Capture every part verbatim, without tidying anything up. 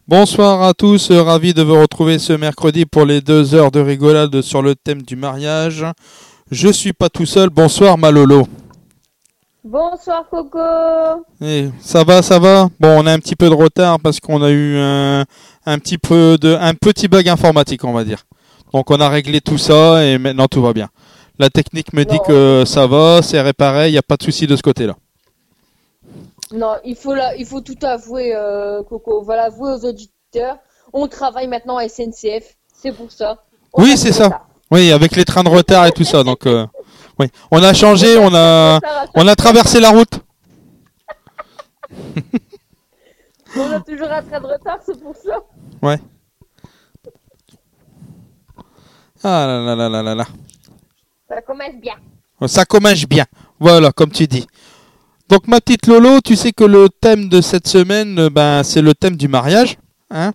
Bonsoir à tous, euh, ravi de vous retrouver ce mercredi pour les deux heures de rigolade sur le thème du mariage. Je suis pas tout seul, bonsoir Malolo. Bonsoir Coco. Et ça va, ça va. Bon, on a un petit peu de retard parce qu'on a eu un, un petit peu de, un petit bug informatique, on va dire. Donc on a réglé tout ça et maintenant tout va bien. La technique me dit Non. que ça va, c'est réparé, il n'y a pas de souci de ce côté-là. Non, il faut, la, il faut tout avouer, euh, Coco. On va l'avouer aux auditeurs. On travaille maintenant à S N C F. C'est pour ça. On Oui, a c'est du ça. retard. Oui, avec les trains de retard et tout ça. Donc, euh, oui, on a changé, on a, on a traversé la route. On a toujours un train de retard, c'est pour ça. Ouais. Ah là là là là là là. Ça commence bien. Ça commence bien. Voilà, comme tu dis. Donc ma petite Lolo, tu sais que le thème de cette semaine, euh, ben c'est le thème du mariage, hein?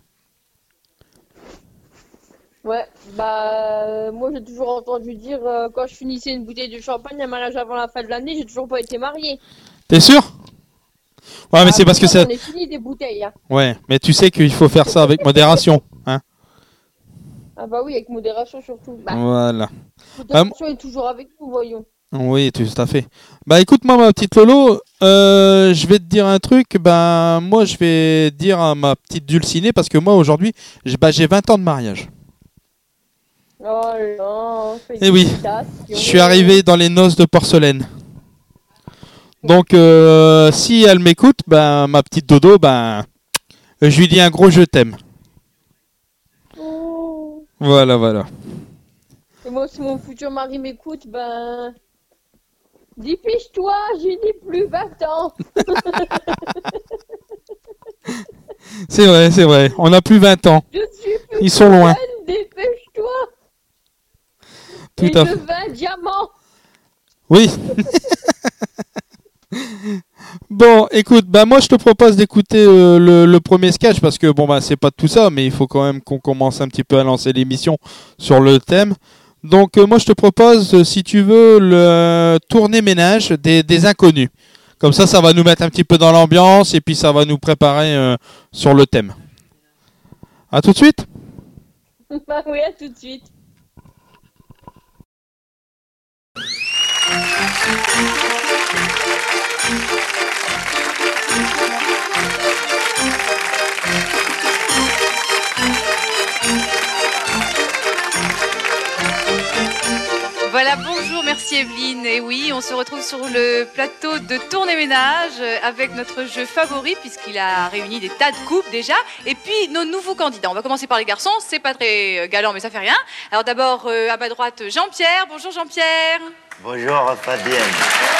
Ouais, bah, euh, moi j'ai toujours entendu dire, euh, quand je finissais une bouteille de champagne, un mariage avant la fin de l'année, j'ai toujours pas été mariée. T'es sûr? Ouais, mais Ah, c'est parce que pourtant, c'est. j'en ai fini des bouteilles, hein. Ouais, mais tu sais qu'il faut faire ça avec modération, hein? Ah bah oui, avec modération surtout. Bah, Voilà. modération est toujours avec nous, voyons. Oui, tout à fait. Bah écoute-moi ma petite Lolo, euh, je vais te dire un truc, ben moi je vais dire à ma petite Dulcinée parce que moi aujourd'hui, j'ai bah, j'ai vingt ans de mariage. Oh non, Eh oui, félicitations. je suis arrivé dans les noces de porcelaine. Donc euh, si elle m'écoute, ben ma petite Dodo, ben je lui dis un gros je t'aime. Oh. Voilà, voilà. Et moi, si mon futur mari m'écoute, ben... Dépêche-toi, j'ai dit plus vingt ans. C'est vrai, c'est vrai. On n'a plus vingt ans. Je suis plus Ils sont loin. jeune, dépêche-toi. Tout Et à je fait. veux un diamant. Oui. Bon, écoute, bah moi je te propose d'écouter euh, le, le premier sketch parce que bon bah c'est pas tout ça, mais il faut quand même qu'on commence un petit peu à lancer l'émission sur le thème. Donc euh, moi je te propose, euh, si tu veux, le euh, tournée ménage des, des inconnus. Comme ça, ça va nous mettre un petit peu dans l'ambiance et puis ça va nous préparer euh, sur le thème. À tout de suite. Bah oui, à tout de suite. Voilà, bonjour, merci Evelyne. Et oui, on se retrouve sur le plateau de Tournée Ménage avec notre jeu favori puisqu'il a réuni des tas de couples déjà. Et puis nos nouveaux candidats. On va commencer par les garçons, c'est pas très galant mais ça fait rien. Alors d'abord euh, à ma droite Jean-Pierre. Bonjour Jean-Pierre. Bonjour Fabienne.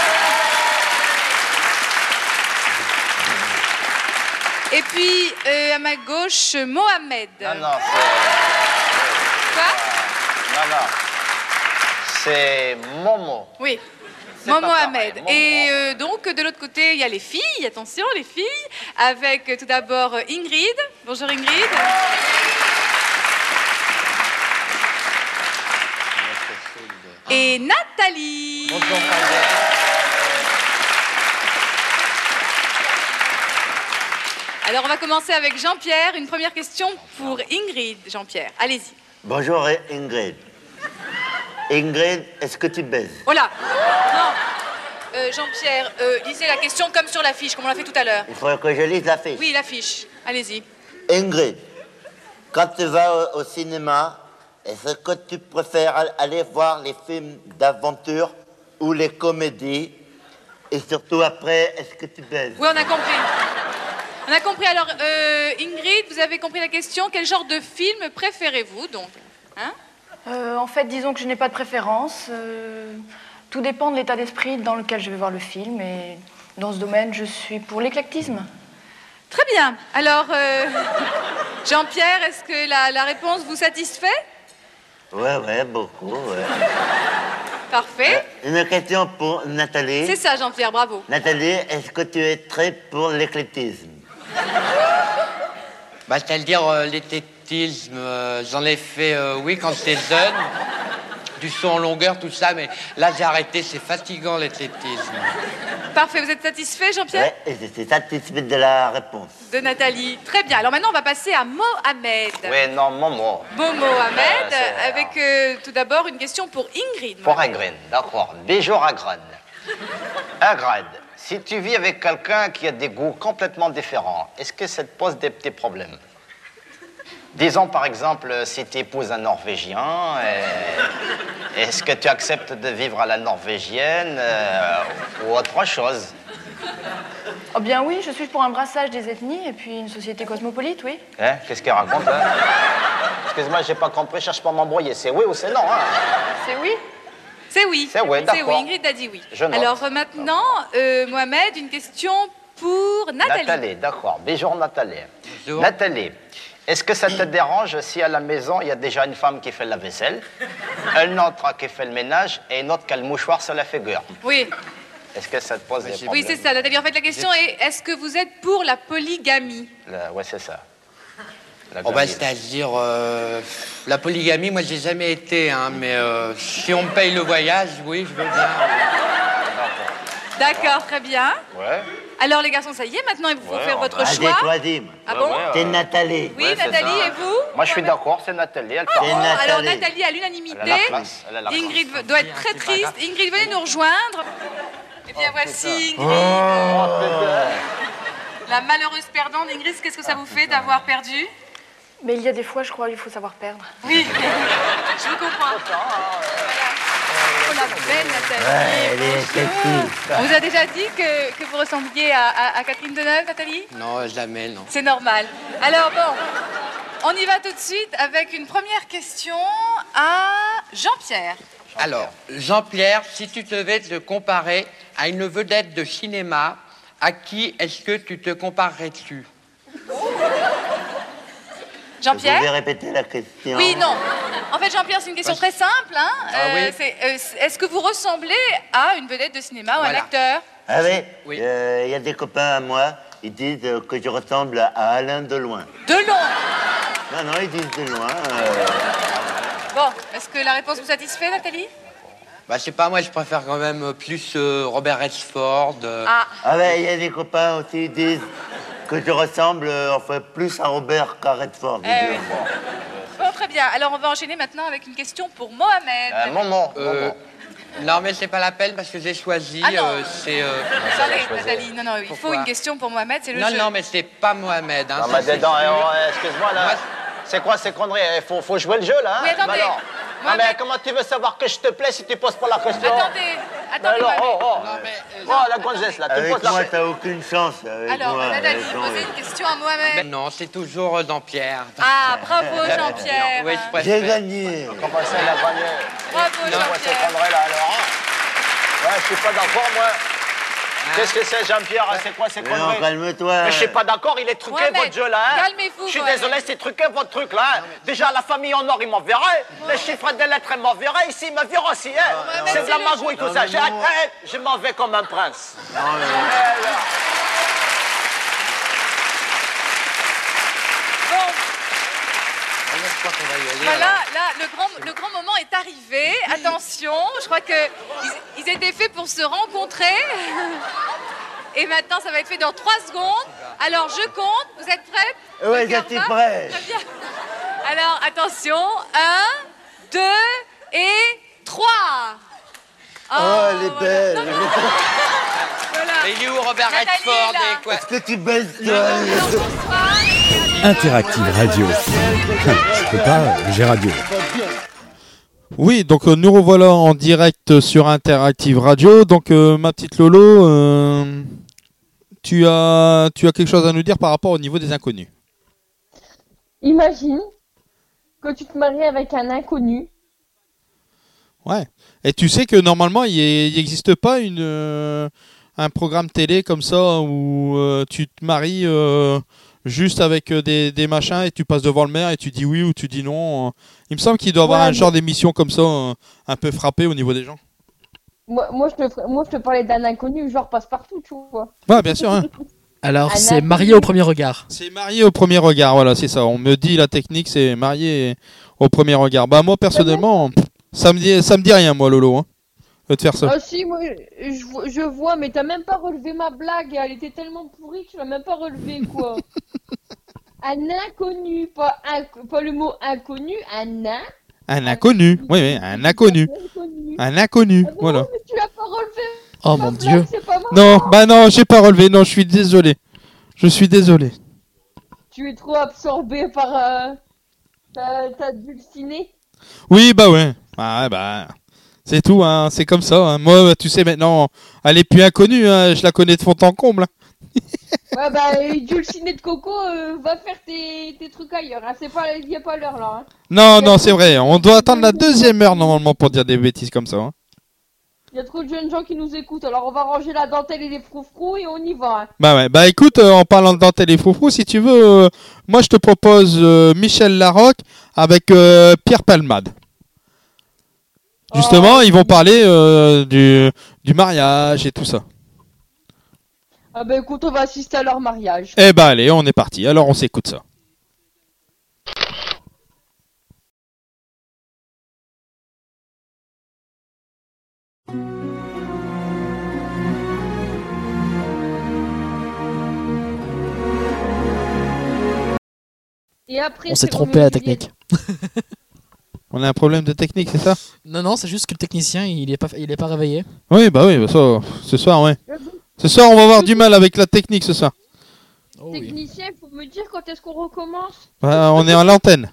Et puis euh, à ma gauche Mohamed. Non, non, c'est... Quoi? Non, non. C'est Momo. Oui. C'est Mo pas Mohamed. pareil, Momo. Et euh, donc de l'autre côté il y a les filles. Attention les filles. Avec euh, tout d'abord Ingrid. Bonjour Ingrid. Et Nathalie. Bonjour Fabienne. Alors on va commencer avec Jean-Pierre. Une première question pour Ingrid. Jean-Pierre, allez-y. Bonjour Ingrid. Ingrid, est-ce que tu baises? Oh là. Non. Euh, Jean-Pierre, euh, lisez la question comme sur l'affiche, comme on l'a fait tout à l'heure. Il faudrait que je lise la fiche. Oui, l'affiche. Allez-y. Ingrid, quand tu vas au, au cinéma, est-ce que tu préfères al- aller voir les films d'aventure ou les comédies? Et surtout après, est-ce que tu baises? Oui, on a compris. On a compris. Alors, euh, Ingrid, vous avez compris la question. Quel genre de film préférez-vous, donc? Hein? Euh, en fait, disons que je n'ai pas de préférence. Euh, tout dépend de l'état d'esprit dans lequel je vais voir le film. Et dans ce domaine, je suis pour l'éclectisme. Très bien. Alors, euh, Jean-Pierre, est-ce que la, la réponse vous satisfait? Ouais, ouais, beaucoup, ouais. Parfait. Euh, Une question pour Nathalie. C'est ça, Jean-Pierre, bravo. Nathalie, est-ce que tu es très pour l'éclectisme? Bah, c'est-à-dire euh, l'éclectisme, euh, j'en ai fait, euh, oui, quand j'étais jeune, du son en longueur, tout ça, mais là, j'ai arrêté, c'est fatigant, l'éclectisme. Parfait, vous êtes satisfait, Jean-Pierre? Ouais, et je suis satisfait de la réponse. De Nathalie. Très bien. Alors maintenant, on va passer à Mohamed. Oui, non, Momo. Bon Mohamed, Euh, c'est- avec euh, tout d'abord une question pour Ingrid. Pour Mohamed. Ingrid, d'accord. Bonjour Ingrid. Ingrid, si tu vis avec quelqu'un qui a des goûts complètement différents, est-ce que ça te pose des petits problèmes? Disons par exemple, si tu épouses un Norvégien, euh, est-ce que tu acceptes de vivre à la norvégienne euh, ou autre chose? Oh bien oui, je suis pour un brassage des ethnies et puis une société cosmopolite, oui. Hein? Qu'est-ce qu'elle raconte là? Excuse-moi, j'ai pas compris, cherche pas à m'embrouiller. C'est oui ou c'est non, hein? C'est oui. C'est oui. C'est oui, d'accord. oui. Ingrid a dit oui. Je note. Alors euh, maintenant, euh, Mohamed, une question pour Nathalie. Nathalie, d'accord. Bonjour Nathalie. Bonjour. Nathalie, est-ce que ça te dérange si à la maison, il y a déjà une femme qui fait la vaisselle, une autre qui fait le ménage et une autre qui a le mouchoir sur la figure? Oui. Est-ce que ça te pose des Oui, problèmes? c'est ça, Nathalie. En fait, la question est est-ce que vous êtes pour la polygamie? Le- Ouais, c'est ça. La Oh bah, gamine. c'est-à-dire, euh, la polygamie, moi, j'ai jamais été, hein, mais euh, si on me paye le voyage, oui, je veux bien. D'accord, très bien. Ouais. Alors, les garçons, ça y est, maintenant, il faut Ouais, faire on votre va- Ah, j'ai choix. choisi, moi. Ah bon? C'est Nathalie. Oui, Ouais, c'est Nathalie, ça. et vous? Moi, je suis d'accord, c'est Nathalie, elle parle. C'est Oh, Nathalie. alors, Nathalie, à l'unanimité. Elle a la classe, elle a la classe. Ingrid v- doit être très C'est pas triste. grave. Ingrid, venez nous rejoindre. Eh bien, voici Ingrid. Oh, putain. La malheureuse perdante. Ingrid, qu'est-ce que ça vous fait d'avoir perdu? Mais il y a des fois, je crois, il faut savoir perdre. Oui, je vous comprends. Voilà. Oh, la belle Nathalie. Ouais, elle est sexy. On vous a déjà dit que, que vous ressembliez à, à- à Catherine Deneuve, Nathalie? Non, jamais, non. C'est normal. Alors bon, on y va tout de suite avec une première question à Jean-Pierre. Alors, Jean-Pierre, si tu devais te comparer à une vedette de cinéma, à qui est-ce que tu te comparerais-tu? Vous Jean-Pierre? pouvez répéter la question? Oui, non. En fait, Jean-Pierre, c'est une question très simple. Hein. Ah oui. c'est, euh, c'est- est-ce que vous ressemblez à une vedette de cinéma ou à un Voilà. acteur? Ah oui? Oui. Il y a des copains à moi, ils disent euh, que je ressemble à Alain Deloin. Delon. Non, non, ils disent Deloin. euh, Bon, est-ce que la réponse vous satisfait, Nathalie? Bah, je sais pas, moi, je préfère quand même plus euh, Robert Redford. euh, Ah, Ah ouais, il y a des copains aussi, ils disent que je ressemble euh, enfin, plus à Robert qu'à Redford. eh oui. Bon, très bien. Alors, on va enchaîner maintenant avec une question pour Mohamed. Euh, Momo, euh, Momo. Non, mais c'est pas la peine parce que j'ai choisi. Ah non. euh, c'est. euh, Attendez, choisi. Nathalie, non, non, il faut Pourquoi une question pour Mohamed, c'est le Non, jeu. non, mais c'est pas Mohamed. Hein, Non, ça, mais c'est dedans, sûr. eh, oh, excuse-moi, là. Moi, C'est quoi ces conneries? Il faut, faut jouer le jeu, là. Oui, hein? attendez. Bah alors. Moi, Ah, mais mais- comment tu veux savoir que je te plais si tu poses pas la question? Attendez, Mais attendez, alors, Mohamed. oh, oh. Non, mais, euh, Oh, la gonzesse, là, tu Avec poses la moi, question. t'as aucune chance. Avec Alors, moi, Nathalie, elles sont- posez une question à Mohamed. Ben non, c'est toujours euh, Jean-Pierre. Ah, bravo Jean-Pierre. Oui, je préfère. J'ai gagné. Comment ça, elle a gagné? Bravo C'est quoi ces Jean-Pierre. conneries, là, alors? hein? Ouais, je suis pas d'accord, moi. Qu'est-ce que c'est, Jean-Pierre? C'est quoi ces Mais non, conneries? calme-toi. Mais je suis pas d'accord, il est truqué, Mohamed, votre jeu, là. Hein? calmez-vous, Je suis Mohamed. désolé, c'est truqué, votre truc, là. hein. Déjà, la famille en or, ils m'enverraient. Les chiffres des lettres, ils m'enverraient. Ici, ils me virent aussi, hein. Mohamed, C'est de la c'est le magouille, tout jeu. ça. Non, mais J'ai- non. eh, Je m'en vais comme un prince. Non, mais- Eh, là. Bon, Je crois qu'on va y aller. voilà, alors. là, le grand, le grand moment est arrivé. Attention, je crois que ils, ils étaient faits pour se rencontrer. Et maintenant, ça va être fait dans trois secondes. Alors, je compte. Vous êtes prêtes? Ouais, Le cœur j'étais bat? prêt. Très bien. Alors, attention. Un, deux et trois. Oh, elle est voilà. belle. Non, non, voilà. Mais il est où Robert Nathalie Redford est là. et quoi? Est-ce que tu baisses, toi Alors, bonsoir. Interactive Radio. Je peux pas, j'ai radio. Oui, donc euh, nous revoilà en direct sur Interactive Radio. Donc euh, ma petite Lolo, euh, tu as tu as quelque chose à nous dire par rapport au niveau des inconnus. Imagine que tu te maries avec un inconnu. Ouais. Et tu sais que normalement il n'existe pas une euh, un programme télé comme ça où euh, tu te maries euh, juste avec euh, des, des machins et tu passes devant le maire et tu dis oui ou tu dis non. Il me semble qu'il doit y avoir Ouais, un mais- genre d'émission comme ça euh, un peu frappé au niveau des gens. Moi, moi, je, te, ferais- moi, je te parlais d'un inconnu, genre passe-partout, tu vois. Ouais, bien sûr. Hein. Alors, Un c'est inconnu. marié au premier regard. C'est marié au premier regard, voilà, c'est ça. On me dit la technique, c'est marié au premier regard. Bah moi personnellement, ça me dit, ça me dit rien, moi, Lolo. Hein. de faire ça. Ah si, moi, je, vo- je vois, mais t'as même pas relevé ma blague. Elle était tellement pourrie que tu l'as même pas relevée, quoi. Un inconnu, pas, un, pas le mot inconnu, un in. Un inconnu, oui, oui, un inconnu. Inconnu. Un inconnu, Ah bon, voilà. mais tu l'as pas relevé. Oh ma mon blague, dieu. c'est pas marrant. Non, bah non, j'ai pas relevé, non, je suis désolé. Je suis désolé. Tu es trop absorbé par euh, ta, ta dulcinée. Oui, bah ouais. Ah, ouais, bah, c'est tout, hein, c'est comme ça. Hein. Moi, tu sais, maintenant, elle est plus inconnue, hein, je la connais de fond en comble. Ouais, bah, et dulcinée de coco, euh, va faire tes, tes trucs ailleurs. Hein. C'est pas, y a pas l'heure là. Hein. Non, non, c'est vrai, on doit attendre la deuxième heure normalement pour dire des bêtises comme ça. Hein. Il y a trop de jeunes gens qui nous écoutent, alors on va ranger la dentelle et les froufrous et on y va. Hein. Bah ouais, bah écoute, euh, en parlant de dentelle et froufrou, si tu veux, euh, moi je te propose euh, Michel Larocque avec euh, Pierre Palmade. Justement, Oh. ils vont parler euh, du, du mariage et tout ça. Ah bah écoute, on va assister à leur mariage. Eh bah allez, on est parti, alors on s'écoute ça. Et après, On c'est s'est trompé à la Roméo technique. On a un problème de technique, c'est ça? Non, non, c'est juste que le technicien, il est pas, il est pas réveillé. Oui, bah oui, bah ça, ce soir, ouais. Juliette. Ce soir, on va avoir du mal avec la technique ce soir. Oh, oui. Technicien, il faut me dire quand est-ce qu'on recommence. Bah, on est à l'antenne.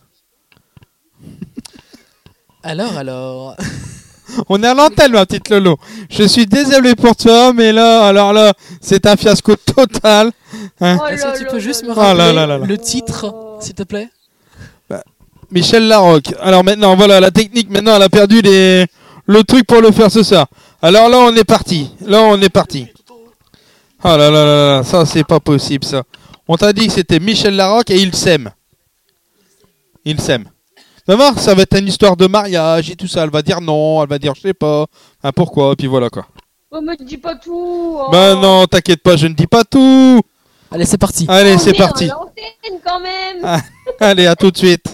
Alors, alors. On est à l'antenne, ma petite Lolo. Je suis désolé pour toi, mais là, alors là, c'est un fiasco total. Hein. Oh Est-ce là que tu là peux là juste là me Oh rappeler là là là là. le titre, s'il te plaît? Michel Larocque. Alors maintenant, voilà, la technique, maintenant, elle a perdu les... le truc pour le faire ce soir. Alors là, on est parti. Là, on est parti. Oh là là là là, ça, c'est pas possible, ça. On t'a dit que c'était Michel Larocque et il s'aime. Il s'aime. Tu vas voir, ça va être une histoire de mariage et tout ça. Elle va dire non, elle va dire je sais pas. Hein, pourquoi, puis voilà quoi. Oh, me dis pas tout. Oh. Bah non, t'inquiète pas, je ne dis pas tout. Allez, c'est parti. Allez, On c'est est parti. à l'antenne quand même. Ah. Allez, à tout de suite.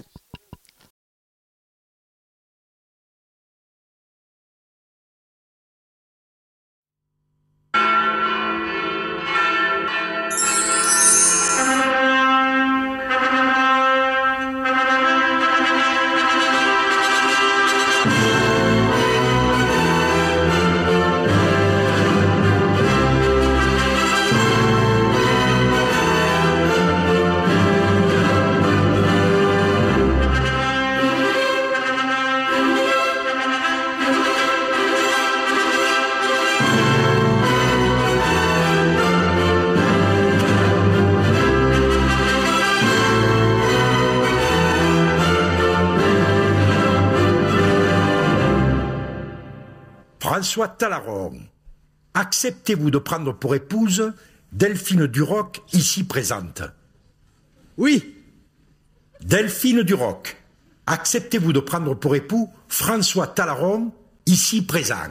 François Talaron, acceptez-vous de prendre pour épouse Delphine Duroc, ici présente? Oui. Delphine Duroc, acceptez-vous de prendre pour époux François Talaron, ici présent?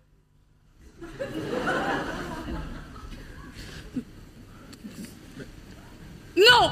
Non!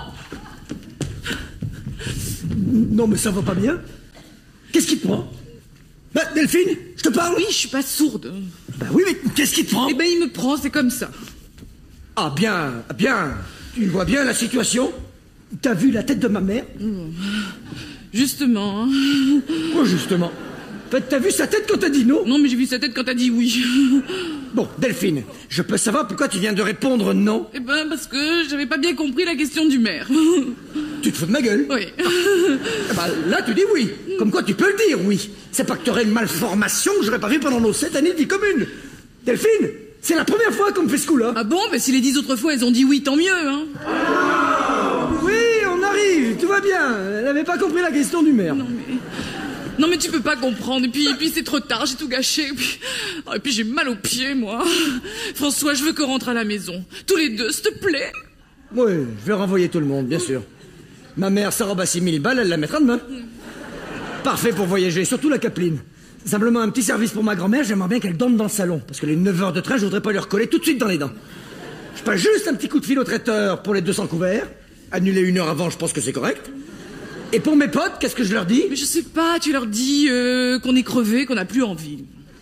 Non, mais ça va pas bien. Qu'est-ce qui te prend? Bah, Delphine, je te parle? Oui, je suis pas sourde. Bah oui, mais qu'est-ce qui te prend? Eh ben, il me prend, c'est comme ça. Ah bien, bien. Tu vois bien la situation? T'as vu la tête de ma mère? Justement. Hein. Quoi, justement? En fait, t'as vu sa tête quand t'as dit non? Non, mais j'ai vu sa tête quand t'as dit oui. Bon, Delphine, je peux savoir pourquoi tu viens de répondre non? Eh ben, parce que j'avais pas bien compris la question du maire. Tu te fous de ma gueule? Oui. Ah bah, là, tu dis oui. Comme quoi, tu peux le dire, oui. C'est pas que t'aurais une malformation que j'aurais pas vue pendant nos sept années de vie commune. Delphine, c'est la première fois qu'on me fait ce coup-là. Ah bon? Ben, si les dix autres fois, elles ont dit oui, tant mieux, hein. Oui, on arrive, tout va bien. Elle avait pas compris la question du maire. Non, mais... Non, mais tu peux pas comprendre. Et puis, et puis c'est trop tard, j'ai tout gâché. Et puis, oh, et puis j'ai mal aux pieds, moi. François, je veux qu'on rentre à la maison. Tous les deux, s'il te plaît. Oui, je vais renvoyer tout le monde, bien sûr. Ma mère s'arrobe à six mille balles, elle la mettra demain. Parfait pour voyager, surtout la Capeline. Simplement un petit service pour ma grand-mère, j'aimerais bien qu'elle dorme dans le salon. Parce que les neuf heures de train, je voudrais pas lui recoller tout de suite dans les dents. Je passe juste un petit coup de fil au traiteur pour les deux cents couverts. Annuler une heure avant, je pense que c'est correct. Et pour mes potes, qu'est-ce que je leur dis? Mais je sais pas, tu leur dis euh, qu'on est crevé, qu'on n'a plus envie.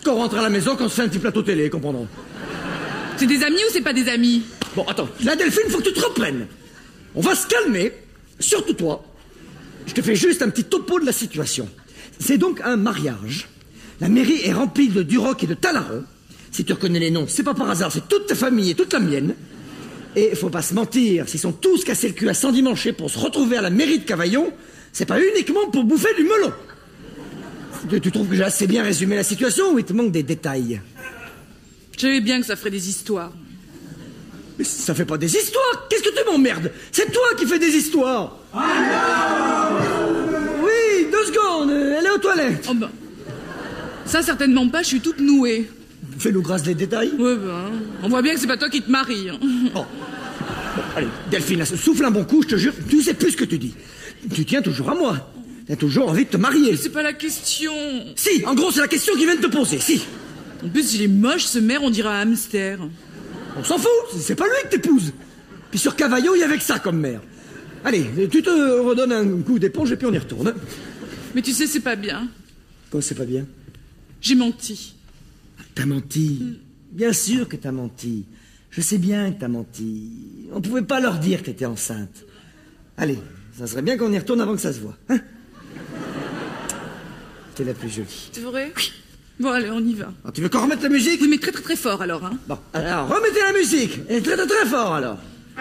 Qu'on rentre à la maison, qu'on se fait un petit plateau télé, comprendront. C'est des amis ou c'est pas des amis? Bon, attends, là, Delphine, faut que tu te reprennes. On va se calmer, surtout toi. Je te fais juste un petit topo de la situation. C'est donc un mariage. La mairie est remplie de Duroc et de Talaron. Si tu reconnais les noms, c'est pas par hasard, c'est toute ta famille et toute la mienne. Et faut pas se mentir, s'ils sont tous cassés le cul à s'endimancher pour se retrouver à la mairie de Cavaillon, c'est pas uniquement pour bouffer du melon. Tu, tu trouves que j'ai assez bien résumé la situation ou il te manque des détails? Je savais bien que ça ferait des histoires. Mais ça fait pas des histoires. Qu'est-ce que tu m'emmerdes? C'est toi qui fais des histoires. Oui, deux secondes, elle est aux toilettes. Oh ben, ça certainement pas, je suis toute nouée. Fais-nous grâce des détails. Ouais ben, on voit bien que c'est pas toi qui te marie. Hein. Oh. Bon, allez, Delphine, là, souffle un bon coup, je te jure, tu sais plus ce que tu dis. Tu tiens toujours à moi. T'as toujours envie de te marier. Mais c'est pas la question. Si, en gros, c'est la question qu'il vient de te poser, si. En plus, il est moche, ce maire, on dirait un hamster. On s'en fout, c'est pas lui que t'épouses. Puis sur Cavaillon, il y avait que ça comme maire. Allez, tu te redonnes un coup d'éponge et puis on y retourne. Mais tu sais, c'est pas bien. Quoi, c'est pas bien? J'ai menti. T'as menti. Mm. Bien sûr que t'as menti. Je sais bien que t'as menti. On pouvait pas leur dire que t'étais enceinte. Allez, ça serait bien qu'on y retourne avant que ça se voit. Hein? T'es la plus jolie. C'est vrai? Oui. Bon, allez, on y va. Alors, tu veux qu'on remette la musique? Oui, mais très très très fort alors, hein. Bon, alors, remettez la musique. Et très très très fort alors.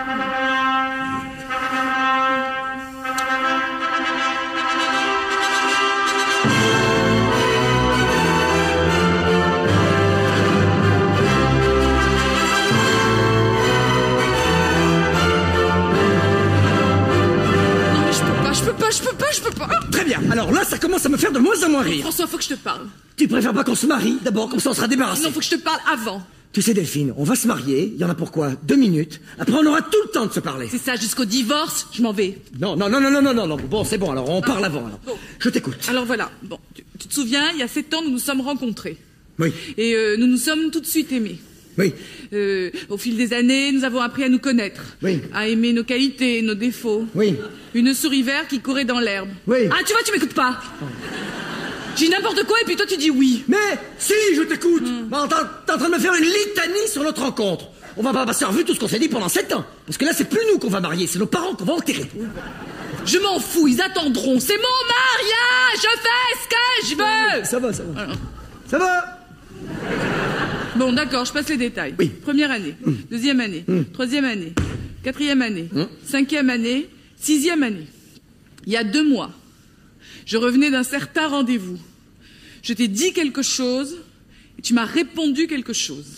Je peux pas, je peux pas, je peux pas. Très bien. Alors là, ça commence à me faire de moins en moins rire. François, faut que je te parle. Tu préfères pas qu'on se marie d'abord, comme ça on sera débarrassé? Non, faut que je te parle avant. Tu sais, Delphine, on va se marier. Il y en a pour quoi? Deux minutes. Après, on aura tout le temps de se parler. C'est ça, jusqu'au divorce, je m'en vais. Non, non, non, non, non, non, non, non. Bon, c'est bon. Alors, on parle avant. Alors, bon. Je t'écoute. Alors voilà. Bon, tu, tu te souviens, il y a sept ans, nous nous sommes rencontrés. Oui. Et euh, nous nous sommes tout de suite aimés. Oui. Euh, au fil des années, nous avons appris à nous connaître. Oui. À aimer nos qualités, nos défauts. Oui. Une souris verte qui courait dans l'herbe. Oui. Ah, tu vois, tu m'écoutes pas. Oh. J'ai dit n'importe quoi et puis toi tu dis oui. Mais si, je t'écoute. Mm. Bah, t'es en train de me faire une litanie sur notre rencontre. On va pas passer en revue tout ce qu'on s'est dit pendant sept ans. Parce que là, c'est plus nous qu'on va marier, c'est nos parents qu'on va enterrer. Je m'en fous, ils attendront. C'est mon mariage, je fais ce que je veux. Ça va, ça va. Alors. Ça va. Bon, d'accord, je passe les détails. Oui. Première année, mm. deuxième année, mm. troisième année, quatrième année, mm. cinquième année, sixième année. Il y a deux mois, je revenais d'un certain rendez-vous. Je t'ai dit quelque chose et tu m'as répondu quelque chose.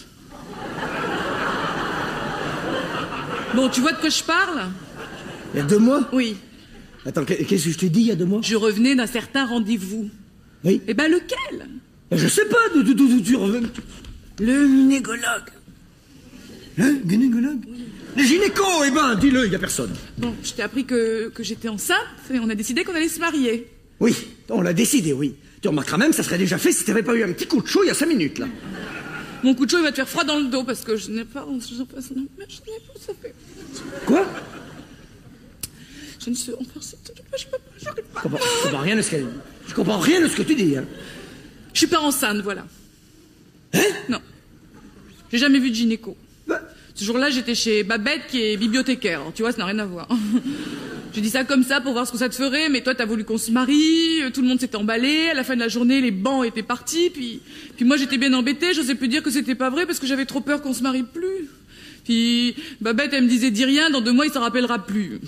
Bon, tu vois de quoi je parle? Il y a deux mois? Oui. Attends, qu'est-ce que je t'ai dit il y a deux mois? Je revenais d'un certain rendez-vous. Oui. Eh ben lequel? Je sais pas, d'où tu revenais. Le gynécologue. Le gynécologue? Oui. Le gynéco, eh ben, dis-le, il y a personne. Bon, je t'ai appris que, que j'étais enceinte et on a décidé qu'on allait se marier. Oui, on l'a décidé, oui. Tu remarqueras même que ça serait déjà fait si t'avais pas eu un petit coup de chaud il y a cinq minutes, là. Mon coup de chaud, il va te faire froid dans le dos parce que je n'ai pas... Je n'ai pas... Ça fait... Quoi? Je ne sais... Enfin, je peux pas... Je comprends, je comprends rien de ce qu'elle... Je comprends rien de ce que tu dis, hein. Je suis pas enceinte, voilà. Hein? Non. J'ai jamais vu de gynéco. Bah... Ce jour-là, j'étais chez Babette qui est bibliothécaire. Alors, tu vois, ça n'a rien à voir. J'ai dit ça comme ça pour voir ce que ça te ferait, mais toi, t'as voulu qu'on se marie, tout le monde s'est emballé, à la fin de la journée, les bancs étaient partis, puis, puis moi, j'étais bien embêtée, j'osais plus dire que c'était pas vrai parce que j'avais trop peur qu'on se marie plus. Puis, Babette, elle me disait, dis rien, dans deux mois, il s'en rappellera plus.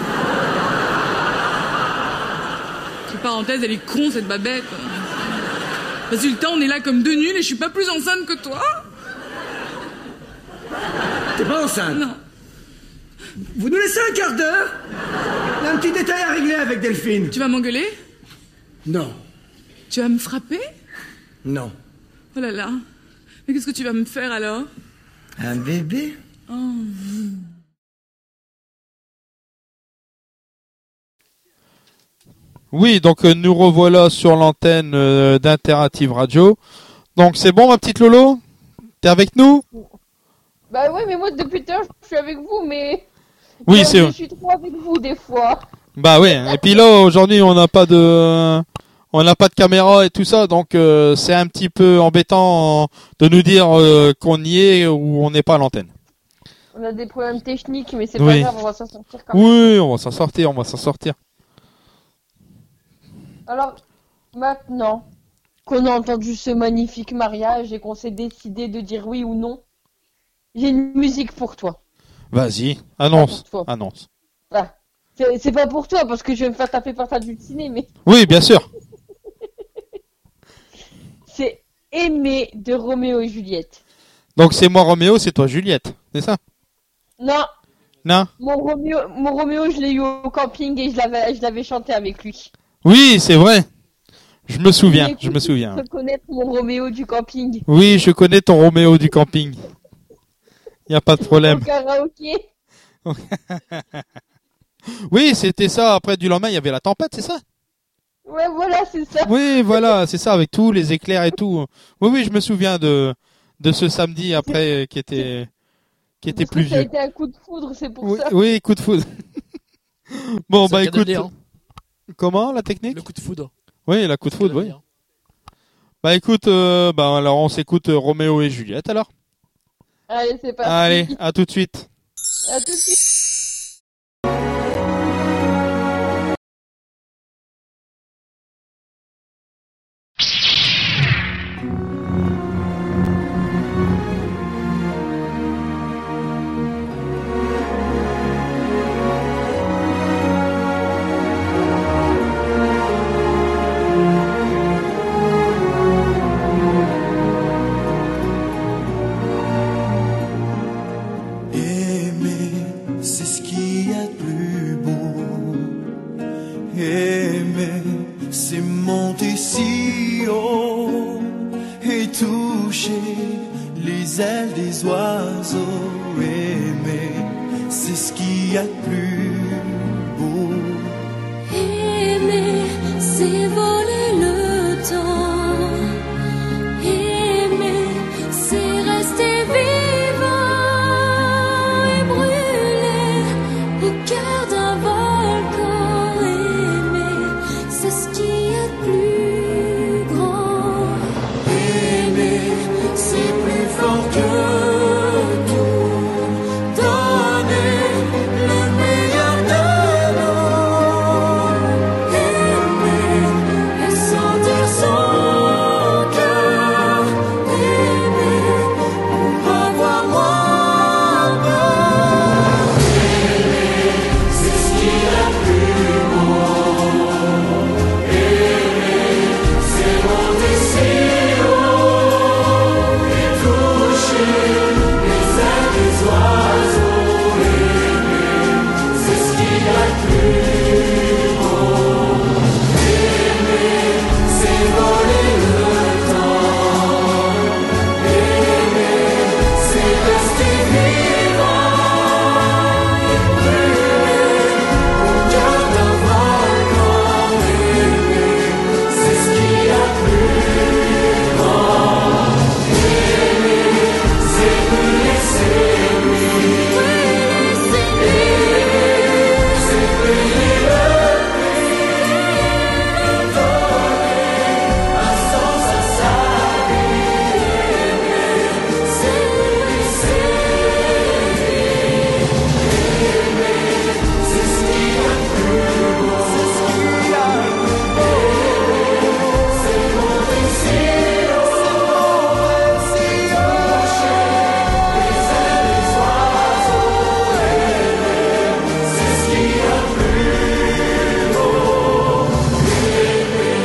Entre parenthèses, elle est con, cette Babette. Résultat, on est là comme deux nuls et je suis pas plus enceinte que toi. T'es pas enceinte? Non. Vous nous laissez un quart d'heure? Il y a un petit détail à régler avec Delphine. Tu vas m'engueuler? Non. Tu vas me frapper? Non. Oh là là. Mais qu'est-ce que tu vas me faire alors? Un bébé? Oh. Oui, donc euh, nous revoilà sur l'antenne euh, d'Interactive Radio. Donc c'est bon ma petite Lolo? T'es avec nous? Bah ouais, mais moi depuis tout à l'heure je suis avec vous, mais... Oui, c'est vrai. Je suis trop avec vous des fois. Bah ouais, et puis là aujourd'hui on n'a pas de... on n'a pas de caméra et tout ça, donc euh, c'est un petit peu embêtant de nous dire euh, qu'on y est ou on n'est pas à l'antenne. On a des problèmes techniques, mais c'est Oui. pas grave, on va s'en sortir quand même. Oui, on va s'en sortir, on va s'en sortir. Alors, maintenant qu'on a entendu ce magnifique mariage et qu'on s'est décidé de dire oui ou non, j'ai une musique pour toi. Vas-y, annonce, Pas pour toi. annonce. Ah, c'est c'est pas pour toi parce que je vais me faire taper par ta dulcinée, mais Oui, bien sûr. c'est Aimer de Roméo et Juliette. Donc c'est moi Roméo, c'est toi Juliette, c'est ça? Non, Non? mon Roméo, mon Roméo, je l'ai eu au camping et je l'avais, je l'avais chanté avec lui. Oui, c'est vrai. Je me souviens, Écoute, je me souviens. Tu peux connaître mon Roméo du camping. Oui, je connais ton Roméo du camping. Y a pas de problème. Au karaoké. Oui, c'était ça. Après du lendemain, il y avait la tempête, c'est ça? Ouais, voilà, c'est ça. Oui, voilà, c'est ça, avec tous les éclairs et tout. Oui, oui, je me souviens de de ce samedi après euh, qui était qui était Parce que ça a pluvieux. été un coup de foudre, c'est pour Oui, ça. oui, coup de foudre. Bon, C'est bah le cas de écoute. le dire, hein. Comment la technique? Le coup de foudre. Oui, la coup de C'est le cas foudre, de le oui. dire. Bah écoute, euh, bah alors on s'écoute euh, Roméo et Juliette alors. Allez, c'est parti. Allez, à tout de suite. À tout de suite. Aimer, c'est ce qu'il y a de plus beau. Aimer, c'est monter si haut et toucher les ailes des oiseaux. Aimer, c'est ce qu'il y a de plus beau. Aimer, c'est voler le temps. Aimer, c'est rester vivant et brûler au cœur d'un volcan. Aimer, c'est ce qu'il y a de plus grand. Aimer, c'est plus fort que tout. Donner le meilleur de nous. Aimer et sentir son cœur. Aimer pour avoir moins peur. Aimer, c'est ce qu'il y a de plus beau. Aimer, c'est monter si haut et toucher les ailes des oiseaux. Aimer, c'est ce qu'il y a de plus beau. Aimer, c'est voler le temps. Aimer, c'est rester vivant et brûler au cœur d'un volcan. Aimer, c'est ce qu'il y a de plus grand. Aimer, c'est brûler ses nuits. Aimer, c'est brûler le prix. Donner un sens à sa vie. Aimer, c'est brûler ses nuits. Aimer, c'est ce qu'il y a de plus beau. C'est ce qu'il y a de plus beau. Aimer, c'est monter si haut, si haut, les ailes des oiseaux. Aimer, c'est ce qu'il y a de plus beau.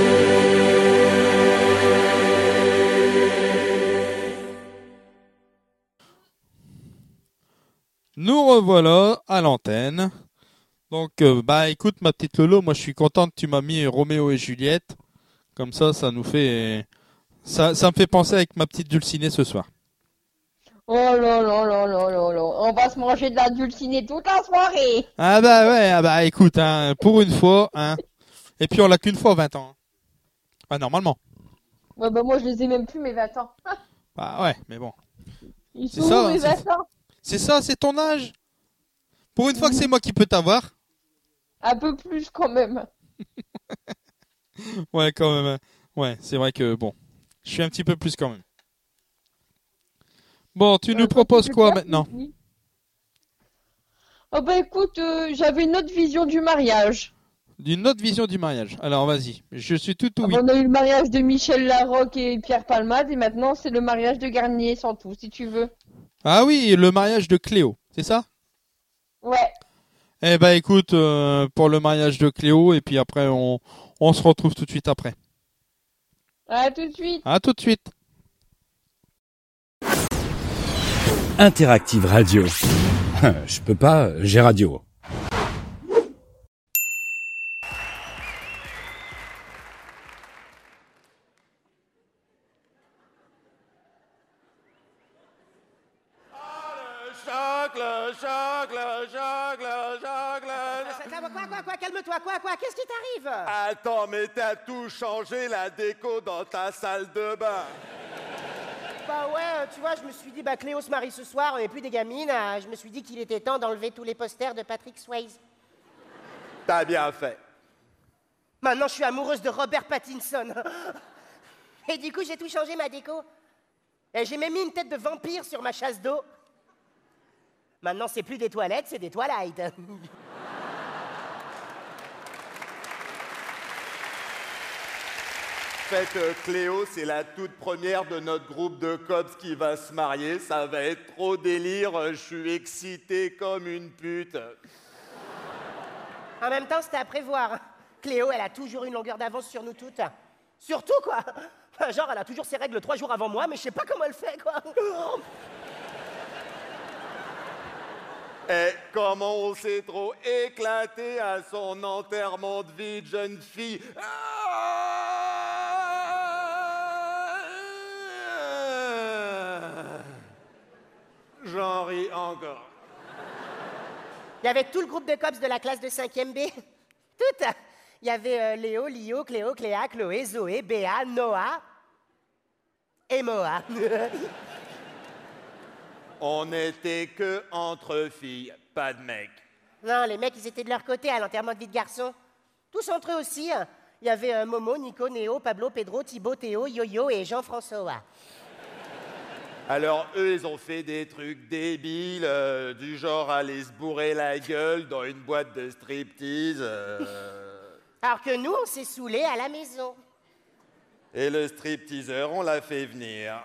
Nous revoilà à l'antenne. Donc, euh, bah écoute ma petite Lolo, moi je suis content que tu m'as mis Roméo et Juliette. Comme ça, ça nous fait, ça, ça me fait penser avec ma petite dulcinée ce soir. Oh là là là là là là. On va se manger de la dulcinée toute la soirée. Ah bah ouais, ah bah écoute, hein, pour une fois, hein. Et puis on l'a qu'une fois vingt ans. Hein. Ah normalement. Ouais, bah moi je les ai même plus mes vingt ans. Bah ouais, mais bon. Ils C'est sont ça, où mes c'est- vingt ans? C'est ça, c'est ton âge. Pour une fois que c'est moi qui peux t'avoir. Un peu plus quand même. Ouais, quand même. hein. Ouais, c'est vrai que bon, je suis un petit peu plus quand même. Bon, tu nous proposes quoi maintenant? Oh bah écoute, euh, j'avais une autre vision du mariage. D'une autre vision du mariage. Alors vas-y, je suis tout oui. On a eu le mariage de Michel Larocque et Pierre Palmade et maintenant c'est le mariage de Garnier sans tout, si tu veux. Ah oui, le mariage de Cléo, c'est ça? Ouais. Eh ben écoute, euh, pour le mariage de Cléo, et puis après on, on se retrouve tout de suite après. À tout de suite. À tout de suite. Interactive Radio. Je peux pas, j'ai radio. Choc, le choc, le choc, le choc, le... Ça va, quoi, quoi, quoi, calme-toi, quoi, quoi, qu'est-ce qui t'arrive? Attends, mais t'as tout changé la déco dans ta salle de bain. Bah ouais, euh, tu vois, je me suis dit, bah Cléo se marie ce soir, on n'est plus des gamines, euh, je me suis dit qu'il était temps d'enlever tous les posters de Patrick Swayze. T'as bien fait. Maintenant, je suis amoureuse de Robert Pattinson. Et du coup, j'ai tout changé ma déco. Et j'ai même mis une tête de vampire sur ma chasse d'eau. Maintenant, c'est plus des toilettes, c'est des Twilight. En fait, euh, Cléo, c'est la toute première de notre groupe de cops qui va se marier. Ça va être trop délire, euh, je suis excité comme une pute. En même temps, c'était à prévoir. Cléo, elle a toujours une longueur d'avance sur nous toutes. Surtout, quoi. Genre, elle a toujours ses règles trois jours avant moi, mais je sais pas comment elle fait, quoi. Et comment on s'est trop éclaté à son enterrement de vie de jeune fille. J'en ris encore. Il y avait tout le groupe de cops de la classe de cinquième B. Tout. Il y avait euh, Léo, Lio, Cléo, Cléa, Chloé, Zoé, Béa, Noah et Moa. On n'était que entre filles, pas de mecs. Non, les mecs, ils étaient de leur côté à l'enterrement de vie de garçon. Tous entre eux aussi. Il y avait euh, Momo, Nico, Néo, Pablo, Pedro, Thibaut, Théo, Yo-Yo et Jean-François. Alors eux, ils ont fait des trucs débiles, euh, du genre aller se bourrer la gueule dans une boîte de striptease. euh. Alors que nous, on s'est saoulés à la maison. Et le stripteaseur, on l'a fait venir.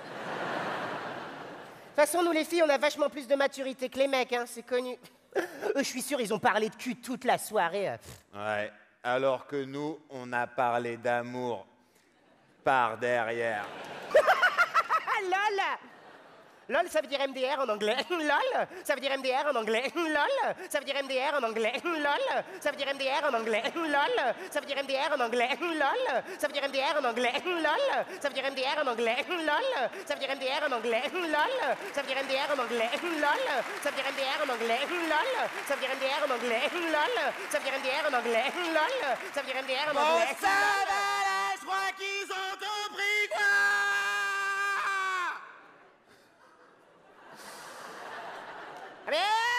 De toute façon, nous les filles, on a vachement plus de maturité que les mecs, hein, c'est connu. Eux, je suis sûr, ils ont parlé de cul toute la soirée. euh. Ouais, alors que nous, on a parlé d'amour par derrière. LOL! LOL, ça veut dire M D R en anglais. LOL, ça veut dire M D R en anglais. LOL, ça veut dire M D R en anglais. LOL, ça veut dire M D R en anglais. LOL, ça veut dire M D R en anglais. LOL, ça veut dire M D R en anglais. LOL, ça veut dire M D R en anglais. LOL, ça veut dire M D R en anglais. LOL, ça veut dire M D R en anglais. LOL, ça veut dire M D R en anglais. LOL, ça veut dire M D R en anglais. LOL, ça veut dire M D R en anglais. LOL, ça veut dire M D R en anglais. Bon, ça va là, je crois qu'ils ont compris quoi. Mais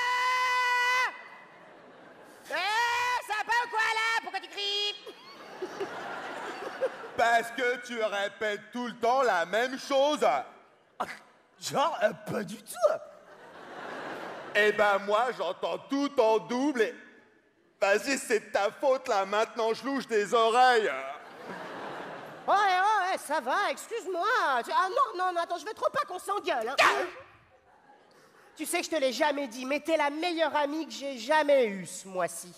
eh, ça va pas ou quoi là? Pourquoi tu cries? Parce que tu répètes tout le temps la même chose. Genre, euh, pas du tout. Eh ben moi, j'entends tout en double et... Vas-y, c'est de ta faute là, maintenant je louche des oreilles. Ouais, ouais, ouais, ça va, excuse-moi. Tu- Ah non, non, non, attends, je veux trop pas qu'on s'engueule. Hein. Tu sais que je te l'ai jamais dit, mais t'es la meilleure amie que j'ai jamais eue ce mois-ci.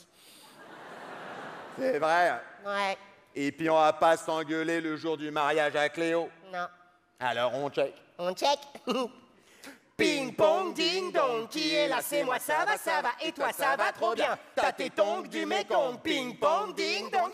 C'est vrai. Ouais, Et puis on va pas s'engueuler le jour du mariage à Cléo. non. Alors on check. On check. Ping pong ding dong, qui est là, c'est moi, ça va, ça va, et toi, ça va trop bien. T'as tes tongs du mékong, ping pong ding dong.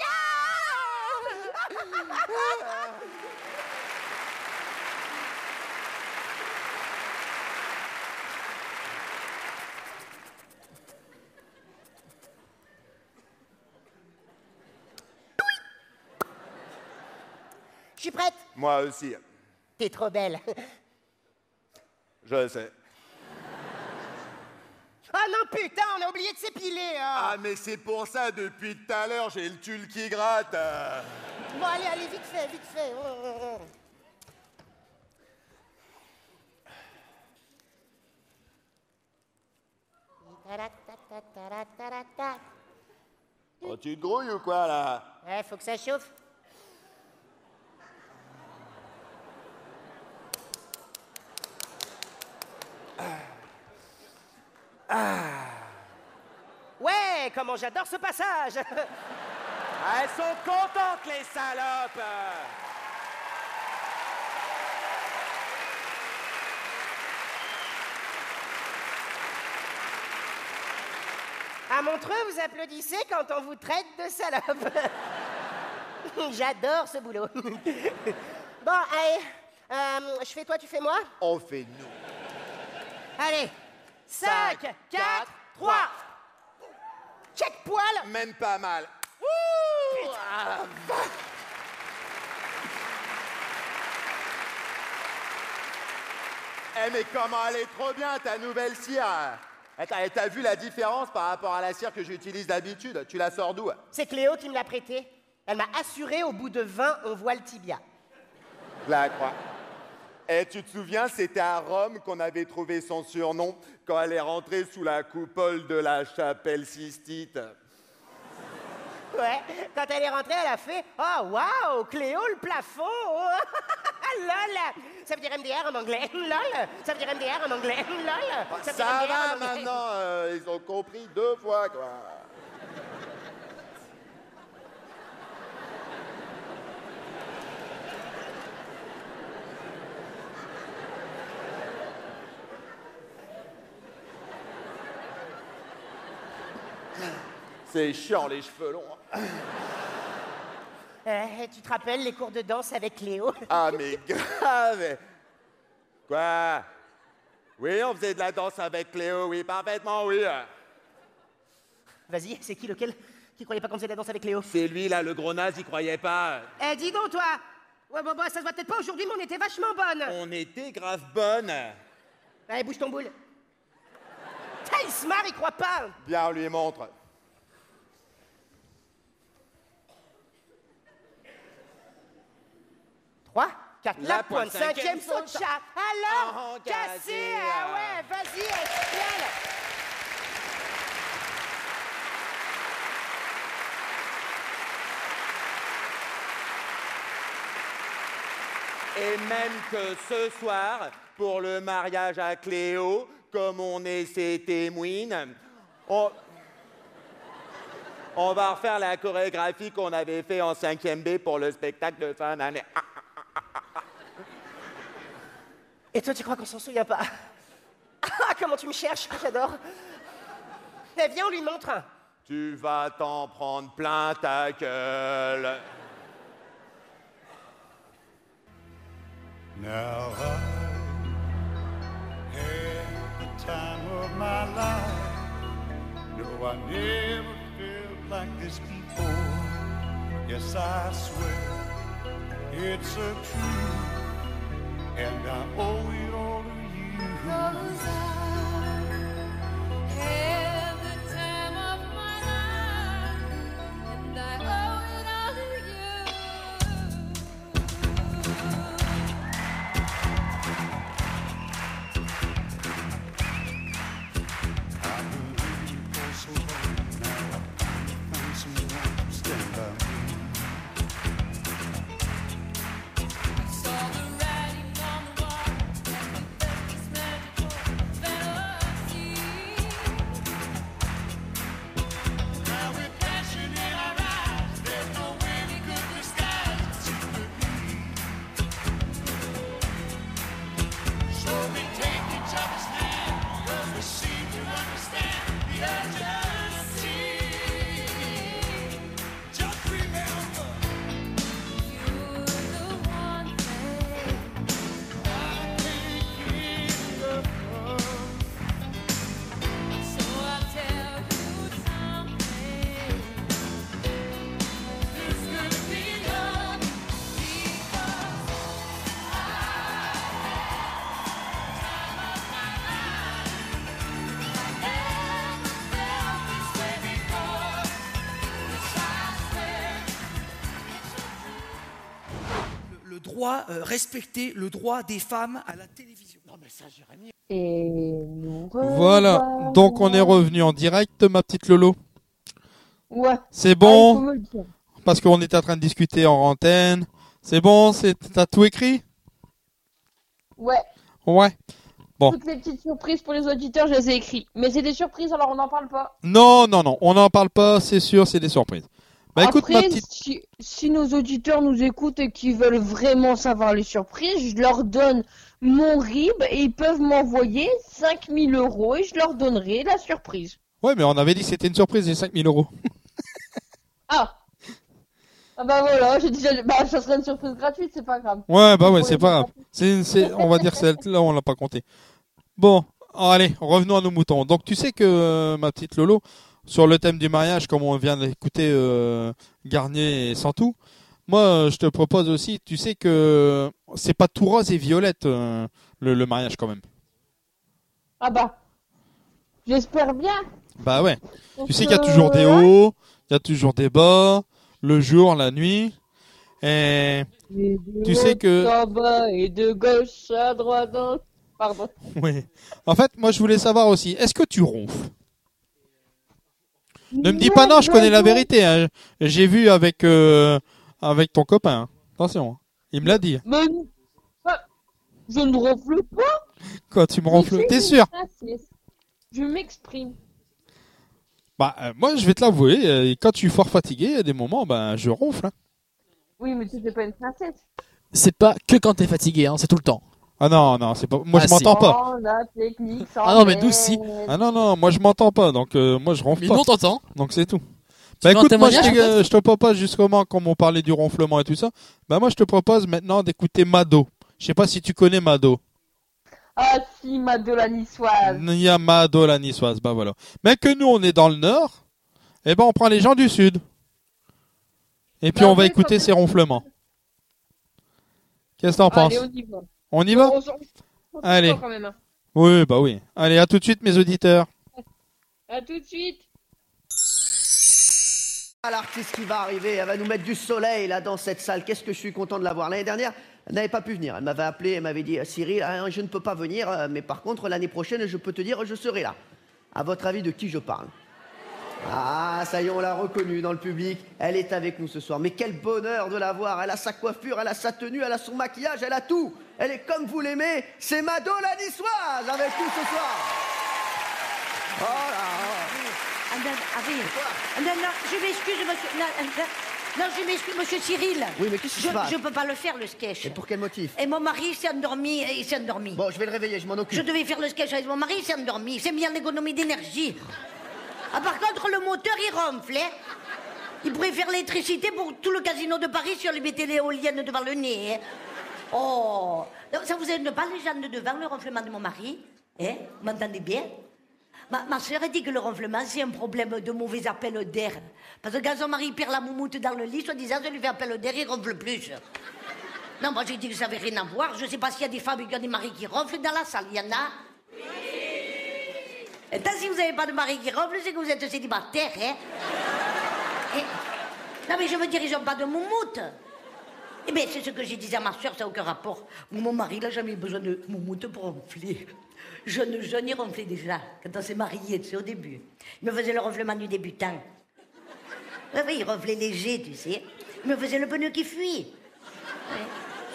Je suis prête. Moi aussi. T'es trop belle. Je sais. Ah non, putain, on a oublié de s'épiler. Hein. Ah, mais c'est pour ça, depuis tout à l'heure, j'ai le tulle qui gratte. euh. Bon, allez, allez, vite fait, vite fait. Oh, oh, oh. Ta-ra-ta-ta-ta-ra-ta-ra-ta. Oh, tu te grouilles ou quoi, là? Ouais, faut que ça chauffe. Ah. Ouais, comment j'adore ce passage. Ah, elles sont contentes, les salopes. À Montreux, vous applaudissez quand on vous traite de salope. J'adore ce boulot. Bon, allez, euh, je fais toi, tu fais moi? On fait nous. Allez, cinq, quatre, trois. Check poil. Même pas mal. Wouh. Ah, va. Eh, mais comment elle est trop bien, ta nouvelle cire. Attends, et t'as vu la différence par rapport à la cire que j'utilise d'habitude? Tu la sors d'où? C'est Cléo qui me l'a prêtée. Elle m'a assuré au bout de vingt, on voit le tibia. La croix. Et tu te souviens, c'était à Rome qu'on avait trouvé son surnom quand elle est rentrée sous la coupole de la chapelle Sistite. Ouais, quand elle est rentrée, elle a fait « Oh, waouh, Cléo, le plafond oh. !» Lol. Ça veut dire M D R en anglais. Lol. Ça veut dire M D R en anglais. Lol. Ça, veut dire ça M D R va en anglais. maintenant, euh, ils ont compris deux fois, quoi. C'est chiant, les cheveux longs. Euh, tu te rappelles les cours de danse avec Cléo? Ah, mais grave. Quoi? Oui, on faisait de la danse avec Cléo, oui, parfaitement, oui. Vas-y, c'est qui lequel qui croyait pas qu'on faisait de la danse avec Cléo? C'est lui, là, le gros naze, il croyait pas. Eh, dis donc, toi. Ouais, bon, bon, ça se voit peut-être pas aujourd'hui, mais on était vachement bonnes. On était grave bonnes. Allez, bouge ton boule. Putain, il se marre, il croit pas. Bien, on lui montre. trois, quatre, La la pointe, pointe, cinquième cinquième saut de saut. chat. Alors, Oh, cassé, cassé, ah ah. ouais, vas-y, explique. Et même que ce soir, pour le mariage à Cléo, comme on est ses témoines, on... on va refaire la chorégraphie qu'on avait fait en cinquième B pour le spectacle de fin d'année. Et toi, tu crois qu'on s'en souvient pas? Ah, comment tu me cherches, j'adore. Eh, viens, on lui montre. Tu vas t'en prendre plein ta gueule. Now I had the time of my life. No, I never felt like this before. Yes, I swear it's a truth, and I owe it all to you. 'Cause I had the time of my life, and I owe it all to you. I've been waiting for so long now. I found someone to stand by me. I saw the writing on the wall, and the best is magical fantasy. doit euh, respecter le droit des femmes à la télévision. Non mais ça, Jérémy. Et nous Voilà, revoilà. donc on est revenu en direct, ma petite Lolo. Ouais. C'est Ah, il bon, faut me le dire. parce qu'on était en train de discuter en antenne. C'est bon, c'est... t'as tout écrit? Ouais. Ouais. Bon. Toutes les petites surprises pour les auditeurs, je les ai écrites. Mais c'est des surprises, alors on n'en parle pas. Non, non, non, on n'en parle pas, c'est sûr, c'est des surprises. Bah écoute, Après, ma petite... si, si nos auditeurs nous écoutent et qu'ils veulent vraiment savoir les surprises, je leur donne mon R I B et ils peuvent m'envoyer cinq mille euros et je leur donnerai la surprise. Ouais, mais on avait dit que c'était une surprise, les cinq mille euros. Ah Ah bah voilà, j'ai déjà... Bah ça serait une surprise gratuite, c'est pas grave. Ouais, bah ouais, Pour c'est les pas gens grave. C'est, c'est, on va dire celle-là, on l'a pas compté. Bon, allez, revenons à nos moutons. Donc tu sais que, euh, ma petite Lolo, sur le thème du mariage, comme on vient d'écouter euh, Garnier et Santou, moi euh, je te propose aussi, tu sais que c'est pas tout rose et violette euh, le, le mariage quand même. Ah bah, j'espère bien. Bah ouais. Donc, Tu sais qu'il y a euh, toujours des ouais. hauts, il y a toujours des bas, le jour, la nuit. Et Et de tu sais haut que... en bas et de gauche à droite. hein. Pardon. Oui. En fait, moi je voulais savoir aussi, est-ce que tu ronfles? Ne me dis pas non, je connais la vérité. Hein. J'ai vu avec euh, avec ton copain. Hein. Attention, il me l'a dit. Mais ah, je ne ronfle pas. Quoi, tu me Je ronfles? suis T'es une sûr? princesse. Je m'exprime. Bah euh, moi je vais te l'avouer. euh, Quand je suis fort fatigué, il y a des moments, ben je ronfle. Hein. Oui, mais tu n'es pas une princesse. C'est pas que quand t'es fatigué, hein, c'est tout le temps. Ah non non, c'est pas. Moi Ah, je m'entends si. pas. Oh, la technique Ah non, mais nous, si. Ah non non, moi je m'entends pas, donc euh, moi je ronfle Mais pas. nous, on t'entend. Donc c'est tout. Tu Bah veux un écoute, moi je, témoignage, te- peut-être je te propose justement, comme on parlait du ronflement et tout ça, bah moi je te propose maintenant d'écouter Mado. Je sais pas si tu connais Mado. Ah si, ma de la niçoise. Il y a Mado la niçoise, bah voilà. Mais que nous on est dans le nord, et ben on prend les gens du sud. Et puis Bah, on va oui, écouter quand- ces ronflements. Qu'est-ce que t'en penses? Allez, on y va. On y va? On s'en- on s'en Allez. sort quand même, hein. Oui, bah oui. Allez, à tout de suite mes auditeurs. À tout de suite. Ah, l'artiste qui va arriver, elle va nous mettre du soleil là dans cette salle. Qu'est-ce que je suis content de la voir. L'année dernière, elle n'avait pas pu venir. Elle m'avait appelé, elle m'avait dit Cyril, hein, je ne peux pas venir, euh, mais par contre l'année prochaine, je peux te dire, je serai là. À votre avis, de qui je parle? Ah, ça y est, on l'a reconnue dans le public. Elle est avec nous ce soir. Mais quel bonheur de la voir. Elle a sa coiffure, elle a sa tenue, elle a son maquillage, elle a tout. Elle est comme vous l'aimez. C'est Mado la niçoise avec nous ce soir. Oh là Ah, non, ah oui. Ah, non, non, je m'excuse, monsieur. Non, non, non, je m'excuse, monsieur Cyril. Oui, mais qu'est-ce qui je, se passe? Je peux pas le faire, le sketch. Et pour quel motif? Et mon mari s'est endormi, et il s'est endormi. Bon, je vais le réveiller, je m'en occupe. Je devais faire le sketch avec mon mari, il s'est endormi. C'est mis en économie d'énergie. Ah, par contre, le moteur, il ronfle, hein. Il pourrait faire l'électricité pour tout le casino de Paris si on lui mettait l'éolienne devant le nez, hein. Oh, ça vous aide pas, les gens de devant, le ronflement de mon mari? Hein? Vous m'entendez bien? Ma, ma soeur a dit que le ronflement, c'est un problème de mauvais appel d'air. Parce que quand son mari perd la moumoute dans le lit, soi-disant, ça lui fait appel d'air, il ronfle plus. Non, moi j'ai dit que ça n'avait rien à voir. Je ne sais pas s'il y a des femmes qui ont des maris qui ronflent dans la salle. Il y en a? Et tant si vous n'avez pas de mari qui ronfle, c'est que vous êtes célibataire, hein? Et... Non, mais je veux dire, ils n'ont pas de moumoute. Eh bien, c'est ce que j'ai dit à ma soeur, ça n'a aucun rapport. Mon mari, il n'a jamais eu besoin de moumoute pour ronfler. Jeune, jeune, il ronflait déjà, quand on s'est mariés, tu sais, au début. Il me faisait le ronflement du débutant. Oui, oui, il ronflait léger, tu sais. Il me faisait le pneu qui fuit. Ouais.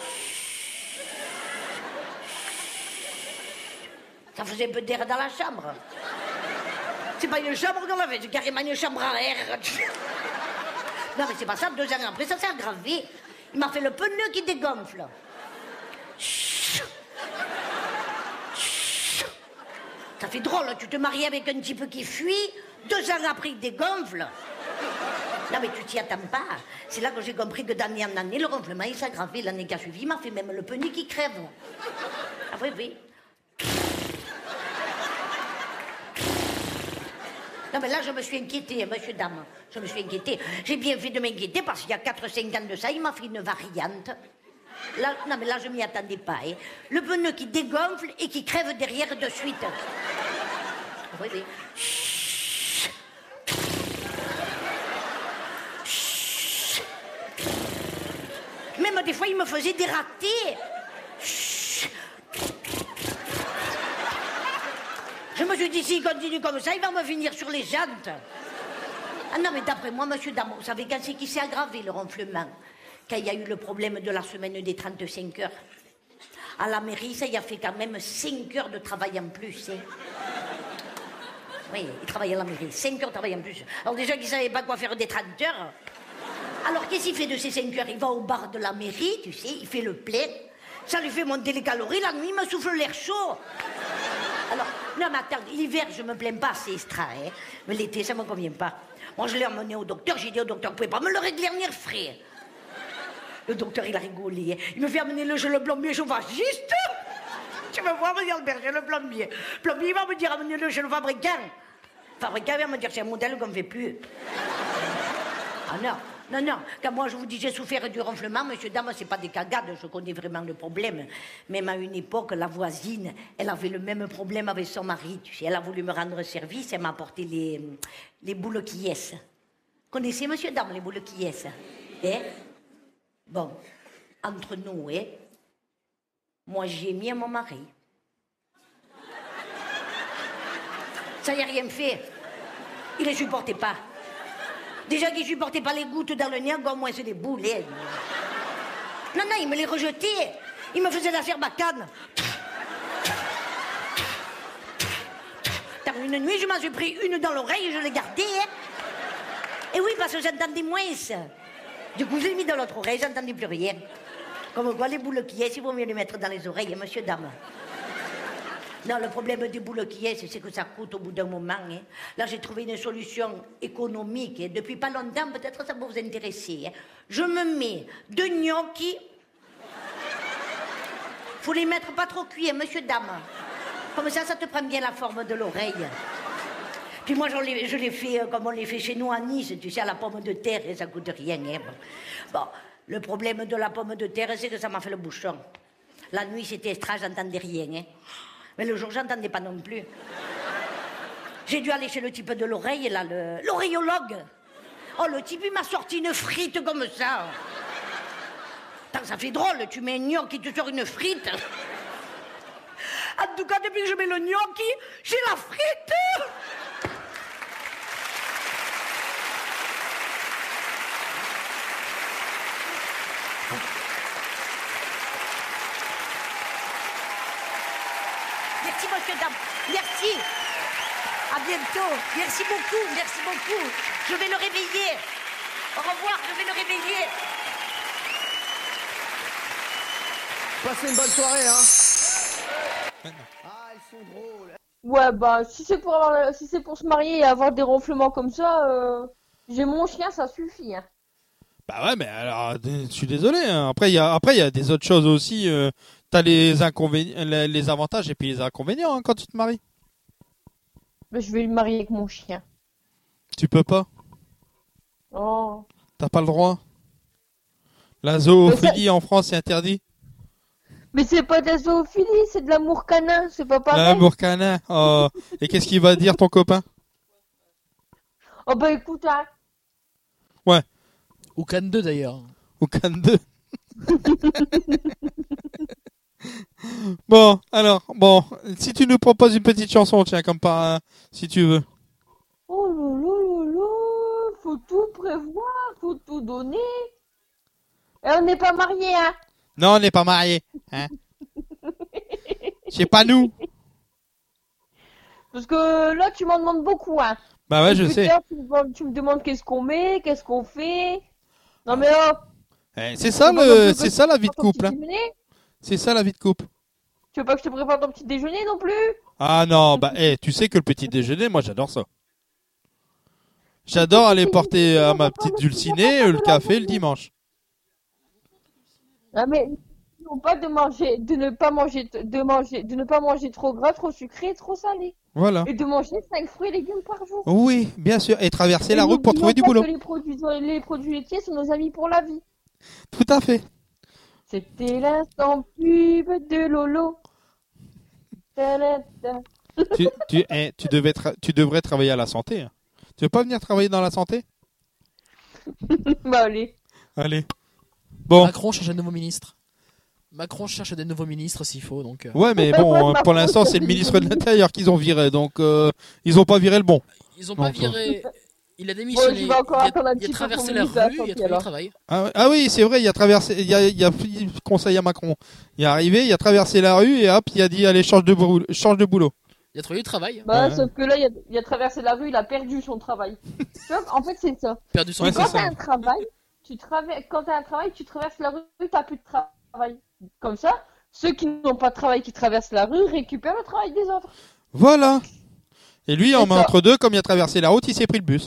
Ça faisait un peu d'air dans la chambre. C'est pas une chambre qu'on avait, c'est carrément une chambre à air. Non, mais c'est pas ça, deux ans après, ça s'est aggravé. Il m'a fait le pneu qui dégonfle. Ça fait drôle, tu te maries avec un type qui fuit, deux ans après il dégonfle. Non mais tu t'y attends pas. C'est là que j'ai compris que d'année en année, le ronflement il s'aggravait. L'année qui a suivi, il m'a fait même le pneu qui crève. Ah oui, oui. Non mais là je me suis inquiétée, monsieur, dame. Je me suis inquiétée. J'ai bien fait de m'inquiéter parce qu'il y a quatre cinq ans de ça, il m'a fait une variante. Là, non mais là je m'y attendais pas. Hein. Le pneu qui dégonfle et qui crève derrière de suite. Oui, oui. Même des fois, il me faisait des ratés. Chut. Je me suis dit, s'il continue comme ça, il va me finir sur les jantes. Ah non, mais d'après moi, monsieur Damo, vous savez quand c'est qui s'est aggravé, le ronflement? Quand il y a eu le problème de la semaine des trente-cinq heures. À la mairie, ça y a fait quand même cinq heures de travail en plus. Hein. Oui, il travaille à la mairie, cinq heures de travail en plus. Alors déjà qu'il ne savait pas quoi faire des trente heures. Alors qu'est-ce qu'il fait de ces cinq heures? Il va au bar de la mairie, tu sais, il fait le plein. Ça lui fait monter les calories, la nuit, il me souffle l'air chaud. Alors, non mais attends, l'hiver, je me plains pas, c'est extra, hein. Mais l'été, ça me convient pas. Moi, je l'ai emmené au docteur, j'ai dit au docteur, vous pouvez pas me le régler en air frais. Le docteur, il a rigolé. Il me fait amener le, le plombier chauffagiste. Tu me vois venir le berger, le plombier. Le plombier, il va me dire, amenez-le chez le fabricant. Le fabricant va me dire, c'est un modèle qu'on ne fait plus. Ah non, non, non. Quand moi, je vous dis, j'ai souffert du ronflement, monsieur, dame, c'est pas des cagades, je connais vraiment le problème. Même à une époque, la voisine, elle avait le même problème avec son mari. Tu sais, elle a voulu me rendre service, elle m'a apporté les, les boules qui yes. Connaissez, monsieur, dame, les boules qui yes? Eh? Bon, entre nous, hein, moi j'ai mis à mon mari. Ça n'y a rien fait. Il ne supportait pas. Déjà qu'il ne supportait pas les gouttes dans le nez, encore moins c'est des boules. Hein. Non, non, il me les rejetait. Il me faisait la serbacane. Une nuit, je m'en suis pris une dans l'oreille et je l'ai gardée. Hein. Et oui, parce que j'entendais moins ça. Du coup, je l'ai mis dans l'autre oreille, j'entendais plus rien. Comme quoi, les boules qui est, il vaut mieux les mettre dans les oreilles, monsieur, dame. Non, le problème des boules qui est, c'est que ça coûte au bout d'un moment. Hein. Là, j'ai trouvé une solution économique. Hein. Depuis pas longtemps, peut-être ça peut vous intéresser. Hein. Je me mets deux gnocchis. Faut les mettre pas trop cuits, hein, monsieur, dame. Comme ça, ça te prend bien la forme de l'oreille. Puis moi, je je l'ai fait euh, comme on les fait chez nous à Nice, tu sais, à la pomme de terre, et ça coûte rien. Hein. Bon, le problème de la pomme de terre, c'est que ça m'a fait le bouchon. La nuit, c'était extra, j'entendais rien. Hein. Mais le jour, j'entendais pas non plus. J'ai dû aller chez le type de l'oreille, là, le... l'oreillologue. Oh, le type, il m'a sorti une frite comme ça. Tant ça fait drôle, tu mets un gnocchi, tu sors une frite. En tout cas, depuis que je mets le gnocchi, j'ai la frite. Merci, monsieur, dame. Merci. À bientôt. Merci beaucoup. Merci beaucoup. Je vais le réveiller. Au revoir, je vais le réveiller. Passez une bonne soirée, hein. Ah, ils sont drôles. Ouais, bah, si c'est pour avoir, si c'est pour se marier et avoir des ronflements comme ça, euh, j'ai mon chien, ça suffit. Hein. Bah ouais, mais alors, je suis désolé. Hein. Après, il y a, après, il y a des autres choses aussi. Euh, t'as les inconvénients, les, les avantages et puis les inconvénients hein, quand tu te maries. Bah, je vais me marier avec mon chien. Tu peux pas. Oh. T'as pas le droit. La zoophilie ça... en France c'est interdit. Mais c'est pas de la zoophilie, c'est de l'amour canin, c'est pas pareil. L'amour canin. Oh. Et qu'est-ce qu'il va dire ton copain? Oh bah écoute, hein. Ouais. Ou Cannes deux d'ailleurs. Ou Cannes deux. Bon, alors, bon, si tu nous proposes une petite chanson, tiens, comme par, euh, si tu veux. Oh là là là là, faut tout prévoir, faut tout donner. Et on n'est pas mariés, hein. Non, on n'est pas mariés, hein. C'est pas nous. Parce que là, tu m'en demandes beaucoup, hein. Bah ouais, je Plus sais. tard, tu, me, tu me demandes qu'est-ce qu'on met, qu'est-ce qu'on fait. Non mais oh. Eh, c'est ça le, c'est ça la vie de couple. Hein. C'est ça la vie de couple. Tu veux pas que je te prépare ton petit déjeuner non plus? Ah non, bah eh, tu sais que le petit déjeuner, moi j'adore ça. J'adore aller porter à ma petite dulcinée le café le dimanche. Ah mais non pas de manger, de ne pas manger, de manger, de ne pas manger trop gras, trop sucré, trop salé. Voilà. Et de manger cinq fruits et légumes par jour. Oui, bien sûr. Et traverser et la route pour trouver du boulot. Que les produits, les produits laitiers sont nos amis pour la vie. Tout à fait. C'était l'instant pub de Lolo. tu, tu, eh, tu, devais tra- tu devrais travailler à la santé. Hein. Tu veux pas venir travailler dans la santé? Bah allez. Allez. Bon. Macron cherche un nouveau ministre. Macron cherche des nouveaux ministres s'il faut. Donc, euh... Ouais, mais bon, pour l'instant, c'est le ministre de l'Intérieur qu'ils ont viré, donc euh, ils ont pas viré le bon. Ils ont pas donc, viré. Il a démissionné. Bon, je vais encore il attendre un a, il a petit peu traversé pour la me rue, dire, il a trouvé du alors. travail. Ah, ouais, ah oui, c'est vrai, il a traversé, il a, il a pris conseil à Macron. Il est arrivé, il a traversé la rue et hop, il a dit allez change de boulot, change de boulot. Il a trouvé du travail. Bah, Ouais. sauf que là, il a, il a traversé la rue, il a perdu son travail. Tu vois, en fait, c'est ça. Perdu son Ouais, Quand c'est t'as ça. un travail, tu traverses, quand t'as un travail, tu traverses la rue, t'as plus de travail. Comme ça, ceux qui n'ont pas de travail, qui traversent la rue, récupèrent le travail des autres. Voilà. Et lui, en C'est main ça. entre deux, comme il a traversé la route, il s'est pris le bus.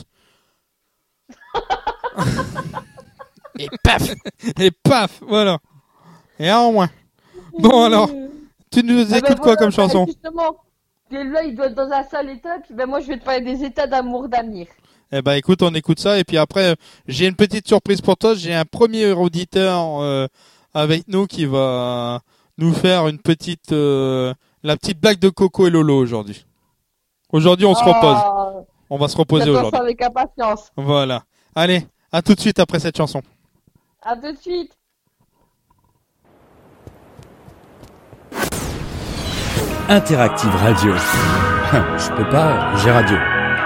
Et paf. Et paf, voilà. Et un en moins. Bon alors, tu nous Ah ben écoutes quoi voilà, comme bah, chanson? Justement, et là, il doit être dans un sale état, puis ben moi, je vais te parler des états d'amour d'Amir. Eh ben écoute, on écoute ça et puis après j'ai une petite surprise pour toi. J'ai un premier auditeur euh, avec nous qui va nous faire une petite euh, la petite blague de Coco et Lolo aujourd'hui. Aujourd'hui on se repose. Ah, On va se reposer j'attends aujourd'hui. ça avec impatience. Voilà. Allez, à tout de suite après cette chanson. À tout de suite. Interactive Radio. Je peux pas, j'ai radio.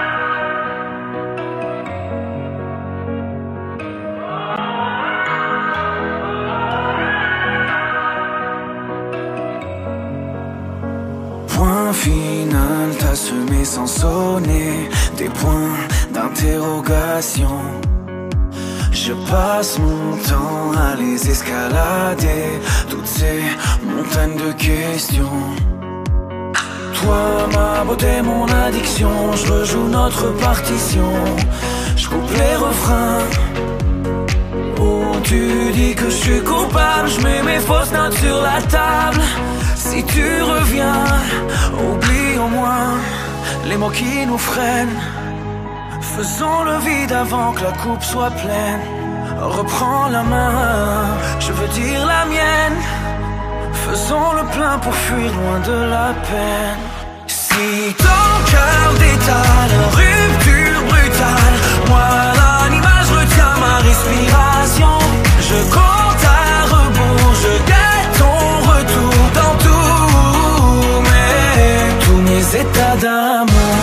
Point final, t'as semé sans sonner des points d'interrogation. Je passe mon temps à les escalader, toutes ces montagnes de questions. Toi, ma beauté, mon addiction, je rejoue notre partition. Je coupe les refrains où tu dis que je suis coupable. Je mets mes fausses notes sur la table. Si tu reviens, oublie au moins les mots qui nous freinent. Faisons le vide avant que la coupe soit pleine. Reprends la main, je veux dire la mienne. Faisons le plein pour fuir loin de la peine. Si ton cœur détale, rupture brutale, moi l'animal, je retiens ma respiration. Je compte à rebours, je guette ton retour dans tous mes, tous mes états d'amour.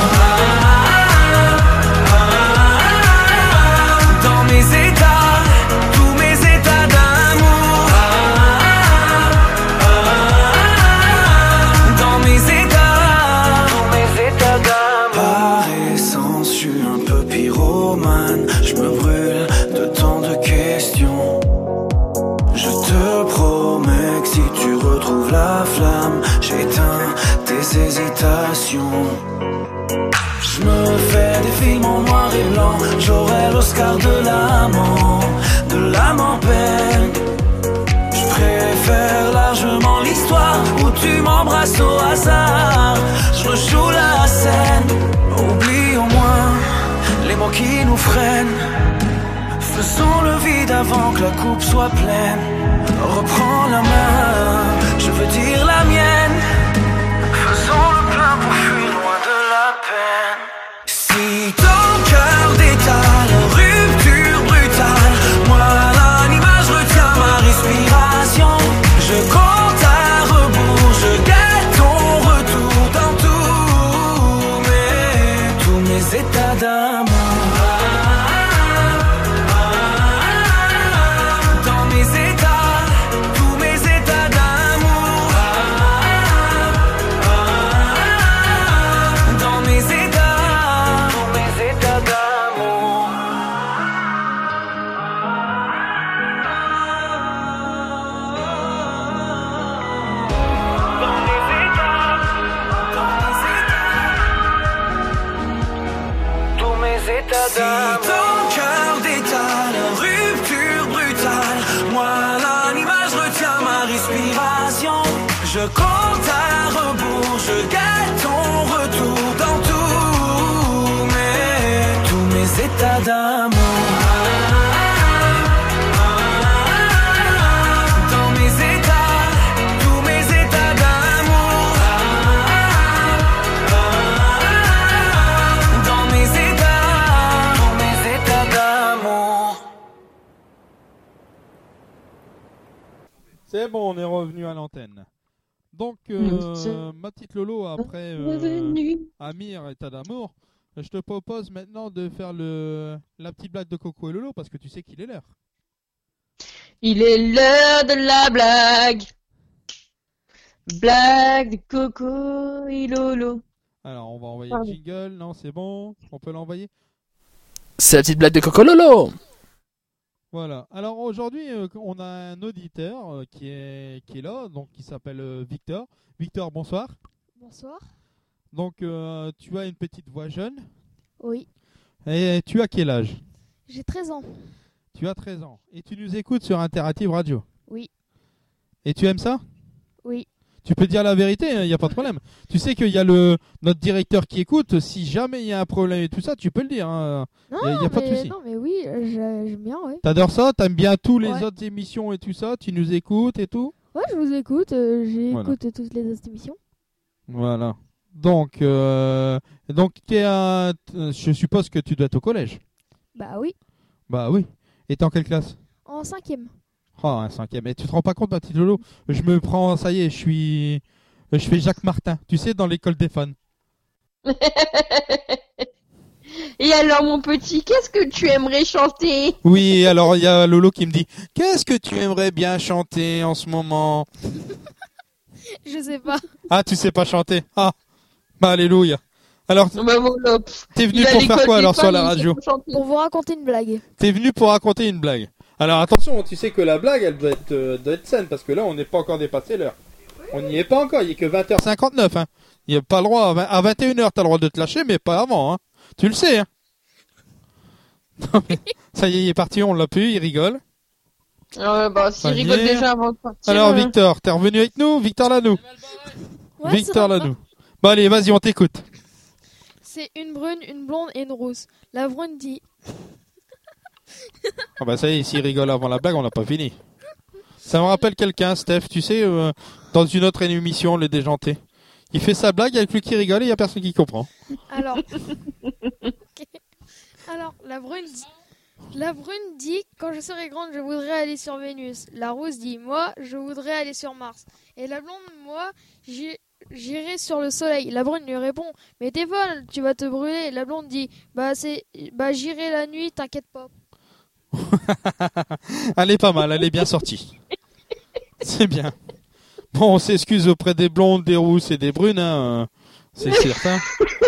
Dans mes états, tous mes états d'amour. Dans mes états, tous mes états d'amour. Par essence, je suis un peu pyromane. Je me brûle de tant de questions. Je te promets que si tu retrouves la flamme, j'éteins tes hésitations. Je me fais des films en noir et blanc. J'aurai l'Oscar de l'amant, de l'âme en peine. Je préfère largement l'histoire où tu m'embrasses au hasard. Je rejoue la scène. Oublie au moins les mots qui nous freinent. Faisons le vide avant que la coupe soit pleine. Reprends la main, je veux dire la mienne. Faisons le plein pour fuir loin de la peine. Si ton cœur détale, rupture brutale, moi l'animal, je retiens ma respiration. Je compte à rebours, je guette ton retour dans tous mes, tous mes états d'amour. Dans mes états, tous mes états d'amour. Dans mes états, tous mes états d'amour. Dans mes états, dans mes états, tous mes états d'amour. Si ton cœur détale, rupture brutale, moi l'animal, je retiens ma respiration. Je compte à rebours, je guette ton retour dans tous mes, tous mes états d'amour. Dans mes états, tous mes états d'amour. Dans mes états, tous mes états d'amour. C'est bon, on est revenu à l'antenne. Donc, euh, ma petite Lolo, après euh, Amir, état d'amour, je te propose maintenant de faire le la petite blague de Coco et Lolo, parce que tu sais qu'il est l'heure. Il est l'heure de la blague. Blague de Coco et Lolo. Alors, on va envoyer Pardon. le jingle. Non, c'est bon. On peut l'envoyer. C'est la petite blague de Coco Lolo. Voilà. Alors aujourd'hui, euh, on a un auditeur euh, qui est qui est là, donc qui s'appelle euh, Victor. Victor, bonsoir. Bonsoir. Donc euh, tu as une petite voix jeune. Oui. Et tu as quel âge? J'ai treize ans. Tu as treize ans. Et tu nous écoutes sur Interactive Radio. Oui. Et tu aimes ça? Oui. Tu peux dire la vérité, il n'y a pas de problème. Tu sais qu'il y a le notre directeur qui écoute. Si jamais il y a un problème et tout ça, tu peux le dire. Il Non, n'y a, y a pas de mais, souci. non, mais oui, euh, j'ai- j'aime bien, oui. T'adores ça? T'aimes bien tous les Ouais. autres émissions et tout ça? Tu nous écoutes et tout? Ouais, je vous écoute. euh, Voilà. J'écoute toutes les autres émissions. Voilà. Donc, euh, donc t'es un- t- je suppose que tu dois être au collège. Bah oui. Bah oui. Et t'es en quelle classe? En cinquième. Oh, un cinquième. Et tu te rends pas compte, ma petite Lolo? Je me prends, ça y est, je suis, je fais Jacques Martin. Tu sais, dans l'école des fans. Et alors, mon petit, qu'est-ce que tu aimerais chanter? Oui, alors il y a Lolo qui me dit, qu'est-ce que tu aimerais bien chanter en ce moment? Je sais pas. Ah, tu sais pas chanter? Ah, bah alléluia. Alors, Bah voilà. t'es venu Il a pour l'école faire quoi des alors fans, sur la il sait radio? pas chanter. Pour vous raconter une blague. T'es venu pour raconter une blague. Alors attention, tu sais que la blague, elle doit être, euh, doit être saine, parce que là, on n'est pas encore dépassé l'heure. On n'y est pas encore, il est que vingt heures cinquante-neuf. Hein. Il n'y a pas le droit, à vingt à vingt et une heures, t'as le droit de te lâcher, mais pas avant. Hein. Tu le sais. Hein. Non, mais ça y est, il est parti, on l'a pu, il rigole. Ouais, bah, s'il Ça y rigole est. déjà avant de partir. Alors euh, Victor, t'es revenu avec nous? Victor Lanou. Ouais, Victor ça va. Lanou. Bon allez, vas-y, on t'écoute. C'est une brune, une blonde et une rousse. La brune dit Ah bah ça y est, s'il rigole avant la blague, on n'a pas fini. Ça me rappelle quelqu'un, Steph, tu sais, euh, dans une autre émission, le déjanté. Il fait sa blague avec lui qui rigole et il n'y a personne qui comprend. Alors. Ok. Alors, la brune dit. La brune dit, quand je serai grande, je voudrais aller sur Vénus. La rousse dit, moi, je voudrais aller sur Mars. Et la blonde, moi, j'y- j'irai sur le soleil. La brune lui répond, mais t'es folle, tu vas te brûler. La blonde dit, bah c'est, bah j'irai la nuit, t'inquiète pas. Elle est pas mal, elle est bien sortie. C'est bien. Bon, on s'excuse auprès des blondes, des rousses et des brunes, hein, euh, c'est certain.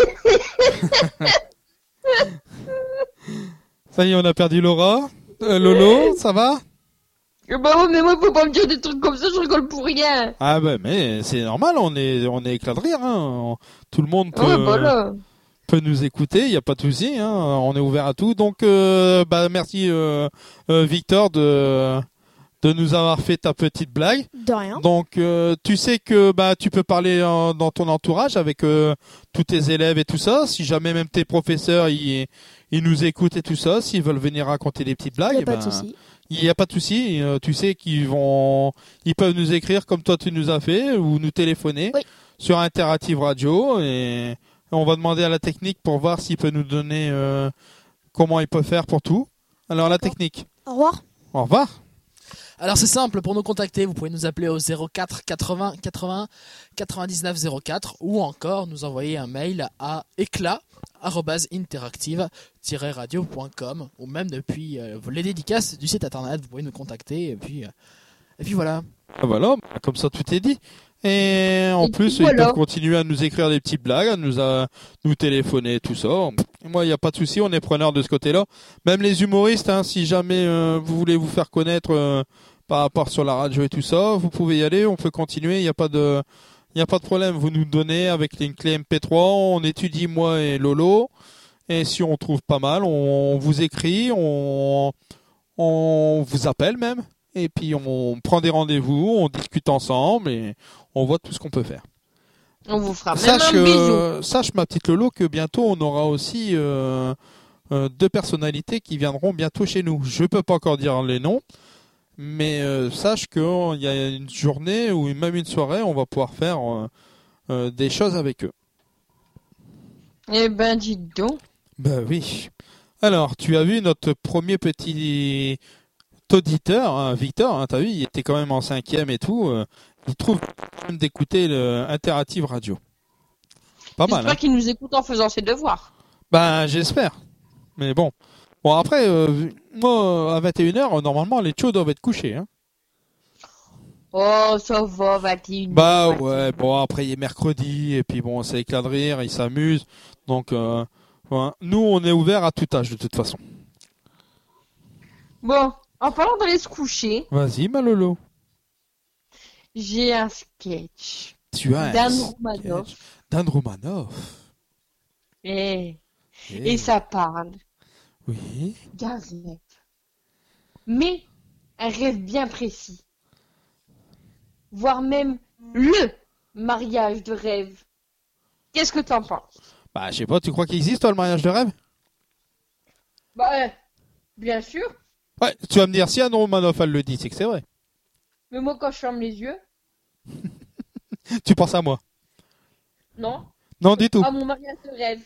Ça y est, on a perdu Laura. Euh, Lolo, ça va? Bah ouais, mais moi, faut pas me dire des trucs comme ça, je rigole pour rien. Ah bah mais c'est normal, on est on est éclat de rire. Hein. Tout le monde peut, Ouais, voilà. peut nous écouter, il n'y a pas de souci. Hein. On est ouvert à tout. Donc euh, bah merci euh, euh, Victor de de nous avoir fait ta petite blague. De rien. Donc euh, tu sais que bah tu peux parler euh, dans ton entourage avec euh, tous tes élèves et tout ça. Si jamais même tes professeurs ils ils nous écoutent et tout ça, s'ils veulent venir raconter des petites blagues, Y a eh pas de ben, souci. il n'y a pas de souci. Euh, tu sais qu'ils vont, ils peuvent nous écrire comme toi tu nous as fait ou nous téléphoner sur Interactive Radio et on va demander à la technique pour voir s'il peut nous donner euh, comment il peut faire pour tout. Alors la technique. Au revoir. Au revoir. Alors c'est simple, pour nous contacter, vous pouvez nous appeler au zéro quatre quatre-vingts quatre-vingts quatre-vingt-dix-neuf zéro quatre ou encore nous envoyer un mail à éclat arobase interactive tiret radio point com ou même depuis euh, les dédicaces du site internet, vous pouvez nous contacter et puis, euh, et puis voilà. Ah voilà, comme ça tout est dit. Et en Et plus, puis ils voilà. peuvent continuer à nous écrire des petites blagues, à nous, à nous téléphoner, tout ça. Moi, il n'y a pas de souci, on est preneur de ce côté-là. Même les humoristes, hein, si jamais euh, vous voulez vous faire connaître euh, par rapport sur la radio et tout ça, vous pouvez y aller, on peut continuer, il n'y a pas de... Il n'y a pas de problème, vous nous donnez avec une clé M P trois, on étudie moi et Lolo, et si on trouve pas mal, on vous écrit, on, on vous appelle même, et puis on prend des rendez-vous, on discute ensemble, et on voit tout ce qu'on peut faire. On vous fera même Sache, un euh, bisou. sache ma petite Lolo que bientôt on aura aussi euh, euh, deux personnalités qui viendront bientôt chez nous. Je peux pas encore dire les noms, mais euh, sache qu'il y a une journée ou même une soirée, on va pouvoir faire euh, euh, des choses avec eux. Eh ben, dis donc. Ben oui. Alors, tu as vu notre premier petit auditeur, hein, Victor, hein, t'as vu, il était quand même en cinquième et tout. Euh, il trouve même d'écouter le Interactive Radio. Pas mal. J'espère Hein. qu'il nous écoute en faisant ses devoirs. Ben, j'espère. Mais bon. Bon, après, euh, moi, à vingt et une heures, normalement, les chauds doivent être couchés. Hein. Oh, ça va, vingt et une. Bah ouais, bon, après, il est mercredi, et puis bon, c'est éclat de rire, ils s'amusent. Donc, euh, ouais. Nous, on est ouvert à tout âge, de toute façon. Bon, en parlant d'aller se coucher, Vas-y, Malolo. j'ai un sketch. Tu as un d'Anne sketch. Romanoff. Dan Romanoff. Et, Eh. et ça parle Oui. d'un rêve. Mais un rêve bien précis. Voire même le mariage de rêve. Qu'est-ce que t'en penses? Bah, je sais pas, tu crois qu'il existe, toi, le mariage de rêve? Bah, euh, bien sûr. Ouais, tu vas me dire, si Anne Romanoff, elle le dit, c'est que c'est vrai. Mais moi, quand je ferme les yeux, Tu penses à moi? non. Non, du tout. À mon mariage de rêve.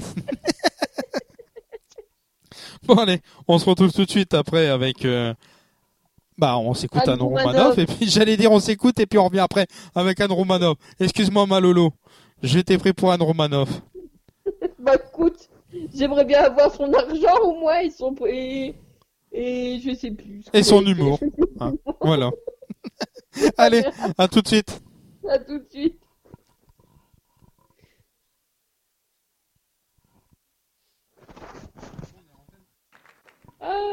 Bon, allez, on se retrouve tout de suite après avec... euh, Bah, on s'écoute Anne Anne Romanoff, Romanoff. et puis j'allais dire on s'écoute, et puis on revient après avec Anne Romanoff. Excuse-moi, Malolo. J'étais prêt pour Anne Romanoff. Bah, écoute, j'aimerais bien avoir son argent au moins et son. Et, et je sais plus. ce Et son qu'il a humour. fait. Hein, voilà. Allez, à tout de suite. À tout de suite. Ah.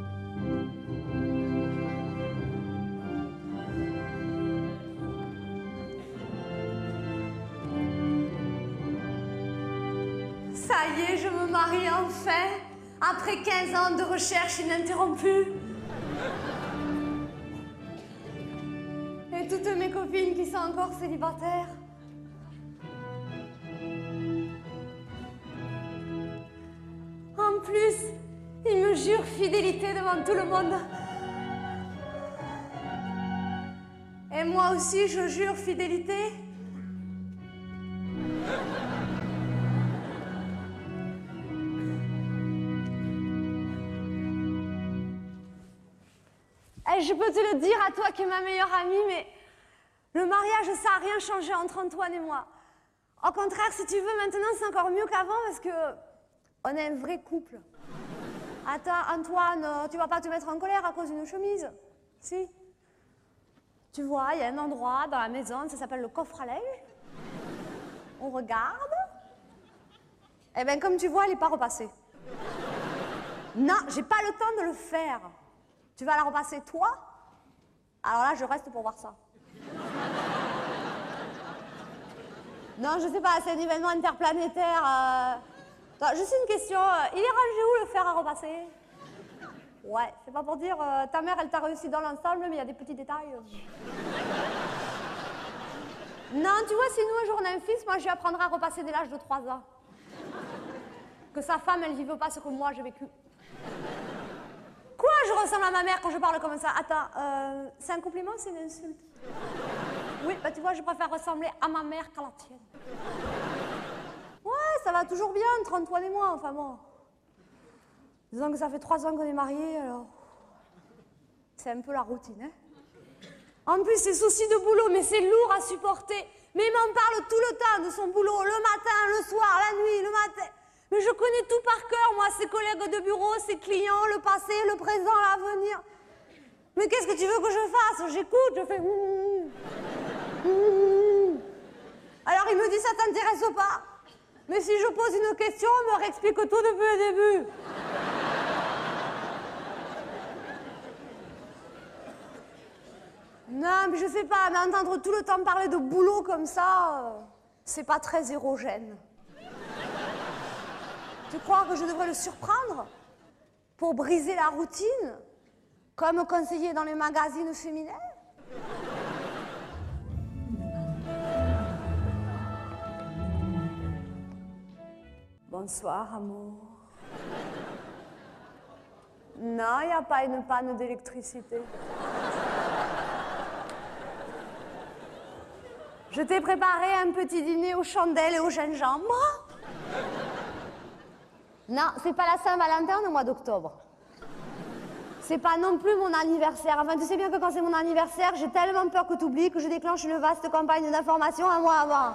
Ça y est, je me marie enfin, après quinze ans de recherche ininterrompue. Et toutes mes copines qui sont encore célibataires. En plus, ils me jurent fidélité devant tout le monde. Et moi aussi, je jure fidélité. Et je peux te le dire à toi qui es ma meilleure amie, mais le mariage, ça n'a rien changé entre Antoine et moi. Au contraire, si tu veux, maintenant, c'est encore mieux qu'avant parce que on est un vrai couple. Attends, Antoine, euh, tu vas pas te mettre en colère à cause d'une chemise? Si. Tu vois, il y a un endroit dans la maison, ça s'appelle le coffre à linge. On regarde. Eh bien, comme tu vois, elle n'est pas repassée. Non, j'ai pas le temps de le faire. Tu vas la repasser toi? Alors là, je reste pour voir ça. Non, je sais pas, c'est un événement interplanétaire. Euh... Attends, juste une question, il est rangé où le fer à repasser? Ouais, c'est pas pour dire, euh, ta mère, elle t'a réussi dans l'ensemble, mais il y a des petits détails. Non, tu vois, si nous, un jour, on a un fils, moi, je lui apprendrai à repasser dès l'âge de trois ans. Que sa femme, elle vive pas ce que moi, j'ai vécu. Quoi, je ressemble à ma mère quand je parle comme ça? Attends, euh, c'est un compliment ou c'est une insulte? Oui, bah tu vois, je préfère ressembler à ma mère qu'à la tienne. Ouais, ça va toujours bien entre Antoine et moi, enfin bon. Disons que ça fait trois ans qu'on est mariés, alors... C'est un peu la routine, hein. En plus, c'est soucis de boulot, mais c'est lourd à supporter. Mais il m'en parle tout le temps de son boulot, le matin, le soir, la nuit, le matin... Mais je connais tout par cœur, moi, ses collègues de bureau, ses clients, le passé, le présent, l'avenir. Mais qu'est-ce que tu veux que je fasse? J'écoute, je fais... Mmh, mmh. Alors il me dit, ça t'intéresse pas? Mais si je pose une question, on me réexplique tout depuis le début. Non, mais je sais pas, mais entendre tout le temps parler de boulot comme ça, euh, c'est pas très érogène. Tu crois que je devrais le surprendre pour briser la routine, comme conseillé dans les magazines féminins? Bonsoir, amour. Non, il n'y a pas une panne d'électricité. Je t'ai préparé un petit dîner aux chandelles et au gingembre. Non, c'est pas la Saint-Valentin au mois d'octobre. c'est pas non plus mon anniversaire. Enfin, tu sais bien que quand c'est mon anniversaire, j'ai tellement peur que t'oublies que je déclenche une vaste campagne d'information un mois avant.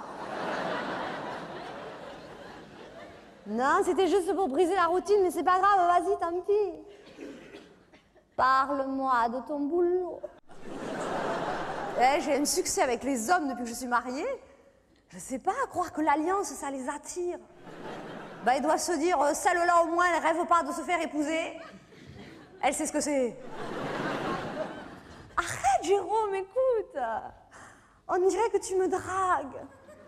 Non, c'était juste pour briser la routine, mais c'est pas grave, vas-y, tant pis. Parle-moi de ton boulot. Eh, j'ai un succès avec les hommes depuis que je suis mariée. Je sais pas, croire que l'alliance, ça les attire. Bah, ils doivent se dire, euh, celle-là au moins, elle rêve pas de se faire épouser. Elle sait ce que c'est. Arrête, Jérôme, écoute. On dirait que tu me dragues.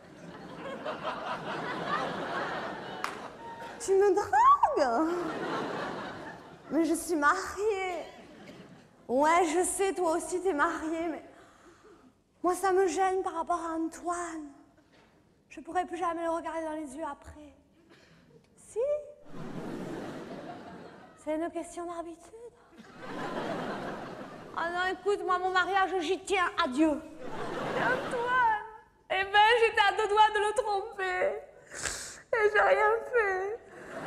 Tu me dragues? Mais je suis mariée. Ouais, je sais, toi aussi t'es mariée, mais... Moi, ça me gêne par rapport à Antoine. Je pourrais plus jamais le regarder dans les yeux après. Si? C'est une question d'habitude. Ah non, écoute, moi, mon mariage, j'y tiens à Dieu. Et Antoine? Eh ben, j'étais à deux doigts de le tromper. Et j'ai rien fait.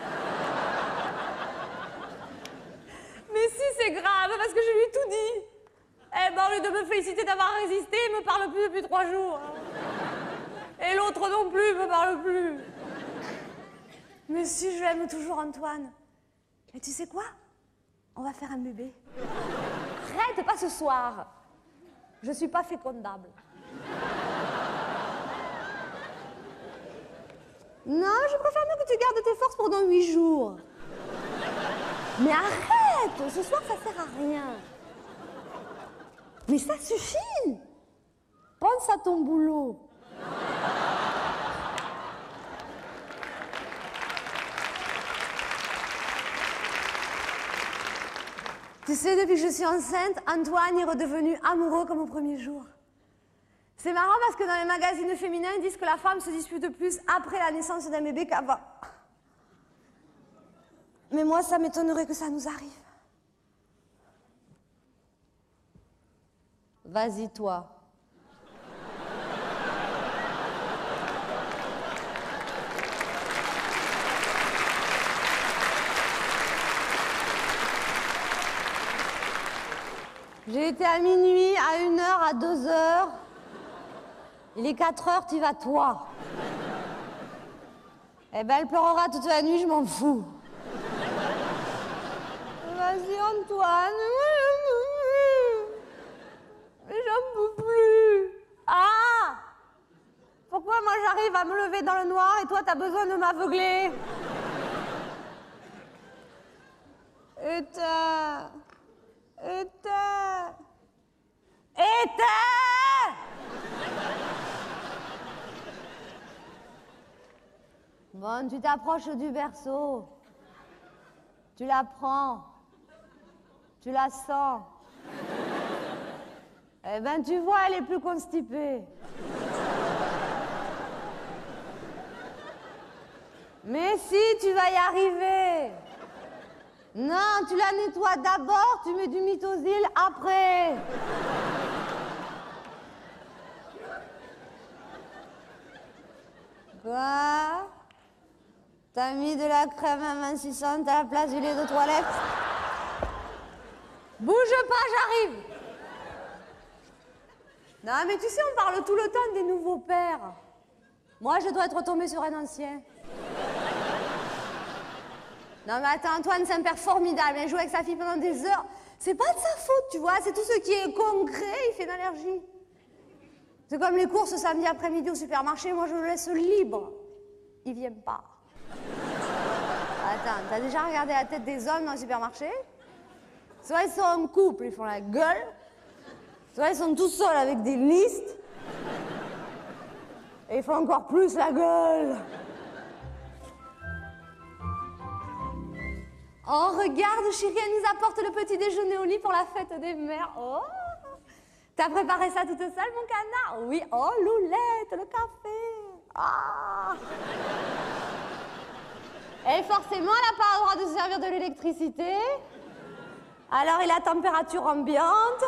Mais si, c'est grave, parce que je lui ai tout dit. Eh ben, au lieu de me féliciter d'avoir résisté, il me parle plus depuis trois jours. Et l'autre non plus, il me parle plus. Mais si, je l'aime toujours, Antoine. Et tu sais quoi? On va faire un bébé. Arrête, pas ce soir. Je suis pas fécondable. Non, je préfère mieux que tu gardes tes forces pendant huit jours. Mais arrête! Ce soir, ça sert à rien. Mais ça suffit! Pense à ton boulot. Tu sais, depuis que je suis enceinte, Antoine est redevenu amoureux comme au premier jour. C'est marrant parce que dans les magazines féminins, ils disent que la femme se dispute plus après la naissance d'un bébé qu'avant. Mais moi, ça m'étonnerait que ça nous arrive. Vas-y, toi. J'ai été à minuit, à une heure, à deux heures. Il est quatre heures, t'y vas toi. Eh ben, elle pleurera toute la nuit, je m'en fous. Vas-y, Antoine. Mais j'en peux plus. Ah! Pourquoi moi j'arrive à me lever dans le noir et toi t'as besoin de m'aveugler? Éteins. Éteins. Éteins! Bon, tu t'approches du berceau. Tu la prends. Tu la sens. Eh ben, tu vois, elle est plus constipée. Mais si, tu vas y arriver. Non, tu la nettoies d'abord, tu mets du Mythosil après. Quoi? T'as mis de la crème amincissante à la place du lait de toilette? Bouge pas, j'arrive. Non, mais tu sais, on parle tout le temps des nouveaux pères. Moi, je dois être tombée sur un ancien. Non, mais attends, Antoine, c'est un père formidable. Il joue avec sa fille pendant des heures. C'est pas de sa faute, tu vois. C'est tout ce qui est concret, il fait une allergie. C'est comme les courses samedi après-midi au supermarché. Moi, je le laisse libre. Il vient pas. Attends, t'as déjà regardé la tête des hommes dans le supermarché? Soit ils sont en couple, ils font la gueule. Soit ils sont tout seuls avec des listes. Et ils font encore plus la gueule. Oh, regarde, chérie, elle nous apporte le petit déjeuner au lit pour la fête des mères. Oh! T'as préparé ça toute seule, mon canard? Oui. Oh, Loulette, le café. Ah! Et forcément, elle n'a pas le droit de se servir de l'électricité. Alors, il a température ambiante.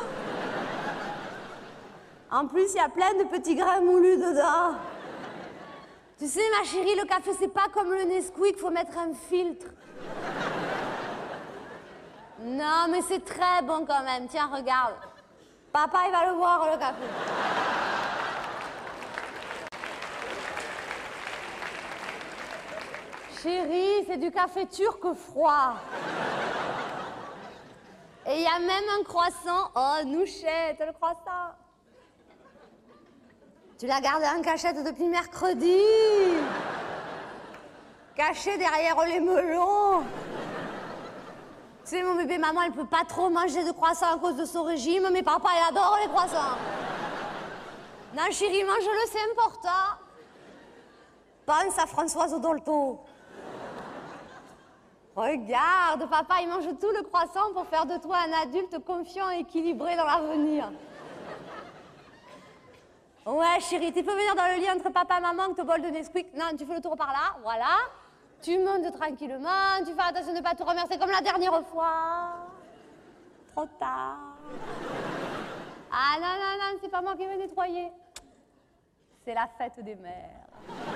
En plus, il y a plein de petits grains moulus dedans. Tu sais, ma chérie, le café, c'est pas comme le Nesquik, faut mettre un filtre. Non, mais c'est très bon quand même. Tiens, regarde. Papa, il va le boire, le café. Chérie, c'est du café turc froid. Et il y a même un croissant. Oh, Nouchette, le croissant. Tu l'as gardé en cachette depuis mercredi. Caché derrière les melons. Tu sais, mon bébé, maman, elle peut pas trop manger de croissants à cause de son régime, mais papa, il adore les croissants. Non, chérie, mange-le, c'est important. Pense à Françoise Dolto. Regarde, papa, il mange tout le croissant pour faire de toi un adulte confiant et équilibré dans l'avenir. Ouais, chérie, tu peux venir dans le lit entre papa et maman avec ton bol de Nesquik. Non, tu fais le tour par là, voilà. Tu montes tranquillement, tu fais attention de ne pas te remercier comme la dernière fois. Trop tard. Ah non, non, non, c'est pas moi qui vais nettoyer. C'est la fête des mères.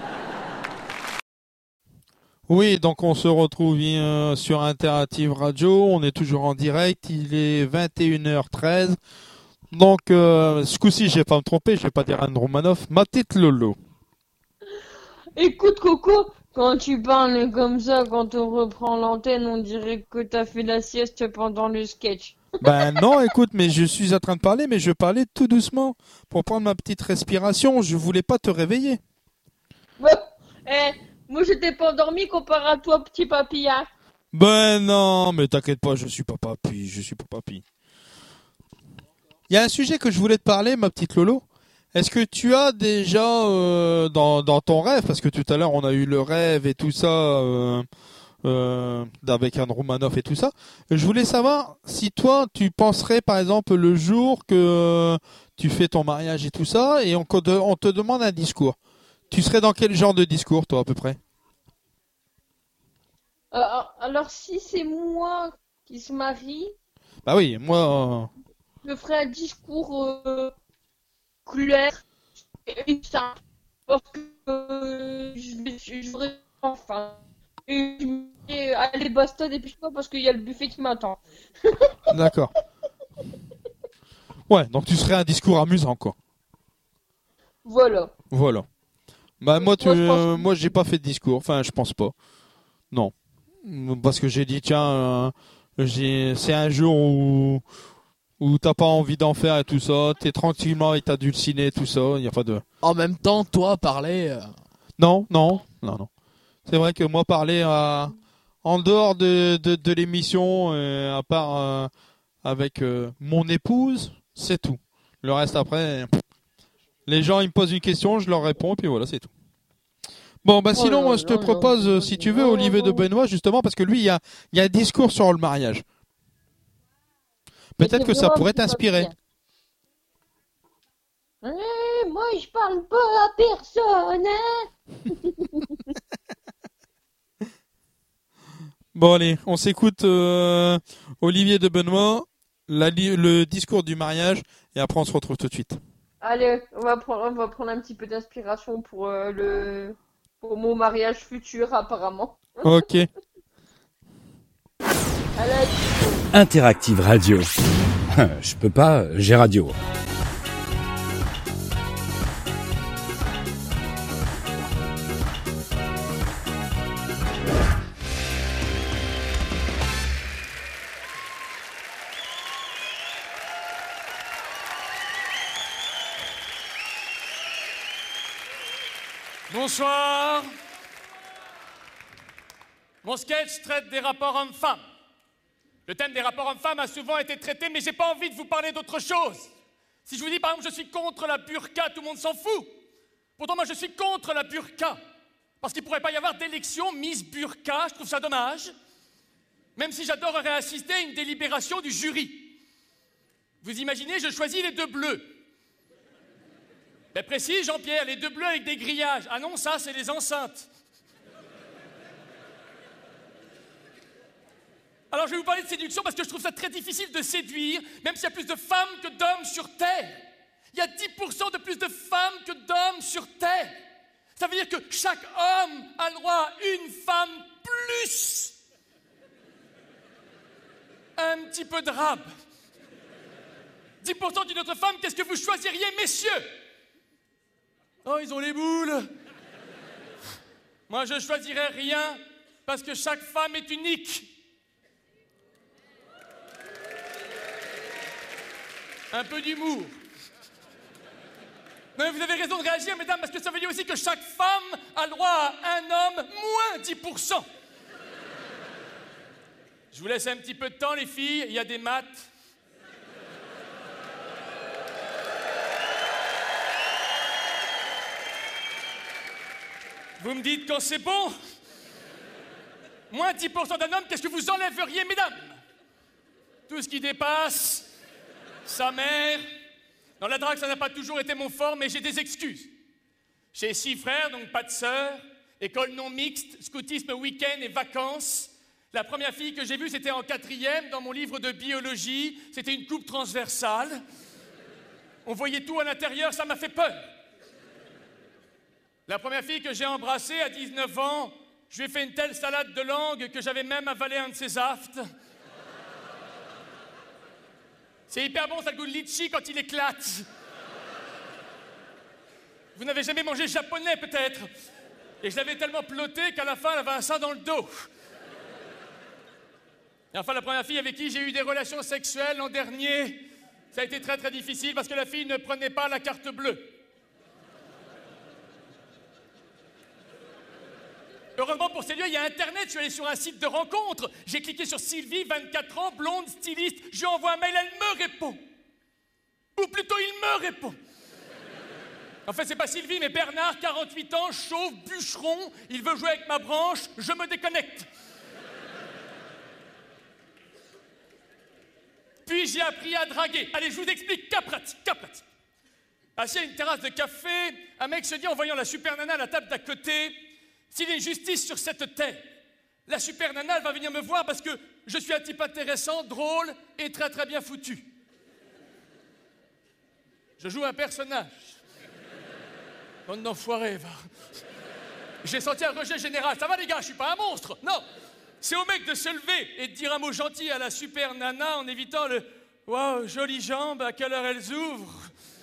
Oui, donc on se retrouve euh, sur Interactive Radio, on est toujours en direct, il est vingt et une heures treize. Donc euh, ce coup-ci, je vais pas me tromper, je vais pas dire Anne Romanoff, ma petite Lolo. Écoute, Coco, quand tu parles comme ça, quand on reprend l'antenne, on dirait que t'as fait la sieste pendant le sketch. Ben non, écoute, mais je suis en train de parler, mais je parlais tout doucement pour prendre ma petite respiration, je voulais pas te réveiller. Ouais. Eh, moi j'étais pas endormi comparé à toi, petit papy, hein. Ben non, mais t'inquiète pas, je suis pas papy, je suis pas papy. Il y a un sujet que je voulais te parler, ma petite Lolo. Est-ce que tu as déjà euh, dans, dans ton rêve, parce que tout à l'heure on a eu le rêve et tout ça, euh, euh, avec Anne Romanoff et tout ça, je voulais savoir si toi tu penserais par exemple le jour que tu fais ton mariage et tout ça, et on, on te demande un discours. Tu serais dans quel genre de discours toi à peu près? Euh, alors si c'est moi qui se marie, Bah oui, moi... Euh... je ferai un discours euh, clair et simple. Parce que euh, je, je voudrais enfin. Et je me dis, allez, baston, et puis pas parce qu'il y a le buffet qui m'attend. D'accord. Ouais, donc tu serais un discours amusant, quoi. Voilà. Voilà. Bah moi, tu, Moi, je pense- euh, moi j'ai pas fait de discours. Enfin, je pense pas. Non. Parce que j'ai dit, tiens, euh, j'ai, c'est un jour où, où t'as pas envie d'en faire et tout ça. T'es tranquillement avec ta dulcinée et tout ça. Y a pas de... En même temps, toi, parler... euh, Non, non, non, non. C'est vrai que moi, parler à... en dehors de, de, de l'émission, euh, à part euh, avec euh, mon épouse, c'est tout. Le reste après, pff, les gens ils me posent une question, je leur réponds, et puis voilà, c'est tout. Bon, bah Oh sinon, là moi, je te là propose, là euh, là si là tu veux, là Olivier de là. Benoît, justement, parce que lui, il y a, il y a un discours sur le mariage. Peut-être que ça vraiment pourrait un petit t'inspirer. papier. Eh, moi, je parle pas à personne, hein. Bon, allez, on s'écoute euh, Olivier de Benoît, la li- le discours du mariage, et après on se retrouve tout de suite. Allez, on va prendre, on va prendre un petit peu d'inspiration pour euh, le, pour mon mariage futur, apparemment. Ok. Allez. Interactive Radio. Je peux pas, j'ai radio. Bonsoir. Mon sketch traite des rapports hommes-femmes. Le thème des rapports hommes-femmes a souvent été traité, mais j'ai pas envie de vous parler d'autre chose. Si je vous dis par exemple je suis contre la burqa, tout le monde s'en fout. Pourtant moi je suis contre la burqa. Parce qu'il pourrait pas y avoir d'élection Miss Burqa, je trouve ça dommage. Même si j'adorerais assister à une délibération du jury. Vous imaginez, je choisis les deux bleus. Ben précis, Jean-Pierre, les deux bleus avec des grillages. Ah non, ça, c'est les enceintes. Alors, je vais vous parler de séduction parce que je trouve ça très difficile de séduire, même s'il y a plus de femmes que d'hommes sur Terre. Il y a dix pour cent de plus de femmes que d'hommes sur Terre. Ça veut dire que chaque homme a le droit à une femme plus. un petit peu de rab. dix pour cent d'une autre femme, qu'est-ce que vous choisiriez, messieurs? Oh, ils ont les boules. Moi, je choisirais rien, parce que chaque femme est unique. Un peu d'humour. Mais vous avez raison de réagir, mesdames, parce que ça veut dire aussi que chaque femme a le droit à un homme moins dix pour cent. Je vous laisse un petit peu de temps, les filles, il y a des maths. Vous me dites quand c'est bon? Moins dix pour cent d'un homme, qu'est-ce que vous enlèveriez, mesdames? Tout ce qui dépasse, sa mère. Dans la drague, ça n'a pas toujours été mon fort, mais j'ai des excuses. J'ai six frères, donc pas de sœurs. École non mixte, scoutisme week-end et vacances. La première fille que j'ai vue, c'était en quatrième, dans mon livre de biologie. C'était une coupe transversale. On voyait tout à l'intérieur, ça m'a fait peur. La première fille que j'ai embrassée à dix-neuf ans, je lui ai fait une telle salade de langue que j'avais même avalé un de ses aftes. C'est hyper bon, ça a le goût de litchi quand il éclate. Vous n'avez jamais mangé japonais, peut-être? Et je l'avais tellement ploté qu'à la fin, elle avait un sein dans le dos. Et enfin, la première fille avec qui j'ai eu des relations sexuelles l'an dernier, ça a été très très difficile parce que la fille ne prenait pas la carte bleue. Heureusement pour ces lieux, il y a Internet, je suis allé sur un site de rencontre. J'ai cliqué sur Sylvie, vingt-quatre ans, blonde, styliste. Je lui envoie un mail, elle me répond. Ou plutôt, il me répond. En fait, c'est pas Sylvie, mais Bernard, quarante-huit ans, chauve, bûcheron. Il veut jouer avec ma branche, je me déconnecte. Puis j'ai appris à draguer. Allez, je vous explique, cas pratique, cas pratique. Assis à une terrasse de café, un mec se dit en voyant la super nana à la table d'à côté... S'il y a une justice sur cette terre, la super nana, elle va venir me voir parce que je suis un type intéressant, drôle et très très bien foutu. Je joue un personnage. Bande d'enfoirés, va. J'ai senti un rejet général. Ça va les gars, je suis pas un monstre. Non, c'est au mec de se lever et de dire un mot gentil à la super nana en évitant le « Waouh, jolies jambes, à quelle heure elles ouvrent ?»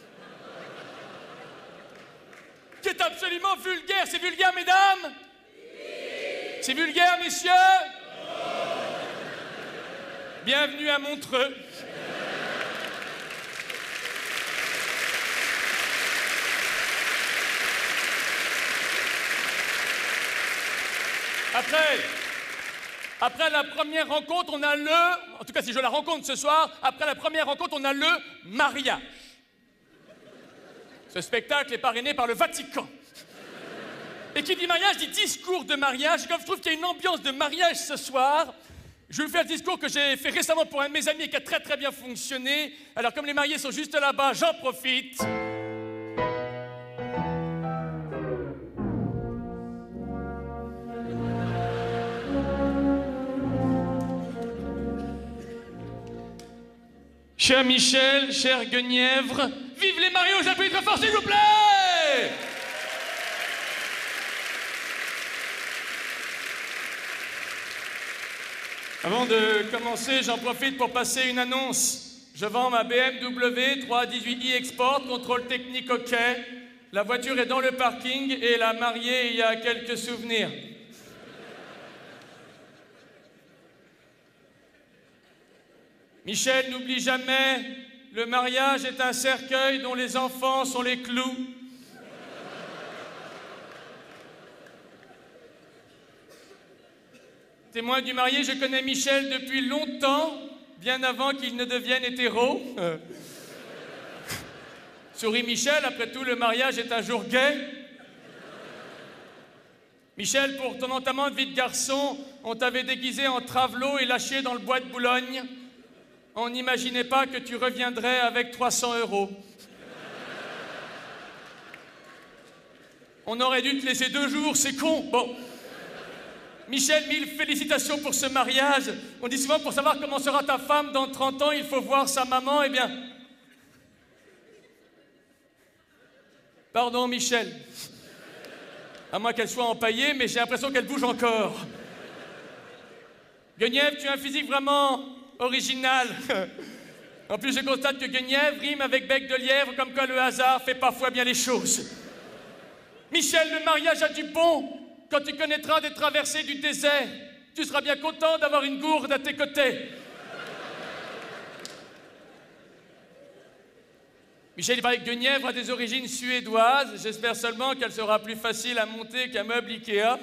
qui est absolument vulgaire. C'est vulgaire, mesdames? Oui. C'est vulgaire, messieurs? Non. Bienvenue à Montreux. Après, après la première rencontre, on a le... En tout cas, si je la rencontre ce soir, après la première rencontre, on a le mariage. Ce spectacle est parrainé par le Vatican. Et qui dit mariage dit discours de mariage. Et comme je trouve qu'il y a une ambiance de mariage ce soir, je vais vous faire le discours que j'ai fait récemment pour un de mes amis et qui a très très bien fonctionné. Alors comme les mariés sont juste là-bas, j'en profite. Cher Michel, cher Guenièvre, vive les mariés, j'appuie très fort s'il vous plaît! Avant de commencer, j'en profite pour passer une annonce. Je vends ma B M W trois dix-huit i Export, contrôle technique OK. La voiture est dans le parking et la mariée, il y a quelques souvenirs. Michel, n'oublie jamais, le mariage est un cercueil dont les enfants sont les clous. Témoin du marié, je connais Michel depuis longtemps, bien avant qu'il ne devienne hétéro. Souris Michel, après tout, le mariage est un jour gay. Michel, pour ton entamant de vie de garçon, on t'avait déguisé en travelot et lâché dans le bois de Boulogne. On n'imaginait pas que tu reviendrais avec trois cents euros. On aurait dû te laisser deux jours, c'est con. Bon. Michel, mille félicitations pour ce mariage. On dit souvent, pour savoir comment sera ta femme dans trente ans, il faut voir sa maman. Eh bien... Pardon, Michel. À moins qu'elle soit empaillée, mais j'ai l'impression qu'elle bouge encore. Guenièvre, tu as un physique vraiment original. En plus, je constate que guenièvre rime avec bec de lièvre, comme quoi le hasard fait parfois bien les choses. Michel, le mariage à Dupont, quand tu connaîtras des traversées du désert, tu seras bien content d'avoir une gourde à tes côtés. Michel, il paraît que Guenièvre a des origines suédoises. J'espère seulement qu'elle sera plus facile à monter qu'un meuble Ikea.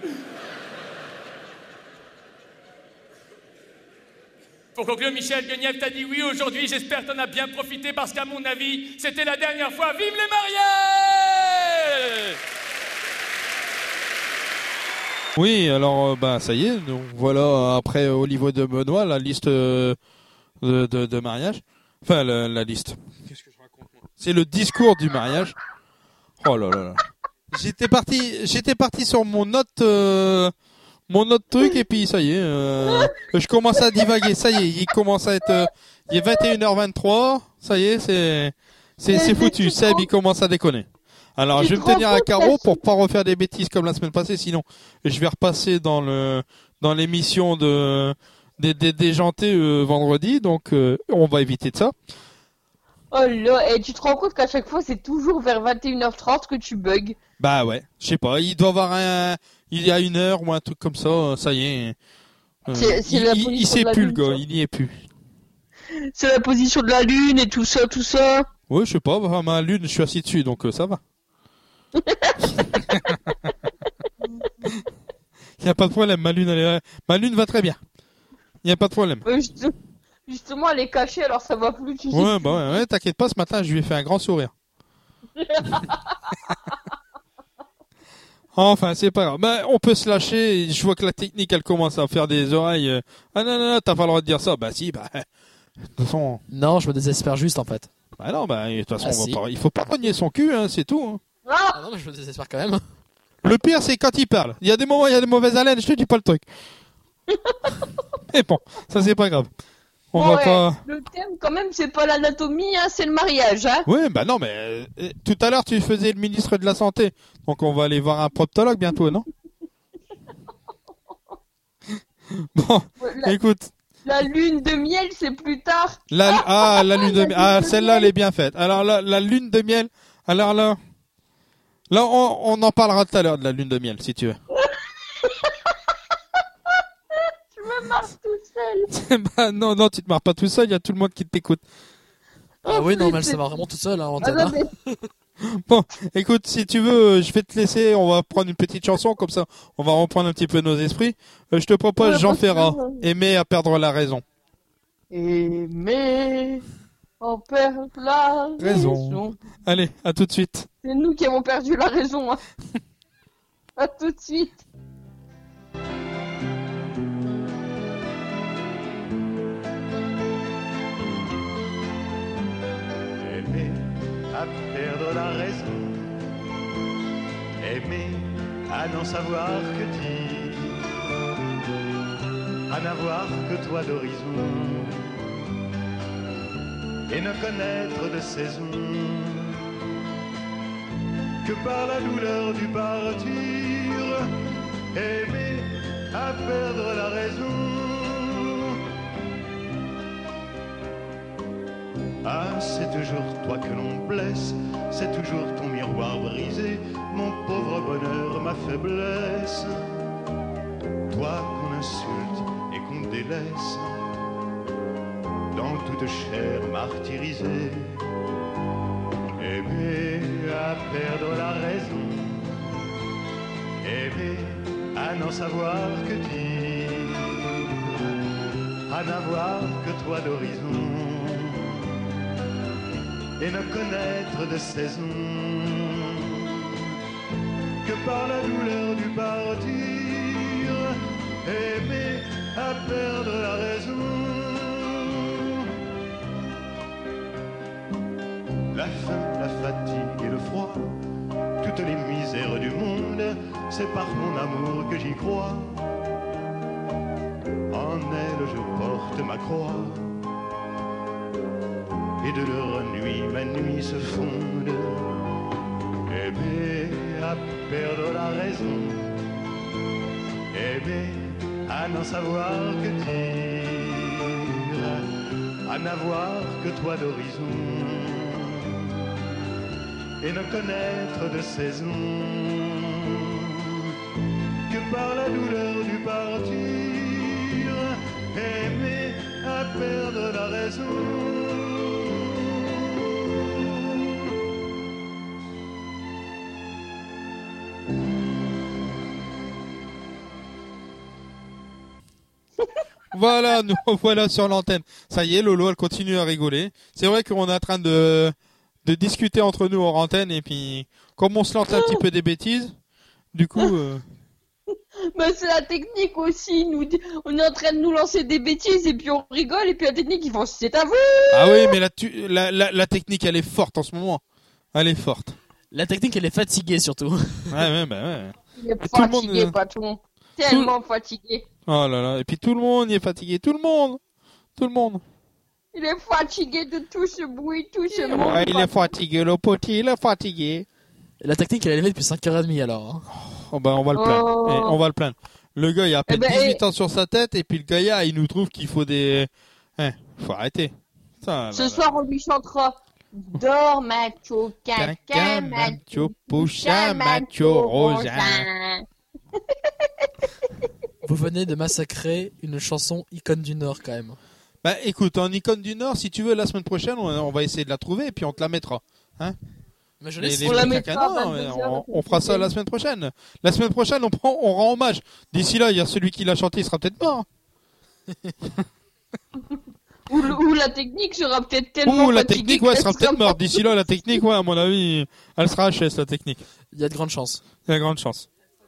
Pour conclure, Michel, Guenièvre t'a dit oui aujourd'hui. J'espère que t'en as bien profité parce qu'à mon avis, c'était la dernière fois. Vive les mariés! Oui, alors, euh, bah, ça y est. Donc, voilà, après, au niveau de Benoît, la liste euh, de, de, de mariage. Enfin, la, la liste. Qu'est-ce que je raconte, moi ? C'est le discours du mariage. Oh là là là. J'étais parti, j'étais parti sur mon autre, euh, mon autre truc et puis ça y est, euh, je commence à divaguer. Ça y est, il commence à être, euh, il est vingt et une heures vingt-trois. Ça y est, c'est, c'est, c'est foutu. Seb, il commence à déconner. Alors, je vais me tenir à carreau pour pas refaire des bêtises comme la semaine passée, sinon je vais repasser dans le, dans l'émission de, des, des déjantés euh, vendredi, donc euh, on va éviter de ça. Oh là, et tu te rends compte qu'à chaque fois, c'est toujours vers vingt et une heures trente que tu bugs. Bah ouais, je sais pas, il doit avoir un, il y a une heure ou un truc comme ça, ça y est. Euh, C'est- c'est il, la il, position il sait de la plus le lune, gars, ça. il y est plus. C'est la position de la lune et tout ça, tout ça. Ouais, je sais pas, bah, ma lune, je suis assis dessus, donc euh, ça va. Il y a pas de problème, ma lune, elle est... ma lune va très bien. Il y a pas de problème. Ouais, juste- Justement, elle est cachée, alors ça va plus, tu sais. Ouais, bah ouais, ouais, t'inquiète pas, ce matin, je lui ai fait un grand sourire. Enfin, c'est pas grave. Bah, on peut se lâcher. Je vois que la technique, elle commence à faire des oreilles. euh, Ah non, non, non, t'as pas le droit de dire ça. Bah si, bah. De toute façon. Non, je me désespère juste en fait. Bah non, bah de toute façon, Ah, on va si. pas... il faut pas rogner son cul, hein, c'est tout. Hein. Ah non, mais je me désespère quand même. Le pire, c'est quand il parle. Il y a des moments, il y a des mauvaises haleines, je te dis pas le truc. Mais bon, ça c'est pas grave. On Bon, va ouais, pas. Le thème, quand même, c'est pas l'anatomie, hein, c'est le mariage, hein. Ouais, bah non, mais euh, tout à l'heure, tu faisais le ministre de la Santé. Donc on va aller voir un proctologue bientôt, non? Bon, La- écoute. La lune de miel, c'est plus tard. La, ah, la lune de miel. Ah, celle-là, elle est bien faite. Alors, la, la lune de miel. Alors là. Là, on, on en parlera tout à l'heure de la lune de miel, si tu veux. Je me marre tout seul. Bah, non, non, tu te marres pas tout seul, il y a tout le monde qui t'écoute. Ah oui, non, mais elle se marre vraiment toute seule, hein, Ah antenne, non, hein. mais- Bon, écoute, si tu veux, euh, je vais te laisser, on va prendre une petite chanson, comme ça, on va reprendre un petit peu nos esprits. Euh, je te propose Ouais, Jean parce que- Ferrat, Aimer à perdre la raison. Aimer, on perd la Raison. raison. Allez, à tout de suite. C'est nous qui avons perdu la raison. Hein. À tout de suite. Aimer à perdre la raison, aimer à n'en savoir que dire, à n'avoir que toi d'horizon, et ne connaître de saison que par la douleur du partir, aimer à perdre la raison. Ah, c'est toujours toi que l'on blesse, c'est toujours ton miroir brisé, mon pauvre bonheur, ma faiblesse. Toi qu'on insulte et qu'on délaisse, dans toute chair martyrisée. Aimer à perdre la raison, aimer à n'en savoir que dire, à n'avoir que toi d'horizon, et ne connaître de saison que par la douleur du partir, aimer à perdre la raison. La faim, la fatigue et le froid, toutes les misères du monde, c'est par mon amour que j'y crois. En elle je porte ma croix, et de leur nuit ma nuit se fonde. Aimer à perdre la raison, aimer à n'en savoir que dire, à n'avoir que toi d'horizon et ne connaître de saison que par la douleur du partir, aimer à perdre la raison. Voilà, nous voilà sur l'antenne. Ça y est, Lolo, elle continue à rigoler. C'est vrai qu'on est en train de, de discuter entre nous hors antenne et puis, comme on se lance un petit peu des bêtises, du coup... Euh... Bah, c'est la technique aussi. Nous, on est en train de nous lancer des bêtises et puis on rigole et puis la technique, ils font c'est à vous. Ah oui, mais la, tu... la, la, la technique, elle est forte en ce moment. Elle est forte. La technique, elle est fatiguée surtout. Ouais, ouais, bah ouais. Il est Et fatigué, tout le monde... patron. Tellement fatigué. Oh là là, et puis tout le monde y est fatigué. Tout le monde. Tout le monde. Il est fatigué de tout ce bruit, tout ce monde. Ouais, il est fatigué, le petit, il est fatigué. La technique, elle est levée depuis cinq heures trente alors. Hein. Oh bah on va le plaindre. Oh. Eh, on va le plaindre. Le gars, il a à peine Eh ben, dix-huit eh. ans sur sa tête et puis le gars, il nous trouve qu'il faut des... Hein, faut arrêter. Ça, Ce là, soir, on lui chantera Dors, macho, caca, Caca, macho, macho, poucha, macho, rosa. Vous venez de massacrer une chanson icône du Nord quand même. Bah écoute, en icône du Nord, si tu veux, la semaine prochaine, on, on va essayer de la trouver et puis on te la mettra. Hein Mais je Les- laisse- les On la petits mettra cacanas, à vingt-deux heures, on, on fera ça la semaine prochaine. La semaine prochaine, on prend, on rend hommage. D'ici là, il y a celui qui l'a chanté, il sera peut-être mort. Ou, le- ou la technique sera peut-être tellement Ouh, la fatiguée technique, ouais, qu'elle sera peut-être sera morte. D'ici là, la technique, ouais, à mon avis, elle sera H S, la technique. Il y a de grandes chances. Il y a de grandes chances.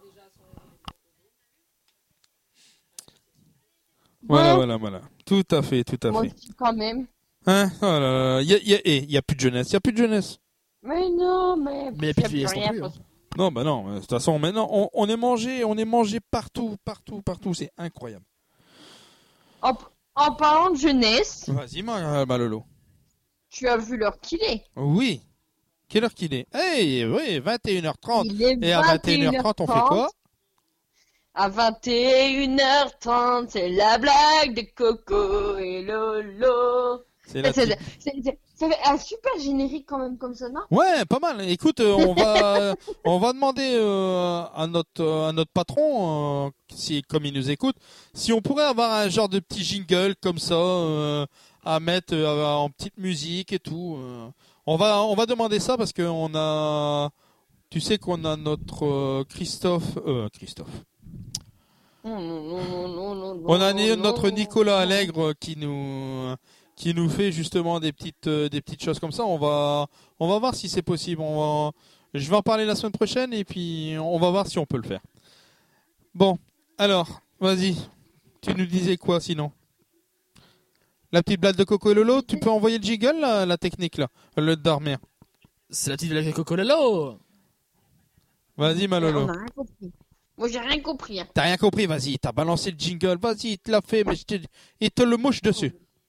Voilà, Bon. voilà, voilà. Tout à fait, tout à Moi fait. aussi, quand même. Hein, oh là là, il y a, il y a, eh, il y a plus de jeunesse, il y a plus de jeunesse. Mais non, mais. Mais il y a plus de vieillesse non plus, hein. faut- Non, bah non, de toute façon, maintenant, on, on est mangé, on est mangé partout, partout, partout, c'est incroyable. En, en parlant de jeunesse, Vas-y, ma, ma Lolo. tu as vu l'heure qu'il est. Oui. Quelle heure qu'il est? Hey, oui, vingt et une heures trente. Il est Et à vingt et une heures trente, on fait quoi? À vingt et une heures trente, c'est la blague de Coco et Lolo. C'est la C'est- petite- c'est- c'est- Ça fait un super générique quand même comme ça, non? Ouais, pas mal. Écoute, euh, on va, on va demander euh, à notre, à notre patron, euh, si, comme il nous écoute, si on pourrait avoir un genre de petit jingle comme ça euh, à mettre euh, en petite musique et tout. euh. On va, on va demander ça parce que on a, tu sais qu'on a notre euh, Christophe, euh, Christophe. Non, non, non, non, non, non, On a né- non, notre non. Nicolas Allègre qui nous qui nous fait justement des petites euh, des petites choses comme ça. On va on va voir si c'est possible. On va, je vais en parler la semaine prochaine et puis on va voir si on peut le faire. Bon, alors, vas-y. Tu nous disais quoi sinon? La petite blague de Coco et Lolo, tu peux envoyer le jingle là, la technique là, le dormir. C'est la petite blague de Coco et Lolo. Vas-y ma Lolo. On a rien compris. Moi, j'ai rien compris. hein. T'as rien compris, vas-y, t'as balancé le jingle, vas-y, il te l'a fait, mais je te... il te le mouche dessus.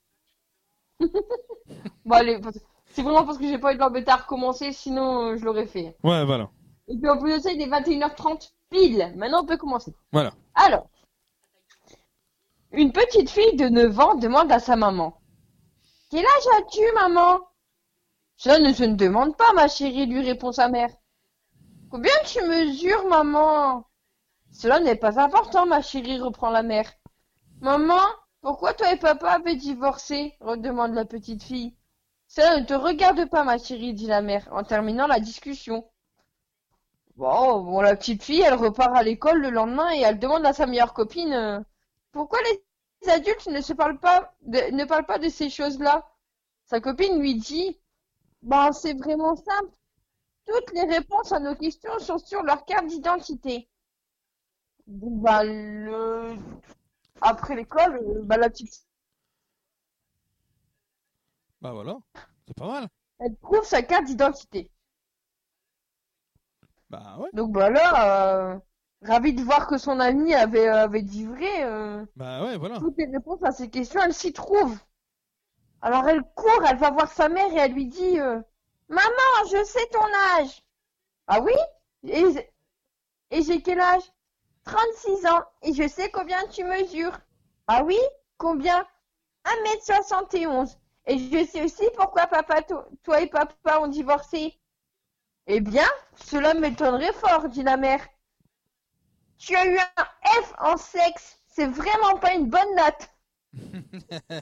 Bon, allez, parce- c'est vraiment parce que j'ai pas envie de l'embêter à recommencer, sinon euh, je l'aurais fait. Ouais, voilà. Et puis en plus de ça, il est vingt et une heures trente pile. Maintenant, on peut commencer. Voilà. Alors, une petite fille de neuf ans demande à sa maman. Quel âge as-tu, maman? Ça ne se ne demande pas, ma chérie, lui répond sa mère. Combien tu mesures, maman? Cela n'est pas important, ma chérie, reprend la mère. Maman, pourquoi toi et papa avez divorcé? Redemande la petite fille. Cela ne te regarde pas, ma chérie, dit la mère, en terminant la discussion. Bon, bon, la petite fille, elle repart à l'école le lendemain et elle demande à sa meilleure copine euh, pourquoi les adultes ne se parlent pas de, ne parlent pas de ces choses-là. Sa copine lui dit ben c'est vraiment simple. Toutes les réponses à nos questions sont sur leur carte d'identité. Donc, bah, le... après l'école, euh, bah, la petite Bah voilà, c'est pas mal. elle trouve sa carte d'identité. Bah ouais. Donc bah là, euh, ravie de voir que son ami avait, euh, avait dit vrai. euh, Bah ouais, voilà. Toutes les réponses à ces questions, elle s'y trouve. Alors elle court, elle va voir sa mère et elle lui dit euh, maman, je sais ton âge. Ah oui? Et, et j'ai quel âge? trente-six ans. Et je sais combien tu mesures. Ah oui? Combien? un mètre soixante et onze. Et je sais aussi pourquoi papa, to- toi et papa ont divorcé. Eh bien, cela m'étonnerait fort, dit la mère. Tu as eu un F en sexe. C'est vraiment pas une bonne note.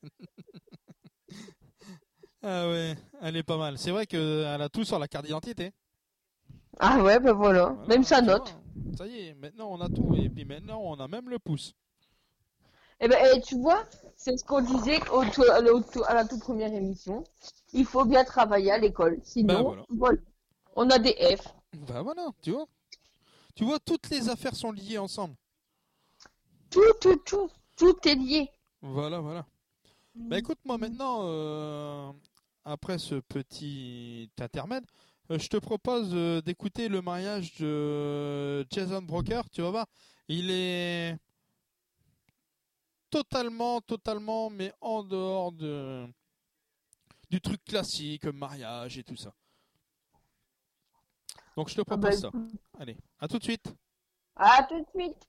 Ah ouais, elle est pas mal. C'est vrai qu'elle a tout sur la carte d'identité. Ah ouais, ben voilà. Voilà, Même sa tu note. vois, ça y est, maintenant on a tout. Et puis maintenant on a même le pouce. Eh ben, eh, tu vois, c'est ce qu'on disait au tout- à la au- à la toute première émission. Il faut bien travailler à l'école. Sinon, Ben voilà. voilà, on a des F. Bah voilà, tu vois. Tu vois, toutes les affaires sont liées ensemble. Tout, tout, tout. Tout est lié. Voilà, voilà. Bah écoute, moi maintenant, euh, après ce petit intermède, euh, je te propose euh, d'écouter le mariage de Jason Broker. Tu vas voir, il est totalement, totalement, mais en dehors de du truc classique, mariage et tout ça. Donc je te propose bah, ça. Allez, à tout de suite. À tout de suite.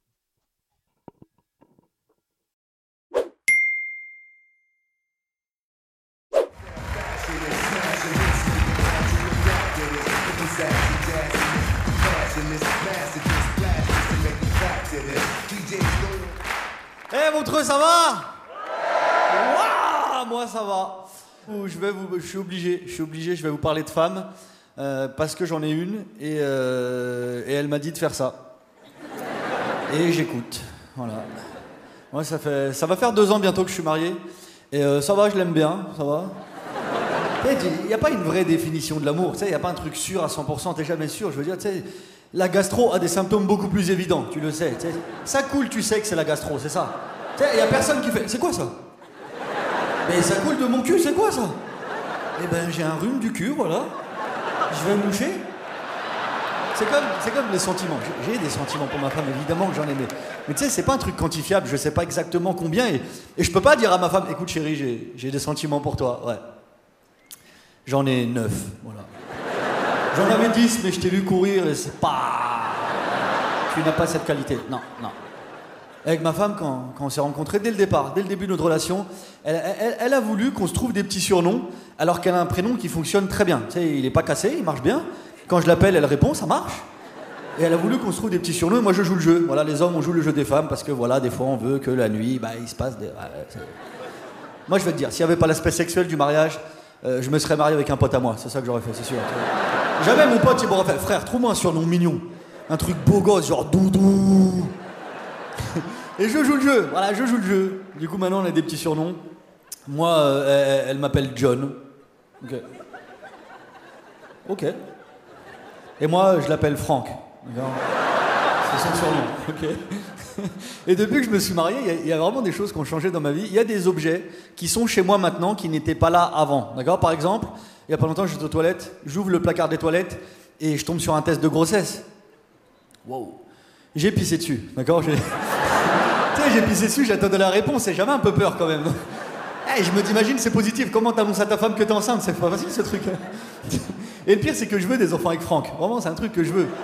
Eh Montreux, ça va? Waouh, moi ça va. Ouh, je vais vous, je suis obligé, je suis obligé, je vais vous parler de femmes euh, parce que j'en ai une et, euh, et elle m'a dit de faire ça. Et j'écoute. Voilà. Moi ça fait, ça va faire deux ans bientôt que je suis marié et euh, ça va, je l'aime bien, ça va. Il n'y a pas une vraie définition de l'amour, tu sais, il n'y a pas un truc sûr à cent pour cent, t'es jamais sûr. Je veux dire, tu sais, la gastro a des symptômes beaucoup plus évidents, tu le sais. Tu sais. Ça coule, tu sais que c'est la gastro, c'est ça. Tu sais, il n'y a personne qui fait. C'est quoi ça? Mais ça coule de mon cul, c'est quoi ça? Eh ben, j'ai un rhume du cul, voilà. Je vais me moucher. C'est comme, c'est comme les sentiments. J'ai j'ai des sentiments pour ma femme, évidemment que j'en ai, mais, mais tu sais, c'est pas un truc quantifiable, je sais pas exactement combien, et, et je peux pas dire à ma femme, écoute chérie, j'ai, j'ai des sentiments pour toi, ouais. J'en ai neuf, voilà. J'en avais dix, mais je t'ai vu courir et c'est pas... Tu n'as pas cette qualité, non, non. Avec ma femme, quand, quand on s'est rencontrés, dès le départ, dès le début de notre relation, elle, elle, elle a voulu qu'on se trouve des petits surnoms, alors qu'elle a un prénom qui fonctionne très bien. Tu sais, il est pas cassé, il marche bien. Quand je l'appelle, elle répond, ça marche. Et elle a voulu qu'on se trouve des petits surnoms, et moi je joue le jeu. Voilà, les hommes, on joue le jeu des femmes, parce que voilà, des fois on veut que la nuit, bah, il se passe des... Ouais, c'est- moi je vais te dire, s'il n'y avait pas l'aspect sexuel du mariage, euh, je me serais marié avec un pote à moi, c'est ça que j'aurais fait, c'est sûr. Jamais mon pote il m'aurait fait, frère, trouve-moi un surnom mignon. Un truc beau gosse, genre doudou. Et je joue le jeu, voilà, je joue le jeu. Du coup, maintenant, on a des petits surnoms. Moi, euh, elle, elle m'appelle John. Ok. Ok. Et moi, je l'appelle Franck. D'accord. C'est son surnom. Ok. Et depuis que je me suis marié, il y a- il y, a vraiment des choses qui ont changé dans ma vie. Il y a des objets qui sont chez moi maintenant qui n'étaient pas là avant. D'accord. Par exemple, il y a pas longtemps, j'étais aux toilettes, j'ouvre le placard des toilettes et je tombe sur un test de grossesse. Wow. J'ai pissé dessus. D'accord. J'ai... Tu sais, j'ai pissé dessus, j'attendais la réponse et j'avais un peu peur quand même. Hey, je me dis, imagine, c'est positif. Comment t'annonces à ta femme que t'es enceinte? C'est pas facile ce truc. Et le pire, c'est que je veux des enfants avec Franck. Vraiment, c'est un truc que je veux.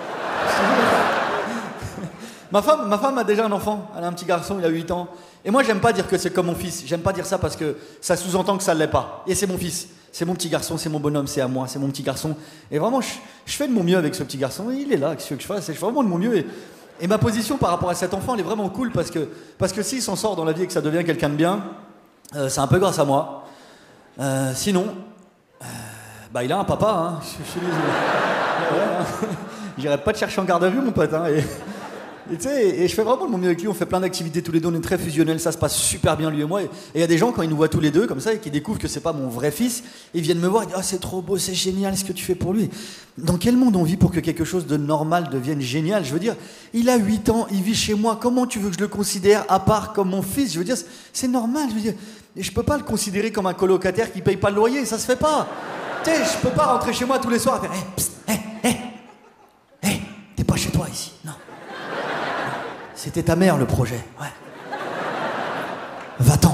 Ma femme, ma femme a déjà un enfant. Elle a un petit garçon, il a huit ans. Et moi, j'aime pas dire que c'est comme mon fils. J'aime pas dire ça parce que ça sous-entend que ça l'est pas. Et c'est mon fils. C'est mon petit garçon, c'est mon bonhomme, c'est à moi, c'est mon petit garçon. Et vraiment, je, je fais de mon mieux avec ce petit garçon. Et il est là, qu'est-ce que je fasse? Je fais vraiment de mon mieux. Et, et ma position par rapport à cet enfant, elle est vraiment cool parce que, parce que s'il s'en sort dans la vie et que ça devient quelqu'un de bien, euh, c'est un peu grâce à moi. Euh, sinon, euh, bah, il a un papa, hein. Je, je suis désolé. Ouais, hein. J'irai pas te chercher en garde à vue, mon pote. Hein, et, et, tu sais, et je fais vraiment de mon mieux avec lui. On fait plein d'activités tous les deux. On est très fusionnels. Ça se passe super bien, lui et moi. Et il y a des gens, quand ils nous voient tous les deux, comme ça, et qui découvrent que c'est pas mon vrai fils, ils viennent me voir et disent: oh, c'est trop beau, c'est génial ce que tu fais pour lui. Dans quel monde on vit pour que quelque chose de normal devienne génial? Je veux dire, il a huit ans, il vit chez moi. Comment tu veux que je le considère à part comme mon fils? Je veux dire, c'est normal. Je veux dire, je peux pas le considérer comme un colocataire qui paye pas le loyer. Ça se fait pas. Tu sais, je peux pas rentrer chez moi tous les soirs et faire: hey, psst, hey, hey, hey, t'es pas chez toi ici. Non. C'était ta mère le projet. Ouais. Va-t'en.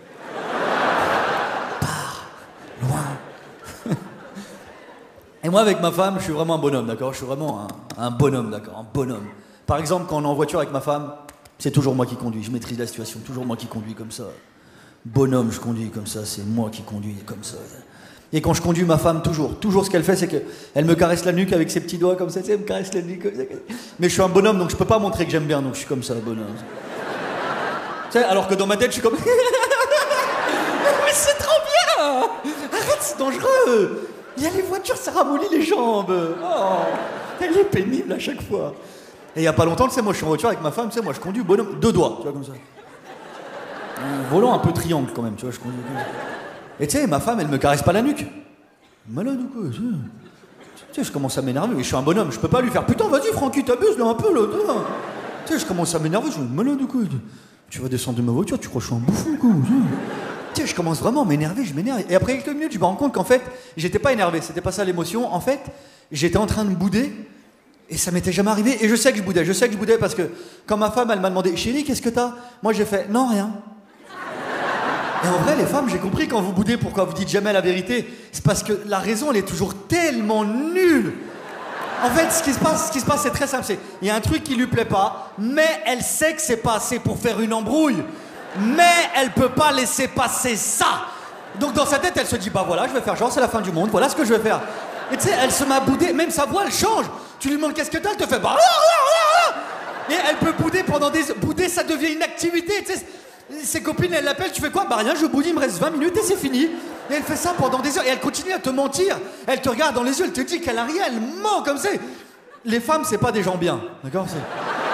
Pars. Loin. Et moi, avec ma femme, je suis vraiment un bonhomme, d'accord? Je suis vraiment un, un bonhomme, d'accord? Un bonhomme. Par exemple, quand on est en voiture avec ma femme, c'est toujours moi qui conduis. Je maîtrise la situation. Toujours moi qui conduis comme ça. Bonhomme, je conduis comme ça, c'est moi qui conduis comme ça. Et quand je conduis ma femme, toujours, toujours ce qu'elle fait, c'est qu'elle me caresse la nuque avec ses petits doigts comme ça, tu sais, elle me caresse la nuque comme ça. Mais je suis un bonhomme, donc je peux pas montrer que j'aime bien, donc je suis comme ça, bonhomme. Tu sais, alors que dans ma tête, je suis comme... Mais c'est trop bien! Arrête, c'est dangereux! Il y a les voitures, ça ramollit les jambes. Oh, elle est pénible à chaque fois. Et il y a pas longtemps, tu sais, moi je suis en voiture avec ma femme, tu sais, moi je conduis bonhomme, deux doigts, tu vois, comme ça. Un volant un peu triangle quand même, tu vois, je conduis comme ça. Et tu sais, ma femme, elle me caresse pas la nuque. Malade ou quoi? Tu sais, je commence à m'énerver, mais je suis un bonhomme, je peux pas lui faire putain, vas-y, Francky, t'abuses là un peu là. Tu sais, je commence à m'énerver, je me dis malade ou quoi? Tu vas descendre de ma voiture, tu crois que je suis un bouffon quoi? Tu sais, je commence vraiment à m'énerver, je m'énerve. Et après quelques minutes, je me rends compte qu'en fait, j'étais pas énervé, c'était pas ça l'émotion. En fait, j'étais en train de bouder et ça m'était jamais arrivé. Et je sais que je boudais, je sais que je boudais parce que quand ma femme, elle m'a demandé chérie, qu'est-ce que t'as? Moi, j'ai fait non, rien. Et en vrai, les femmes, j'ai compris quand vous boudez pourquoi vous dites jamais la vérité. C'est parce que la raison, elle est toujours tellement nulle. En fait, ce qui se passe, ce qui se passe, c'est très simple. C'est, il y a un truc qui lui plaît pas, mais elle sait que c'est pas assez pour faire une embrouille. Mais elle peut pas laisser passer ça. Donc dans sa tête, elle se dit, bah voilà, je vais faire genre, c'est la fin du monde, voilà ce que je vais faire. Et tu sais, elle se met à bouder, même sa voix, elle change. Tu lui demandes qu'est-ce que t'as, elle te fait, bah... Et elle peut bouder pendant des... Bouder, ça devient une activité, tu sais. Ses copines, elles l'appellent, tu fais quoi? Bah rien, je boude, il me reste vingt minutes et c'est fini. Et elle fait ça pendant des heures, et elle continue à te mentir. Elle te regarde dans les yeux, elle te dit qu'elle a rien, elle ment comme ça. Les femmes, c'est pas des gens bien, d'accord? C'est...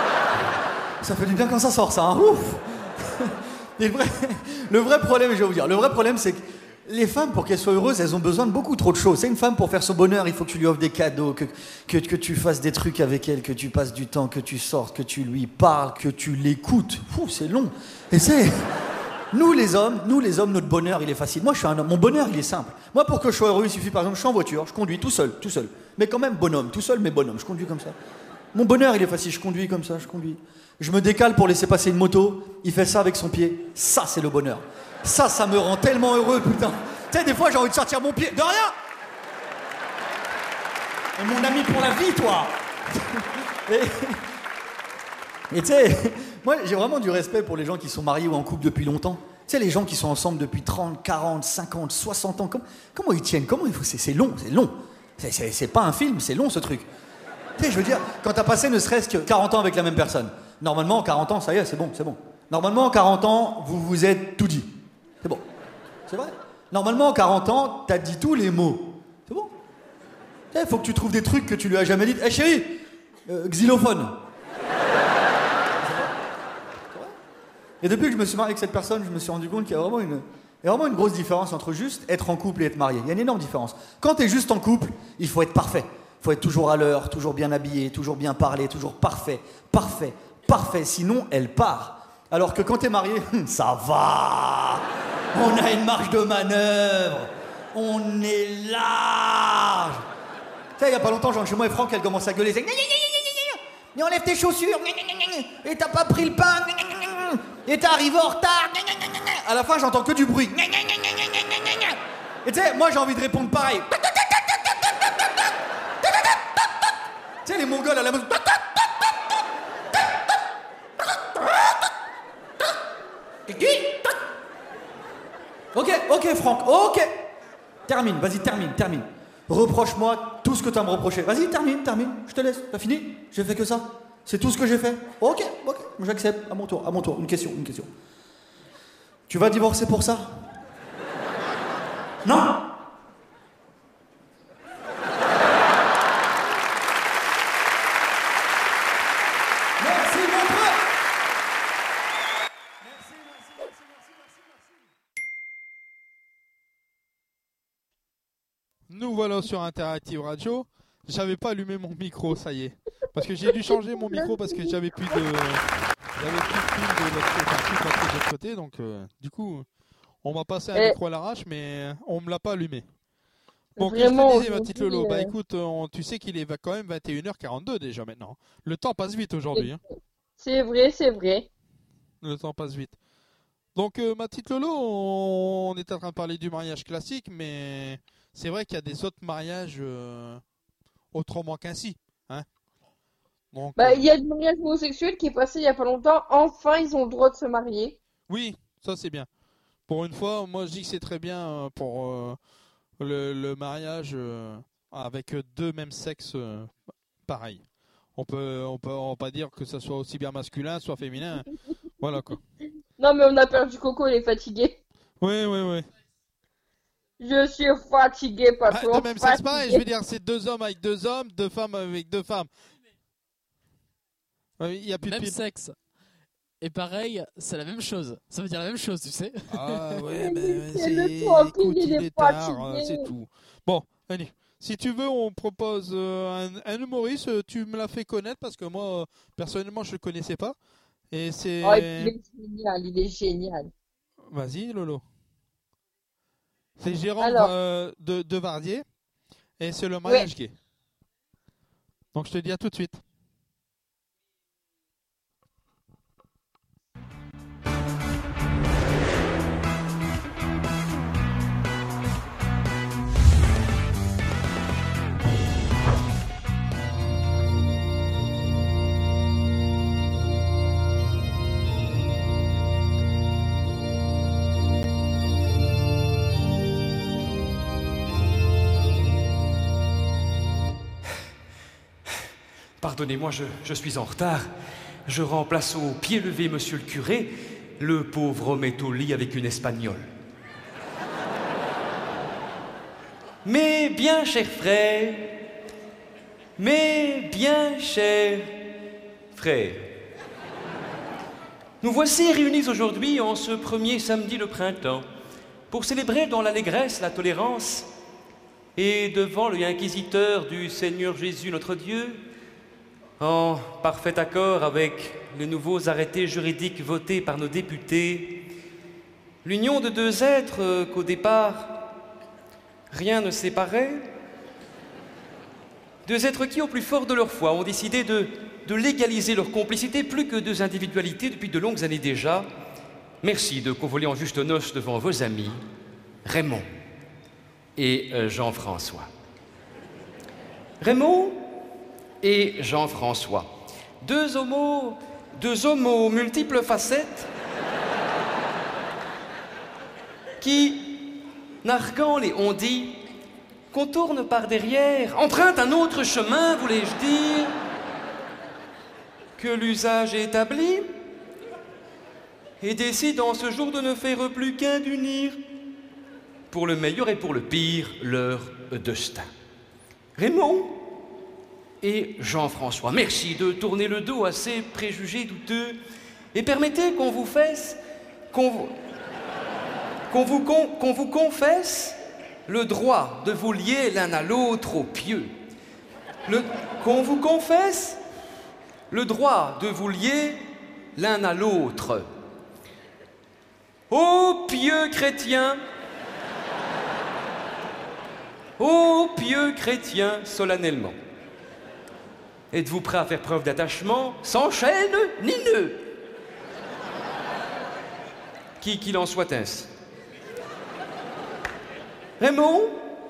Ça fait du bien quand ça sort, ça, hein? Ouf. Et le, vrai, le vrai problème, je vais vous dire, le vrai problème, c'est que les femmes, pour qu'elles soient heureuses, elles ont besoin de beaucoup trop de choses. C'est une femme, pour faire son bonheur, il faut que tu lui offres des cadeaux, que, que, que tu fasses des trucs avec elle, que tu passes du temps, que tu sortes, que tu lui parles, que tu l'écoutes. Fou, c'est long. Et c'est... Nous les hommes, nous les hommes, notre bonheur, il est facile. Moi, je suis un homme, mon bonheur, il est simple. Moi, pour que je sois heureux, il suffit, par exemple, je suis en voiture, je conduis tout seul, tout seul. Mais quand même bonhomme, tout seul, mais bonhomme, je conduis comme ça. Mon bonheur, il est facile, je conduis comme ça, je conduis. Je me décale pour laisser passer une moto, il fait ça avec son pied. Ça, c'est le bonheur. Ça, ça me rend tellement heureux, putain. Tu sais, des fois, j'ai envie de sortir mon pied. De rien! Et mon ami pour la vie, toi! Et tu sais, moi, j'ai vraiment du respect pour les gens qui sont mariés ou en couple depuis longtemps. Tu sais, les gens qui sont ensemble depuis trente, quarante, cinquante, soixante ans, comment, comment ils tiennent? Comment il faut... C'est, c'est long, c'est long. C'est, c'est, c'est pas un film, c'est long, ce truc. Tu sais, je veux dire, quand t'as passé ne serait-ce que quarante ans avec la même personne, normalement, en quarante ans, ça y est, c'est bon, c'est bon. Normalement, en quarante ans, vous vous êtes tout dit. C'est bon. C'est vrai. Normalement, en quarante ans, t'as dit tous les mots. C'est bon. Il faut que tu trouves des trucs que tu lui as jamais dit. Eh hey, chérie, euh, xylophone. Et depuis que je me suis marié avec cette personne, je me suis rendu compte qu'il y a vraiment une, il y a vraiment une grosse différence entre juste être en couple et être marié. Il y a une énorme différence. Quand t'es juste en couple, il faut être parfait. Il faut être toujours à l'heure, toujours bien habillé, toujours bien parlé, toujours parfait, parfait, parfait. Sinon, elle part. Alors que quand t'es marié, ça va. On a une marge de manœuvre. On est large. Tu sais, il y a pas longtemps, genre chez moi et Franck, elle commence à gueuler. C'est... Mais enlève tes chaussures. Et t'as pas pris le pain. Et t'es arrivé en retard. À la fin, j'entends que du bruit. Et tu sais, moi, j'ai envie de répondre pareil. Tu sais, les Mongols à la mode. Ok, ok, Franck, ok. Termine, vas-y, termine, termine. Reproche-moi tout ce que tu as à me reprocher. Vas-y, termine, termine, je te laisse. T'as fini? J'ai fait que ça. C'est tout ce que j'ai fait. Ok, ok, j'accepte. À mon tour, à mon tour. Une question, une question. Tu vas divorcer pour ça? Non. Nous voilà sur Interactive Radio. J'avais pas allumé mon micro, ça y est. Parce que j'ai dû changer mon micro parce que j'avais plus de... J'avais plus de fil de l'autre côté, enfin, plus de l'autre côté, donc euh, du coup, on va passer un Et... micro à l'arrache, mais on me l'a pas allumé. Bon, Vraiment, qu'est-ce que je te disais, ma petite Lolo? euh... Bah écoute, on, tu sais qu'il est quand même vingt et une heures quarante-deux déjà maintenant. Le temps passe vite aujourd'hui. Hein. C'est vrai, c'est vrai. Le temps passe vite. Donc, euh, ma petite Lolo, on, on est en train de parler du mariage classique, mais c'est vrai qu'il y a des autres mariages euh, autrement qu'ainsi. Hein. Donc, bah, euh... il y a le mariage homosexuel qui est passé il y a pas longtemps. Enfin, ils ont le droit de se marier. Oui, ça c'est bien. pour une fois, moi je dis que c'est très bien euh, pour euh, le, le mariage euh, avec deux mêmes sexes euh, pareil. On peut, on peut, on va pas dire que ça soit aussi bien masculin, soit féminin. Voilà quoi. Non, mais on a perdu Coco, il est fatigué. Oui, oui, oui. Je suis fatigué, Bah, patron. de même sexe, pareil. Je veux dire, c'est deux hommes avec deux hommes, deux femmes avec deux femmes. Il y a plus Même de pile. sexe. Et pareil, c'est la même chose. Ça veut dire la même chose, tu sais. Ah ouais, mais C'est le c'est... temps, Écoute, il il est est tard, fatigué. euh, c'est tout. Bon, allez. Si tu veux, on propose euh, un, un humoriste. euh, Tu me l'as fait connaître parce que moi, euh, personnellement, je le connaissais pas. Et c'est... Oh, il est génial, il est génial. Vas-y, Lolo. C'est Jérôme Alors. euh, de, de Vardier. Et c'est le mariage Ouais. gay. Donc je te dis à tout de suite. Pardonnez-moi, je, je suis en retard. Je remplace au pied levé monsieur le curé. Le pauvre homme est au lit avec une espagnole. Mais bien, cher frère, mais bien, cher frère, nous voici réunis aujourd'hui en ce premier samedi de printemps pour célébrer dans l'allégresse la tolérance et devant l'œil inquisiteur du Seigneur Jésus notre Dieu, en parfait accord avec les nouveaux arrêtés juridiques votés par nos députés, l'union de deux êtres euh, qu'au départ rien ne séparait, deux êtres qui, au plus fort de leur foi, ont décidé de, de légaliser leur complicité plus que deux individualités depuis de longues années déjà. Merci de convoler en juste noces devant vos amis, Raymond et euh, Jean-François. Raymond et Jean-François, deux homos, deux hommes aux multiples facettes qui, narguant les on-dit, contournent par derrière, empruntent un autre chemin, voulais-je dire, que l'usage établi, et décident en ce jour de ne faire plus qu'un d'unir, pour le meilleur et pour le pire, leur destin. Raymond et Jean-François, merci de tourner le dos à ces préjugés douteux et permettez qu'on vous fasse, qu'on vous, qu'on vous, con- qu'on vous confesse le droit de vous lier l'un à l'autre au pieu. Le- qu'on vous confesse le droit de vous lier l'un à l'autre. Ô pieux chrétiens, ô pieux chrétiens, solennellement. Êtes-vous prêt à faire preuve d'attachement sans chaîne ni nœud? Qui qu'il en soit ainsi. Raymond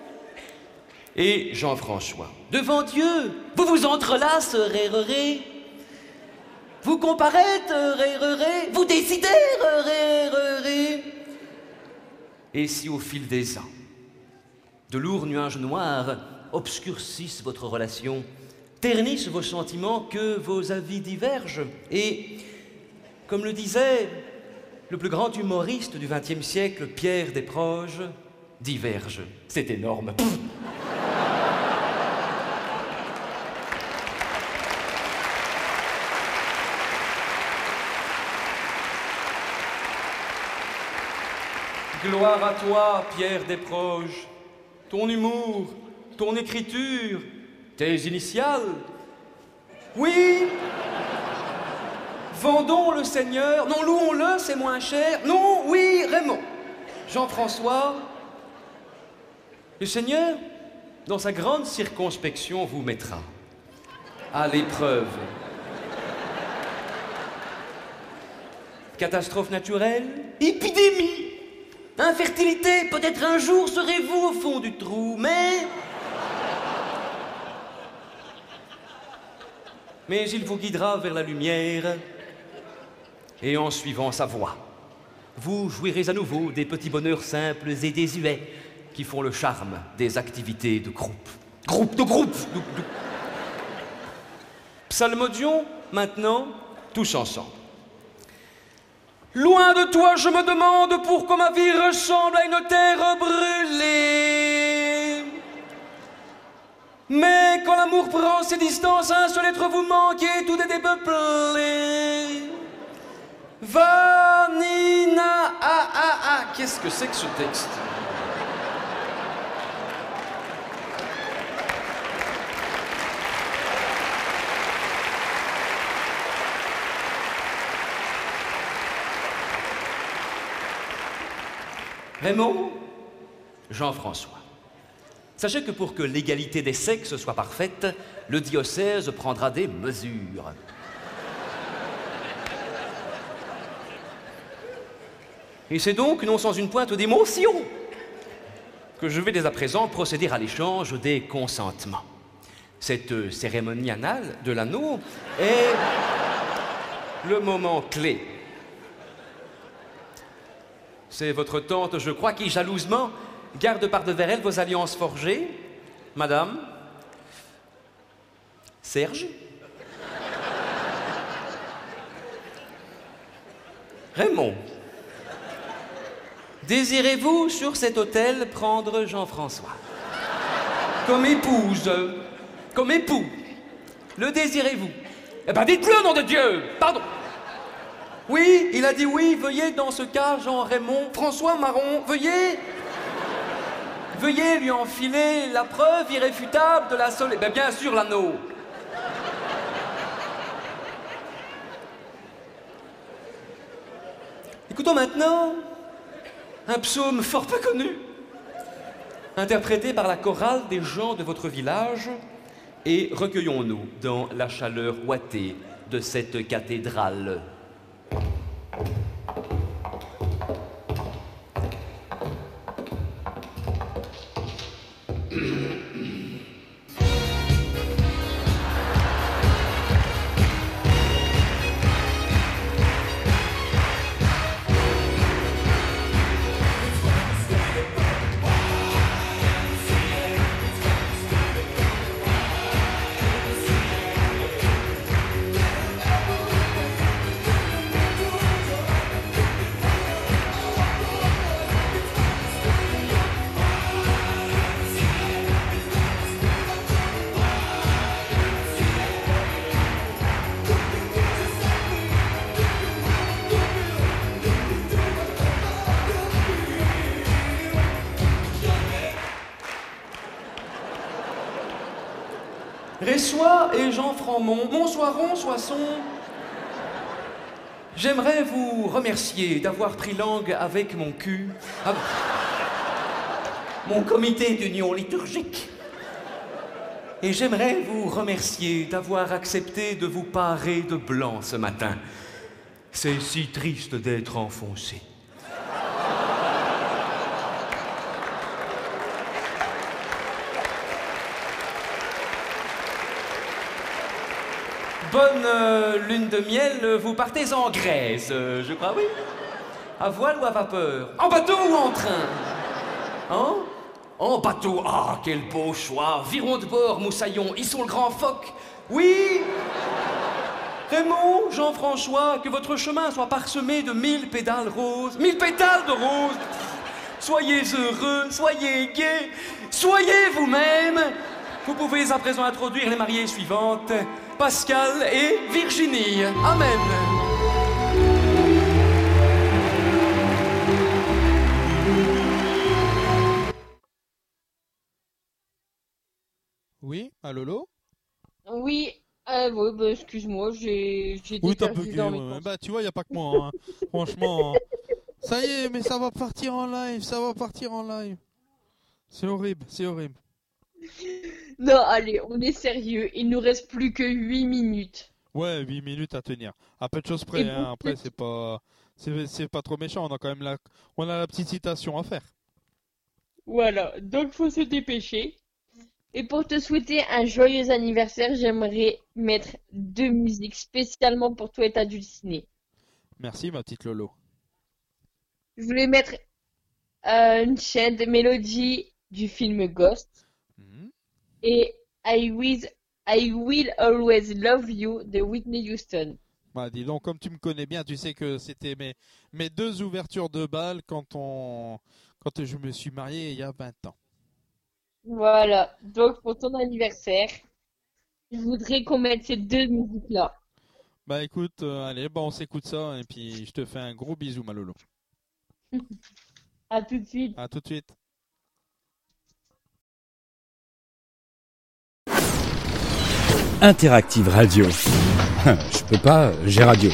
et Jean-François, devant Dieu, vous vous entrelacerez, vous comparaîtrez, vous déciderez. Et si au fil des ans, de lourds nuages noirs obscurcissent votre relation, ternissent vos sentiments, que vos avis divergent, et, comme le disait le plus grand humoriste du vingtième siècle, Pierre Desproges, divergent. C'est énorme. Pff. Gloire à toi, Pierre Desproges, ton humour, ton écriture, tes initiales. Oui, vendons le Seigneur, non, louons-le, c'est moins cher. Non, oui, Raymond, Jean-François, le Seigneur, dans sa grande circonspection, vous mettra à l'épreuve. Catastrophe naturelle, épidémie, infertilité, peut-être un jour serez-vous au fond du trou, mais... Mais il vous guidera vers la lumière et en suivant sa voie. vous jouirez à nouveau des petits bonheurs simples et désuets qui font le charme des activités de groupe. Groupe de groupe de, de... Psalmodions, maintenant, tous ensemble. Loin de toi, je me demande pourquoi ma vie ressemble à une terre brûlée. Mais quand l'amour prend ses distances, un seul être vous manque et tout est dépeuplé. Vanina, ah, ah, ah, qu'est-ce que c'est que ce texte? Raymond, Jean-François. Sachez que pour que l'égalité des sexes soit parfaite, le diocèse prendra des mesures. Et c'est donc, non sans une pointe d'émotion, que je vais dès à présent procéder à l'échange des consentements. Cette cérémonie anale de l'anneau est le moment clé. C'est votre tante, je crois, qui, jalousement, garde par devers elle vos alliances forgées. Madame? Serge? Raymond? Désirez-vous, sur cet autel, prendre Jean-François? Comme épouse, comme époux. Le désirez-vous? Eh ben, dites-le, nom de Dieu! Pardon! Oui, il a dit oui, veuillez dans ce cas, Jean-Raymond, François Marron, veuillez... Veuillez lui enfiler la preuve irréfutable de la seule... Ben bien sûr, l'anneau. Écoutons maintenant un psaume fort peu connu, interprété par la chorale des gens de votre village, et recueillons-nous dans la chaleur ouatée de cette cathédrale. Ressois et Jean Framont, Montsoiron, Soissons. J'aimerais vous remercier d'avoir pris langue avec mon cul, ah, mon comité d'union liturgique. Et j'aimerais vous remercier d'avoir accepté de vous parer de blanc ce matin. C'est si triste d'être enfoncé. Bonne euh, lune de miel, vous partez en Grèce, euh, je crois, oui. À voile ou à vapeur? En bateau ou en train? Hein? En bateau, ah, quel beau choix. Viron de bord, moussaillon, ils sont le grand phoque. Oui. Raymond, Jean-François, que votre chemin soit parsemé de mille pétales roses. Mille pétales de roses. Soyez heureux, soyez gais, soyez vous-même. Vous pouvez à présent introduire les mariées suivantes. Pascal et Virginie. Amen. Oui, allô, Lolo? Oui, euh, ouais, bah, excuse-moi, j'ai j'ai été Oui, t'as perdu bugué, dans mes ouais. pensées. Bah, tu vois, y a pas que moi, hein. Franchement. Ça y est, mais ça va partir en live, ça va partir en live. C'est horrible, c'est horrible. Non, allez, on est sérieux, il nous reste plus que huit minutes. Ouais, huit minutes à tenir. À peu de choses près, Et hein. pour Après, que- c'est pas... C'est c'est pas trop méchant, on a quand même la... On a la petite citation à faire. Voilà, donc faut se dépêcher. Et pour te souhaiter un joyeux anniversaire, j'aimerais mettre deux musiques spécialement pour toi et ta dulcinée. Merci, ma petite Lolo. je voulais mettre euh, une chaîne de mélodie du film Ghost et I Will, I Will Always Love You de Whitney Houston. Bah, dis donc, comme tu me connais bien, tu sais que c'était mes, mes deux ouvertures de bal quand, on, quand je me suis marié il y a vingt ans. Voilà, donc pour ton anniversaire, je voudrais qu'on mette ces deux musiques-là. Bah écoute, euh, allez, bah, on s'écoute ça et puis je te fais un gros bisou, ma Lolo. À tout de suite. À tout de suite. Interactive Radio. Je peux pas, j'ai radio.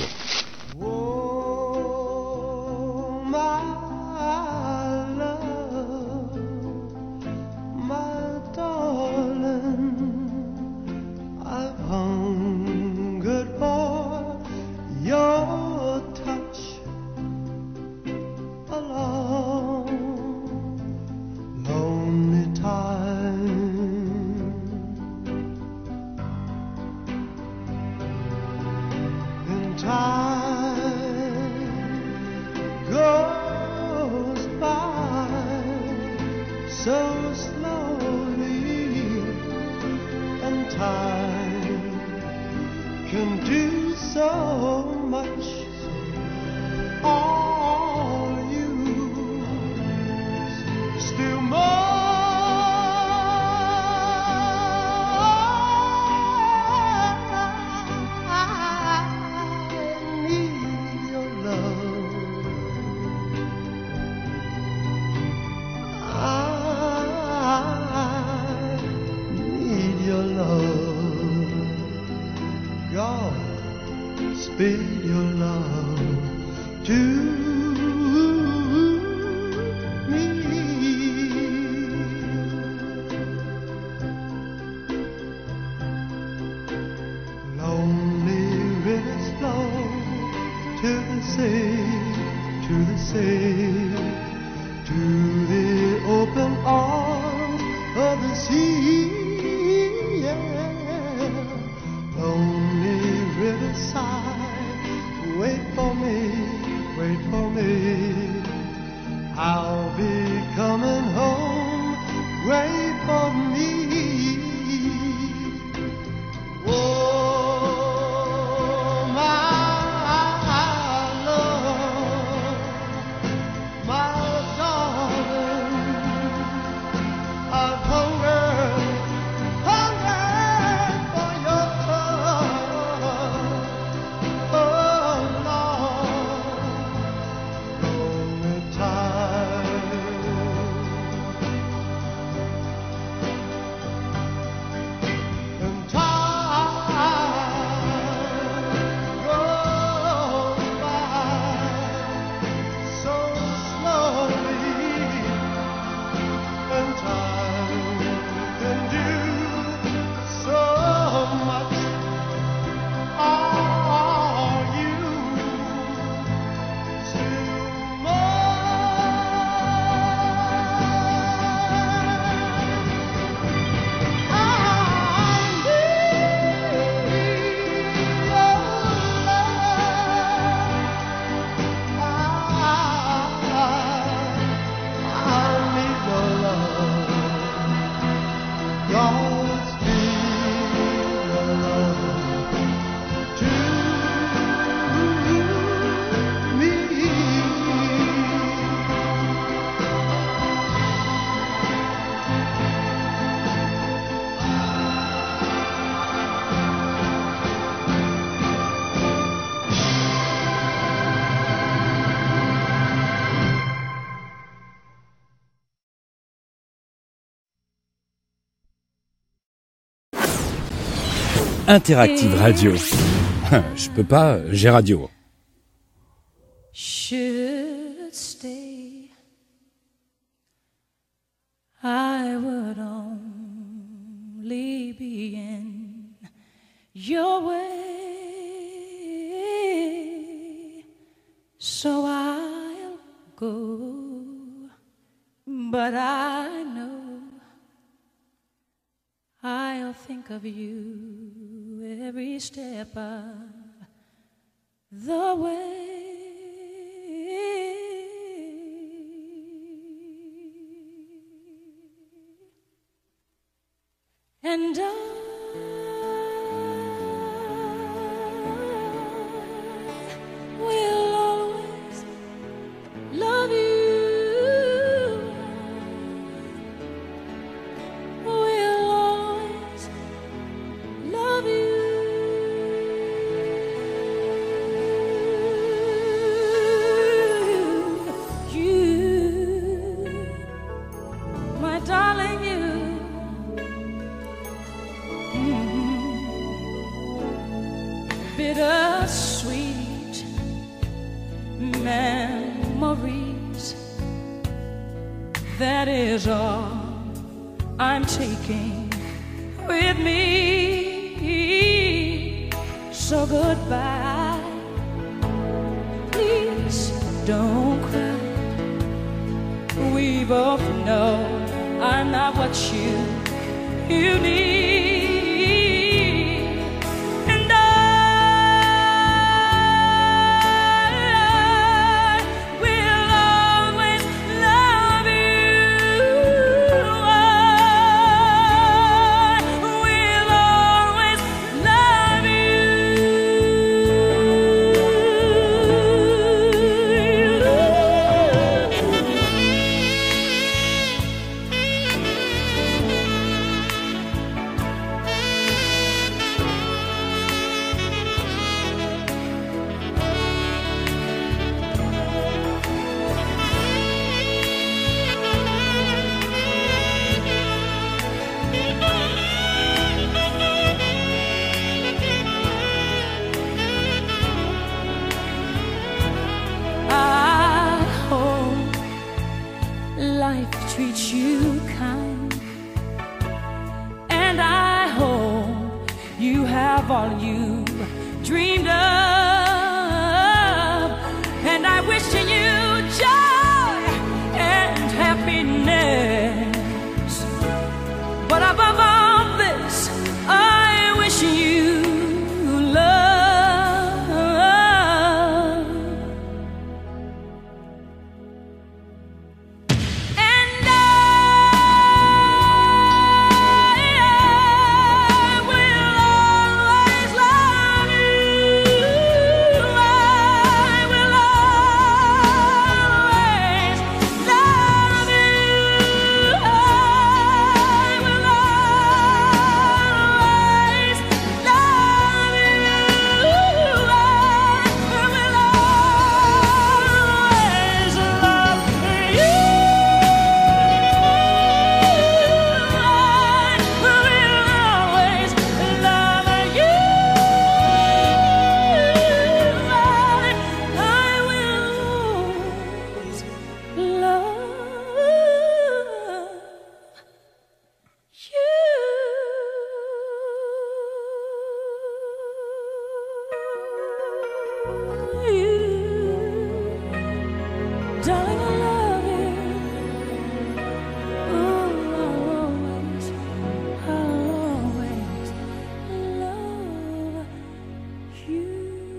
Interactive Radio. Je peux pas, j'ai radio. Should stay, I would only be in your way, so I'll go, but I know I'll think of you every step of the way. And I will always love you. Will always love you. You, my darling, you. Bittersweet memories. That is all I'm taking with me. So goodbye. Please don't cry. We both know I'm not what you you need. And I will always love you. I will always love I hope life treats you kind, and I hope you have all you dreamed of, and I wish you joy and happiness. But above all this, I wish you love. And I will always love you. I will always love you. I will always love you. I will always love you. Darling, I love you. Oh, I'll always, I'll always love you.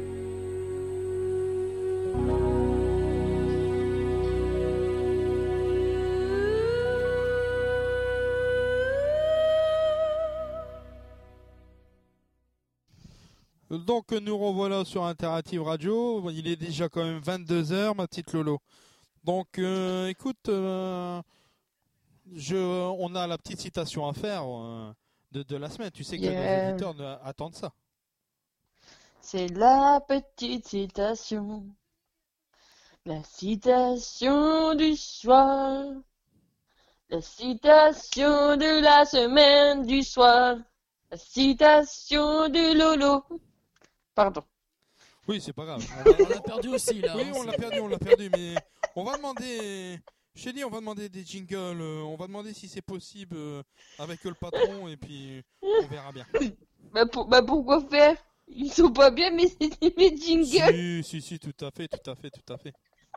Donc nous revoilà sur Interactive Radio. Il est déjà quand même vingt-deux heures, ma petite Lolo. Donc euh, écoute, euh, je, on a la petite citation à faire euh, de, de la semaine. Tu sais que Yeah. nos auditeurs ne- attendent ça. C'est la petite citation. La citation du soir. La citation de la semaine du soir. La citation du Lolo. Pardon. Oui, c'est pas grave. On l'a perdu aussi, là, Oui, hein, on c'est- l'a perdu, on l'a perdu, mais on va demander. Je t'ai dit, on va demander des jingles. euh, On va demander si c'est possible euh, avec le patron, et puis on verra bien. Bah, pour- bah pourquoi faire? Ils sont pas bien, mais c'est mes jingles. Si, si, si, tout à fait, tout à fait, tout à fait.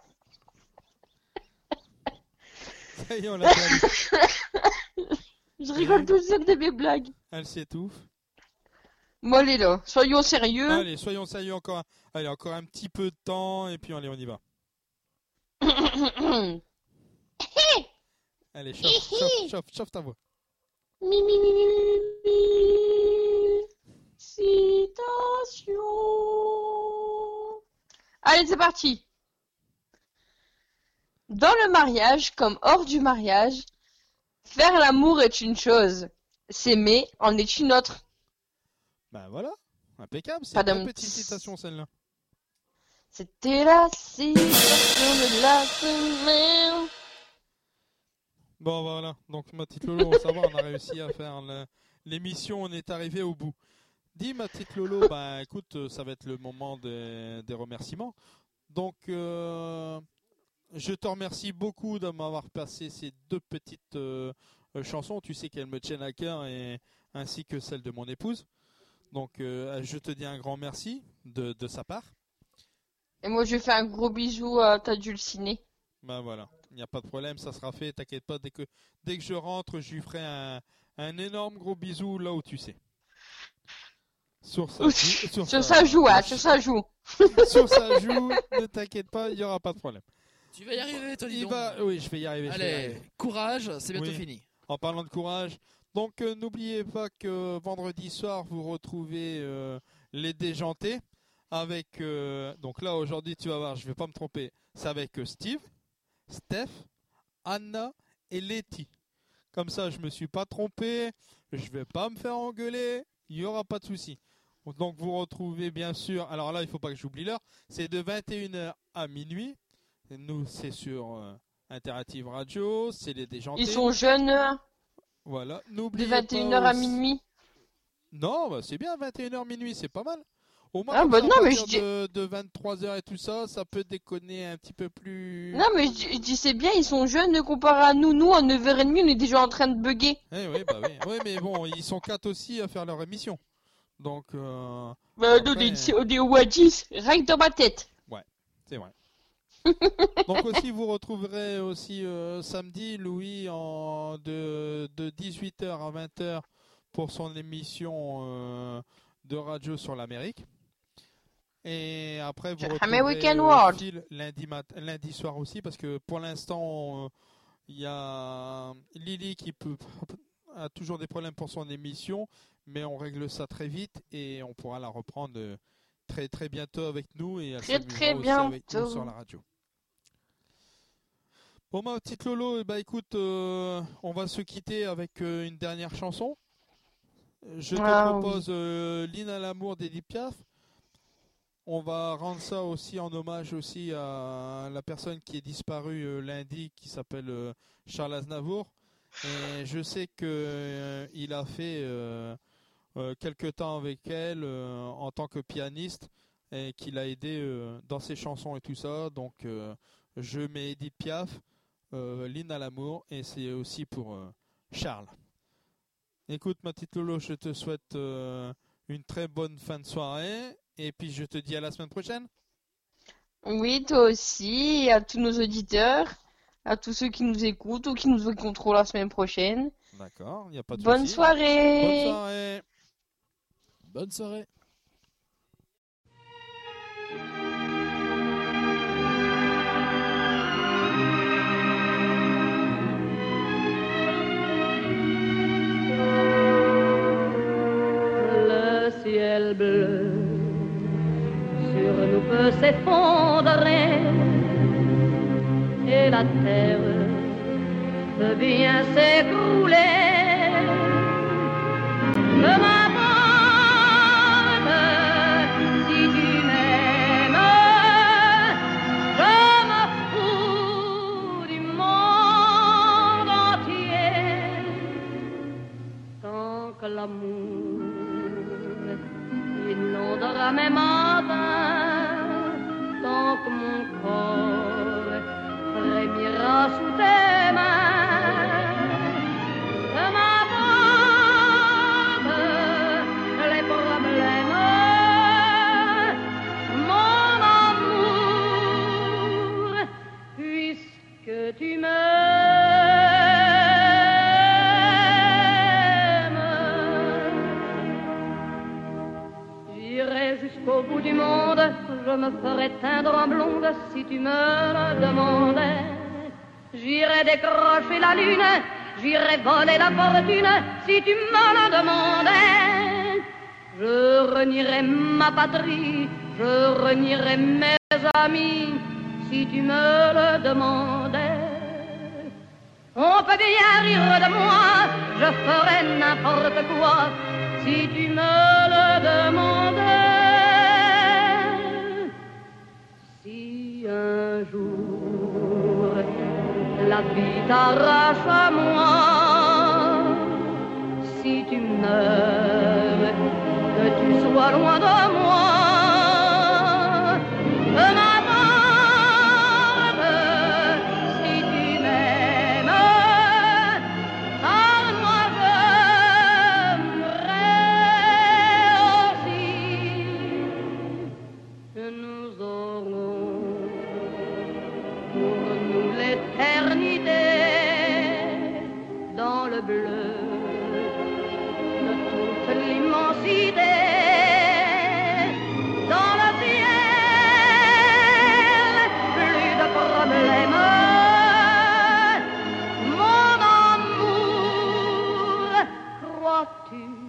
Ça y est, on l'a perdu. Je rigole tout seul de mes blagues. Elle s'étouffe. Bon, allez là, soyons sérieux. Allez, soyons sérieux encore. un- Allez, encore un petit peu de temps, et puis allez, on y va. Allez, chauffe, chauffe, chauffe, chauffe ta voix. Mi, mi, mi, mi, mi. Citation. Allez, c'est parti. Dans le mariage, comme hors du mariage, faire l'amour est une chose, s'aimer en est une autre. Ben voilà, impeccable, c'est Padam. une petite citation celle-là. C'était la citation de la semaine. Bon voilà, donc ma petite Lolo, ça va, on a réussi à faire le- l'émission, on est arrivé au bout. Dis ma petite Lolo, bah écoute, ça va être le moment des, des remerciements. Donc euh, je te remercie beaucoup de m'avoir passé ces deux petites euh, euh, chansons. Tu sais qu'elles me tiennent à cœur, et ainsi que celle de mon épouse. Donc euh, je te dis un grand merci de, de sa part. Et moi, je fais un gros bisou à ta dulcinée. Ben voilà, il n'y a pas de problème, ça sera fait, t'inquiète pas, dès que, dès que je rentre, je lui ferai un, un énorme gros bisou là où tu sais. Sur sa joue. Sur sa joue, hein, sur sa joue. Sur sa joue, ne t'inquiète pas, il n'y aura pas de problème. Tu vas y arriver, Tony. Il donc. va... Oui, je vais y arriver. je vais y Allez, arriver. courage, c'est bientôt Oui. fini. En parlant de courage, donc euh, n'oubliez pas que vendredi soir, vous retrouvez euh, les Déjantés avec... euh, donc là, aujourd'hui, tu vas voir, je vais pas me tromper, c'est avec euh, Steve, Steph, Anna et Letty. Comme ça, je me suis pas trompé, je vais pas me faire engueuler, il y aura pas de souci. Donc vous retrouvez bien sûr, alors là, il faut pas que j'oublie l'heure, c'est de vingt et une heures à minuit. Nous, c'est sur euh, Interactive Radio, c'est les Déjantés. Ils sont jeunes. Voilà, De n'oubliez vingt et une pas heures à aussi- minuit. Non, bah, c'est bien, vingt et une heures minuit, c'est pas mal. Au moins, Ah, comme bah ça, à non, mais partir je dis- de, de vingt-trois heures et tout ça, ça peut déconner un petit peu plus... Non, mais je, dis- je dis c'est bien, ils sont jeunes comparé à nous. Nous, à neuf heures trente, on est déjà en train de bugger. Eh oui, bah oui. Oui, mais bon, ils sont quatre aussi à faire leur émission. Donc, euh... Bah, après, nous, on est- on est au à dix, rien que dans ma tête. Ouais, c'est vrai. Donc aussi, vous retrouverez aussi euh, samedi Louis en de, de dix-huit heures à vingt heures pour son émission euh, de radio sur l'Amérique. Et après, vous retrouverez American euh, World. Phil lundi, mat- lundi soir aussi, parce que pour l'instant, euh, il y a Lily qui peut, a toujours des problèmes pour son émission, mais on règle ça très vite et on pourra la reprendre euh, très très bientôt avec nous, et elle Très, s'amusera très aussi avec nous bientôt. sur la radio. Bon, ma petite Lolo, eh ben, écoute, euh, on va se quitter avec euh, une dernière chanson. Je te Ah, propose euh, L'Hymne à l'amour d'Edith Piaf. On va rendre ça aussi en hommage aussi à la personne qui est disparue euh, lundi, qui s'appelle euh, Charles Aznavour. Et je sais que euh, il a fait euh, euh, quelques temps avec elle euh, en tant que pianiste, et qu'il a aidé euh, dans ses chansons et tout ça. Donc euh, je mets Edith Piaf, euh, L'Hymne à l'amour, et c'est aussi pour euh, Charles. Écoute, ma petite Lolo, je te souhaite euh, une très bonne fin de soirée, et puis je te dis à la semaine prochaine. Oui, toi aussi, et à tous nos auditeurs, à tous ceux qui nous écoutent ou qui nous écouteront la semaine prochaine. D'accord, il n'y a pas de Bonne souci. soirée. Bonne soirée. Bonne soirée. Le ciel bleu sur nous peut s'effondrer et la terre peut bien s'écrouler. Peu m'importe si tu m'aimes, je me fous du monde entier tant que l'amour inondera mes matins, tant que mon corps frémira sous tes mains. Que m'importe les problèmes, mon amour, puisque tu m'aimes. J'irai jusqu'au bout du monde, je me ferai teindre en blonde si tu me le demandais. J'irai décrocher la lune, j'irai voler la fortune si tu me la demandais. Je renierai ma patrie, je renierai mes amis si tu me le demandais. On peut bien rire de moi, je ferai n'importe quoi si tu me le demandais. Si un jour la vie t'arrache à moi, si tu meurs, que tu sois loin de moi, que m'attende si tu m'aimes, car moi j'aimerais aussi que nous aurons pour nous l'éternité dans le bleu de toute l'immensité, dans le ciel, plus de problèmes. Mon amour, crois-tu